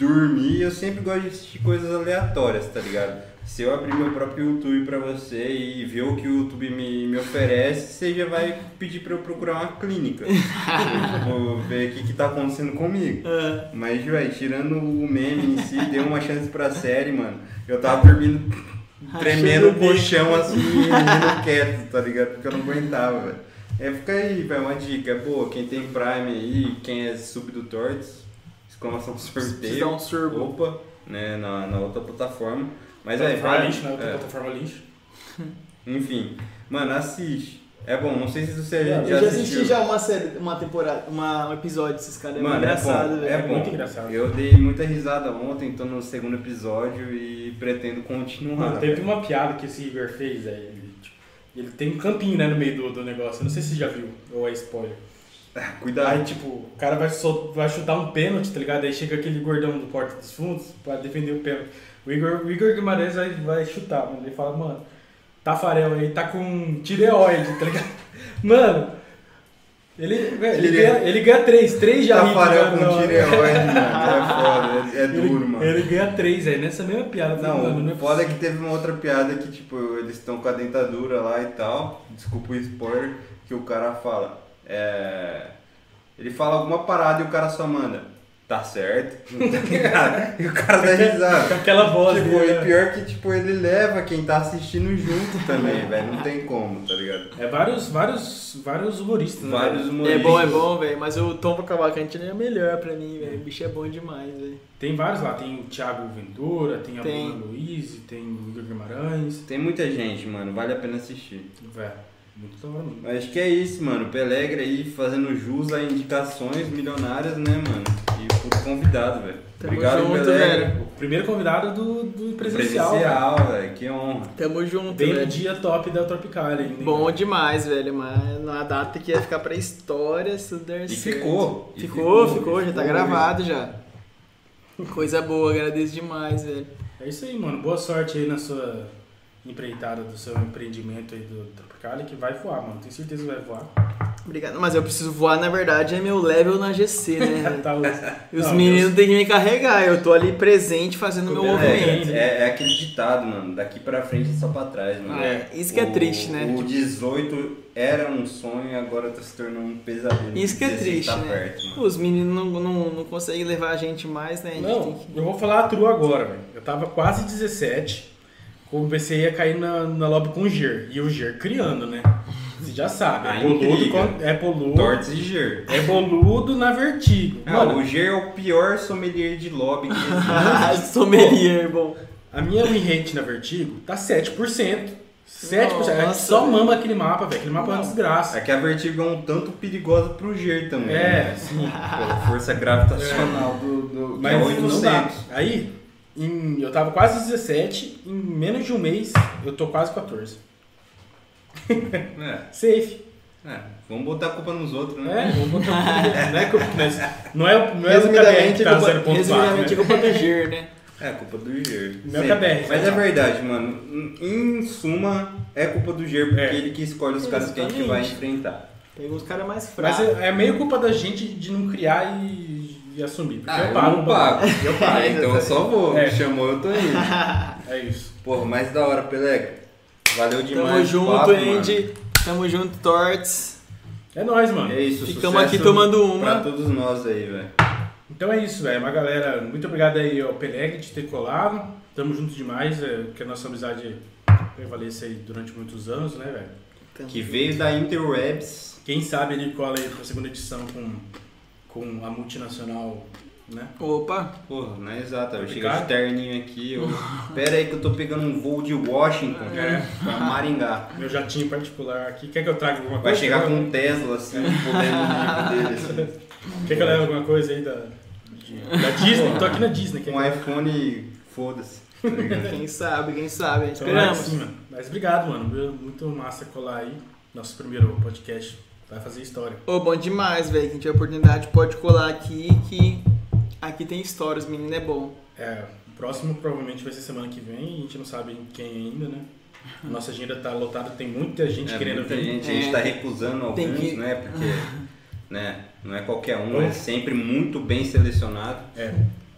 Speaker 2: dormir, eu sempre gosto de assistir coisas aleatórias, tá ligado? Se eu abrir meu próprio YouTube pra você e ver o que o YouTube me oferece, você já vai pedir pra eu procurar uma clínica. Vou ver o que tá acontecendo comigo. Mas, velho, tirando o meme em si, deu uma chance pra série, mano. Eu tava dormindo, tremendo o colchão assim, rindo quieto, tá ligado? Porque eu não aguentava, velho. Fica aí, velho, uma dica. É boa, quem tem Prime aí, quem é sub do Torts, exclamação sorteio.
Speaker 3: Dá um sorbo.
Speaker 2: Opa, né, na outra plataforma. Mas
Speaker 1: plataforma lixo, né? Plataforma lixo.
Speaker 2: Enfim, mano, assiste. É bom, não sei se você
Speaker 3: Eu
Speaker 2: já
Speaker 3: já
Speaker 2: assistiu.
Speaker 3: assisti já uma série, uma temporada, um episódio desses caras. É
Speaker 2: Mano,
Speaker 3: engraçado, velho.
Speaker 2: é bom.
Speaker 1: Muito engraçado.
Speaker 2: Eu dei muita risada ontem, tô no segundo episódio e pretendo continuar.
Speaker 1: Mano, teve uma piada que esse Igor fez, ele tem um campinho, né, no meio do negócio. Eu não sei se você já viu, ou é spoiler.
Speaker 2: Cuidado.
Speaker 1: Aí, tipo, o cara vai chutar um pênalti, tá ligado? Aí chega aquele gordão do Porta dos Fundos pra defender o pênalti. O Igor Guimarães vai chutar, mano. Ele fala, mano, Tafarel aí tá com tireoide, tá ligado? Mano, ele ganha 3 já.
Speaker 2: Tafarel com tireoide, mano. É foda, é duro, mano.
Speaker 1: Ele ganha 3 aí, nessa mesma piada.
Speaker 2: Não, foda é que teve uma outra piada que, tipo, eles estão com a dentadura lá e tal. Desculpa o spoiler, que o cara fala. Ele fala alguma parada e o cara só manda. Tá certo, e o cara dá risada.
Speaker 1: Com aquela voz.
Speaker 2: Tipo, e pior que tipo, ele leva quem tá assistindo junto também, velho. Não tem como, tá ligado?
Speaker 1: É vários humoristas, né?
Speaker 2: Vários humoristas.
Speaker 3: É bom, velho. Mas o Tom Cavalcante é melhor pra mim, velho. O bicho é bom demais, velho.
Speaker 1: Tem vários lá. Tem o Thiago Ventura, tem a Bruna Luiz, tem o Igor Guimarães.
Speaker 2: Tem muita gente, mano. Vale a pena assistir.
Speaker 1: Velho, muito da hora, mano.
Speaker 2: Mas acho que é isso, mano. O Pelegre aí fazendo jus a indicações milionárias, né, mano? E por convidado, velho. Obrigado,
Speaker 3: junto,
Speaker 2: Pelegre.
Speaker 3: velho.
Speaker 1: O primeiro convidado do presencial.
Speaker 2: Presencial, velho. Que honra.
Speaker 3: Tamo junto,
Speaker 1: Bem no
Speaker 3: velho.
Speaker 1: dia top da Tropicália ainda.
Speaker 3: Bom demais, velho. Mas na data que ia ficar pra história, se tudo der
Speaker 2: E
Speaker 3: certo.
Speaker 2: ficou.
Speaker 3: Ficou, já tá gravado já. Coisa boa, agradeço demais, velho.
Speaker 1: É isso aí, mano. Boa sorte aí na sua empreitada, do seu empreendimento aí do Tropicália, que vai voar, mano. Tenho certeza que vai voar.
Speaker 3: Obrigado. Mas eu preciso voar, na verdade, é meu level na GC, né?
Speaker 1: Tá,
Speaker 3: E os meninos têm que me carregar, eu tô ali presente fazendo meu movimento.
Speaker 2: É aquele ditado, mano. Daqui pra frente e só pra trás, mano.
Speaker 3: Isso que é triste, né?
Speaker 2: O 18 era um sonho e agora tá se tornando um pesadelo.
Speaker 3: Isso que é triste,
Speaker 2: tá
Speaker 3: né?
Speaker 2: perto, mano.
Speaker 3: Os meninos não conseguem levar a gente mais, né? A gente
Speaker 1: Não,
Speaker 3: tem que...
Speaker 1: eu vou falar a true agora, velho. Eu tava quase 17, comecei a cair na lobby com o Ger. E o Ger criando, né? Você já sabe.
Speaker 2: A
Speaker 1: É boludo,
Speaker 2: intriga.
Speaker 1: é boludo.
Speaker 2: Tortes e Ger.
Speaker 1: É boludo na vertigo. Mano,
Speaker 2: O Ger é o pior sommelier de lobby que existe.
Speaker 3: Sommelier, bom.
Speaker 1: a minha win rate na vertigo tá 7%. 7%. A gente
Speaker 3: Nossa,
Speaker 1: só
Speaker 3: velho.
Speaker 1: mama aquele mapa, velho. Aquele mapa é uma desgraça.
Speaker 2: É que a Vertigo é um tanto perigosa pro Ger também.
Speaker 1: É,
Speaker 2: né?
Speaker 1: sim.
Speaker 2: Pela força gravitacional do
Speaker 1: Mas
Speaker 2: que é
Speaker 1: não dá.
Speaker 2: 800.
Speaker 1: Aí, eu tava quase 17, em menos de um mês, eu tô quase 14. Safe.
Speaker 2: Vamos botar a culpa nos outros, né?
Speaker 1: Vamos botar. Não é culpa, não é o KBR
Speaker 3: Resumidamente,
Speaker 1: que tá 0.4, né?
Speaker 3: resumidamente, culpa do Ger, né?
Speaker 2: É culpa do Ger.
Speaker 1: Meu
Speaker 2: Sempre.
Speaker 1: KBR,
Speaker 2: Mas é
Speaker 1: sabe?
Speaker 2: verdade, mano. Em suma, é culpa do Ger, porque
Speaker 1: É.
Speaker 2: ele que escolhe os caras que a gente vai
Speaker 3: Exatamente.
Speaker 2: enfrentar.
Speaker 3: Pega uns caras mais
Speaker 1: Mas
Speaker 3: fracos.
Speaker 1: é meio culpa da gente de não criar e assumir. Porque eu
Speaker 2: eu
Speaker 1: pago.
Speaker 2: não pago.
Speaker 1: Eu pago.
Speaker 2: Então eu só vou.
Speaker 1: É.
Speaker 2: Me chamou, eu tô indo.
Speaker 1: É isso.
Speaker 2: Porra, mais da hora, Pelegre. Valeu demais.
Speaker 3: Tamo
Speaker 2: o
Speaker 3: junto,
Speaker 2: papo,
Speaker 3: Andy.
Speaker 2: mano.
Speaker 3: Tamo junto, Torts.
Speaker 1: É nóis, mano.
Speaker 2: É isso,
Speaker 3: Ficamos
Speaker 2: sucesso
Speaker 3: aqui tomando uma.
Speaker 2: pra todos nós aí, velho.
Speaker 1: Então é isso, velho. Mas galera, muito obrigado aí ao Pelegre de ter colado. Tamo junto demais. Que a nossa amizade prevaleça aí durante muitos anos, né, velho?
Speaker 2: Que veio da Interwebs.
Speaker 1: Quem sabe ele cola aí pra segunda edição com a multinacional, né?
Speaker 3: Opa.
Speaker 2: Porra, não é exato. Eu chego
Speaker 1: Obrigado.
Speaker 2: de terninho aqui. Pera aí que eu tô pegando um voo de Washington pra Maringá.
Speaker 1: Meu jatinho particular aqui. Quer que eu traga alguma
Speaker 2: Vai
Speaker 1: coisa?
Speaker 2: chegar com um Tesla, assim, podendo o dele, assim.
Speaker 1: Quer que eu leve alguma coisa aí da Disney? Tô aqui na Disney. Quer que
Speaker 2: Um
Speaker 1: eu-
Speaker 2: iPhone, foda-se. Tá ligado?
Speaker 3: Quem sabe.
Speaker 1: Então,
Speaker 3: Esperamos.
Speaker 1: sim, mano. Mas obrigado, mano. Muito massa colar aí. Nosso primeiro podcast. Vai fazer história.
Speaker 3: Ô, bom demais, velho. Quem tiver oportunidade pode colar aqui, que aqui tem histórias, menino é bom.
Speaker 1: O próximo provavelmente vai ser semana que vem. A gente não sabe quem ainda, né? A nossa agenda tá lotada. Tem muita gente querendo
Speaker 2: muita
Speaker 1: vir.
Speaker 2: gente, a gente tá recusando
Speaker 3: Tem
Speaker 2: alguns,
Speaker 3: que-
Speaker 2: né? Porque né, não é qualquer um,
Speaker 1: Bom.
Speaker 2: é sempre muito bem selecionado.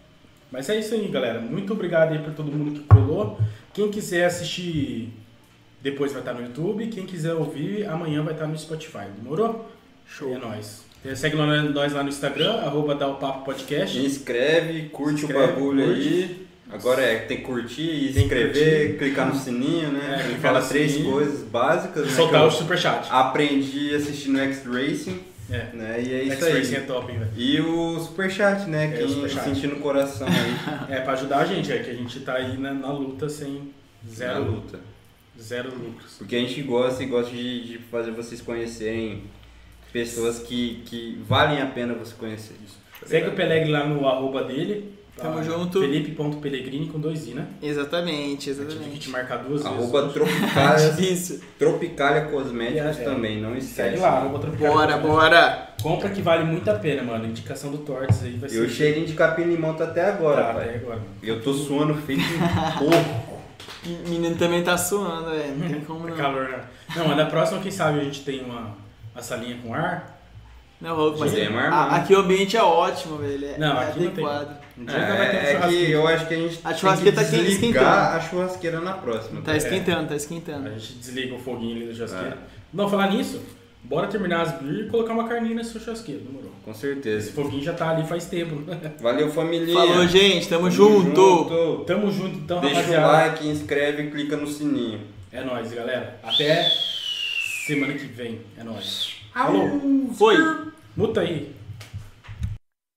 Speaker 1: Mas é isso aí, galera. Muito obrigado aí por todo mundo que colou. Quem quiser assistir, depois vai estar no YouTube. Quem quiser ouvir, amanhã vai estar no Spotify. Demorou?
Speaker 3: Show.
Speaker 1: É nóis. Segue nós lá no Instagram, @dalpapo_podcast.
Speaker 2: Inscreve, curte o bagulho aí. Agora tem que curtir,
Speaker 1: Tem que
Speaker 2: inscrever,
Speaker 1: curtir.
Speaker 2: clicar no sininho, né?
Speaker 1: Clicar
Speaker 2: Ele fala
Speaker 1: no
Speaker 2: 3
Speaker 1: sininho.
Speaker 2: coisas básicas, né?
Speaker 1: Soltar
Speaker 2: que
Speaker 1: o
Speaker 2: eu
Speaker 1: superchat.
Speaker 2: aprendi assistindo X-Racing,
Speaker 1: É.
Speaker 2: né? E é isso
Speaker 1: X-Racing é
Speaker 2: aí.
Speaker 1: top, hein, velho.
Speaker 2: E o superchat, né?
Speaker 1: É,
Speaker 2: Quem
Speaker 1: o superchat.
Speaker 2: sentir no coração aí
Speaker 1: É pra ajudar a gente, que a gente tá aí na luta sem
Speaker 2: na
Speaker 1: zero
Speaker 2: luta.
Speaker 1: zero lucros.
Speaker 2: Porque a gente gosta e gosta de fazer vocês conhecerem pessoas que valem a pena você conhecer. Tá
Speaker 1: Segue o
Speaker 2: ligado?
Speaker 1: Pelegri lá no arroba dele.
Speaker 3: Tamo junto.
Speaker 1: Felipe.Pellegrini com 2 i, né?
Speaker 3: Exatamente,
Speaker 1: Tive que
Speaker 3: exatamente.
Speaker 1: te marcar 2 vezes.
Speaker 2: Arroba Tropicália,
Speaker 3: Isso.
Speaker 2: Tropicália Cosméticos
Speaker 1: É,
Speaker 2: também, não esquece.
Speaker 1: Segue lá, arroba Tropicália.
Speaker 3: Bora, bora.
Speaker 1: Compra que vale muito a pena, mano. Indicação do Tortes aí vai
Speaker 2: E
Speaker 1: ser.
Speaker 2: o cheirinho de capim-limão tá até agora,
Speaker 1: Tá,
Speaker 2: pai.
Speaker 1: até agora.
Speaker 2: Eu tô suando feito um porco.
Speaker 3: O menino também tá suando, velho. Não tem como
Speaker 1: É
Speaker 3: não.
Speaker 1: calor, né? Não, mas na próxima, quem sabe a gente tem uma salinha com ar.
Speaker 3: Não, Rocco, mas
Speaker 2: Podemos armar.
Speaker 3: aqui o ambiente é ótimo, velho. É,
Speaker 1: Não,
Speaker 3: é
Speaker 1: aqui não tem.
Speaker 3: adequado.
Speaker 1: Um dia ainda vai ter um
Speaker 2: É que
Speaker 1: churrasquinho.
Speaker 2: eu acho que a gente
Speaker 3: A churrasqueira
Speaker 2: tem
Speaker 3: tá
Speaker 2: que
Speaker 3: esquentando.
Speaker 2: desligar a churrasqueira na próxima.
Speaker 3: Tá esquentando, tá esquentando.
Speaker 1: A gente desliga o foguinho ali da churrasqueira.
Speaker 2: É.
Speaker 1: Não, falar nisso, bora terminar as beer e colocar uma carninha nessa churrasqueira, demorou.
Speaker 2: Com
Speaker 1: Esse
Speaker 2: certeza.
Speaker 1: foguinho já tá ali faz tempo.
Speaker 2: Valeu, família.
Speaker 3: Falou, gente. Tamo junto.
Speaker 1: Tamo junto então,
Speaker 2: Deixa o
Speaker 1: rapaziada.
Speaker 2: like, inscreve e clica no sininho.
Speaker 1: É nóis, galera. Até semana que vem. É nóis. Falou.
Speaker 3: Foi.
Speaker 1: Muta aí.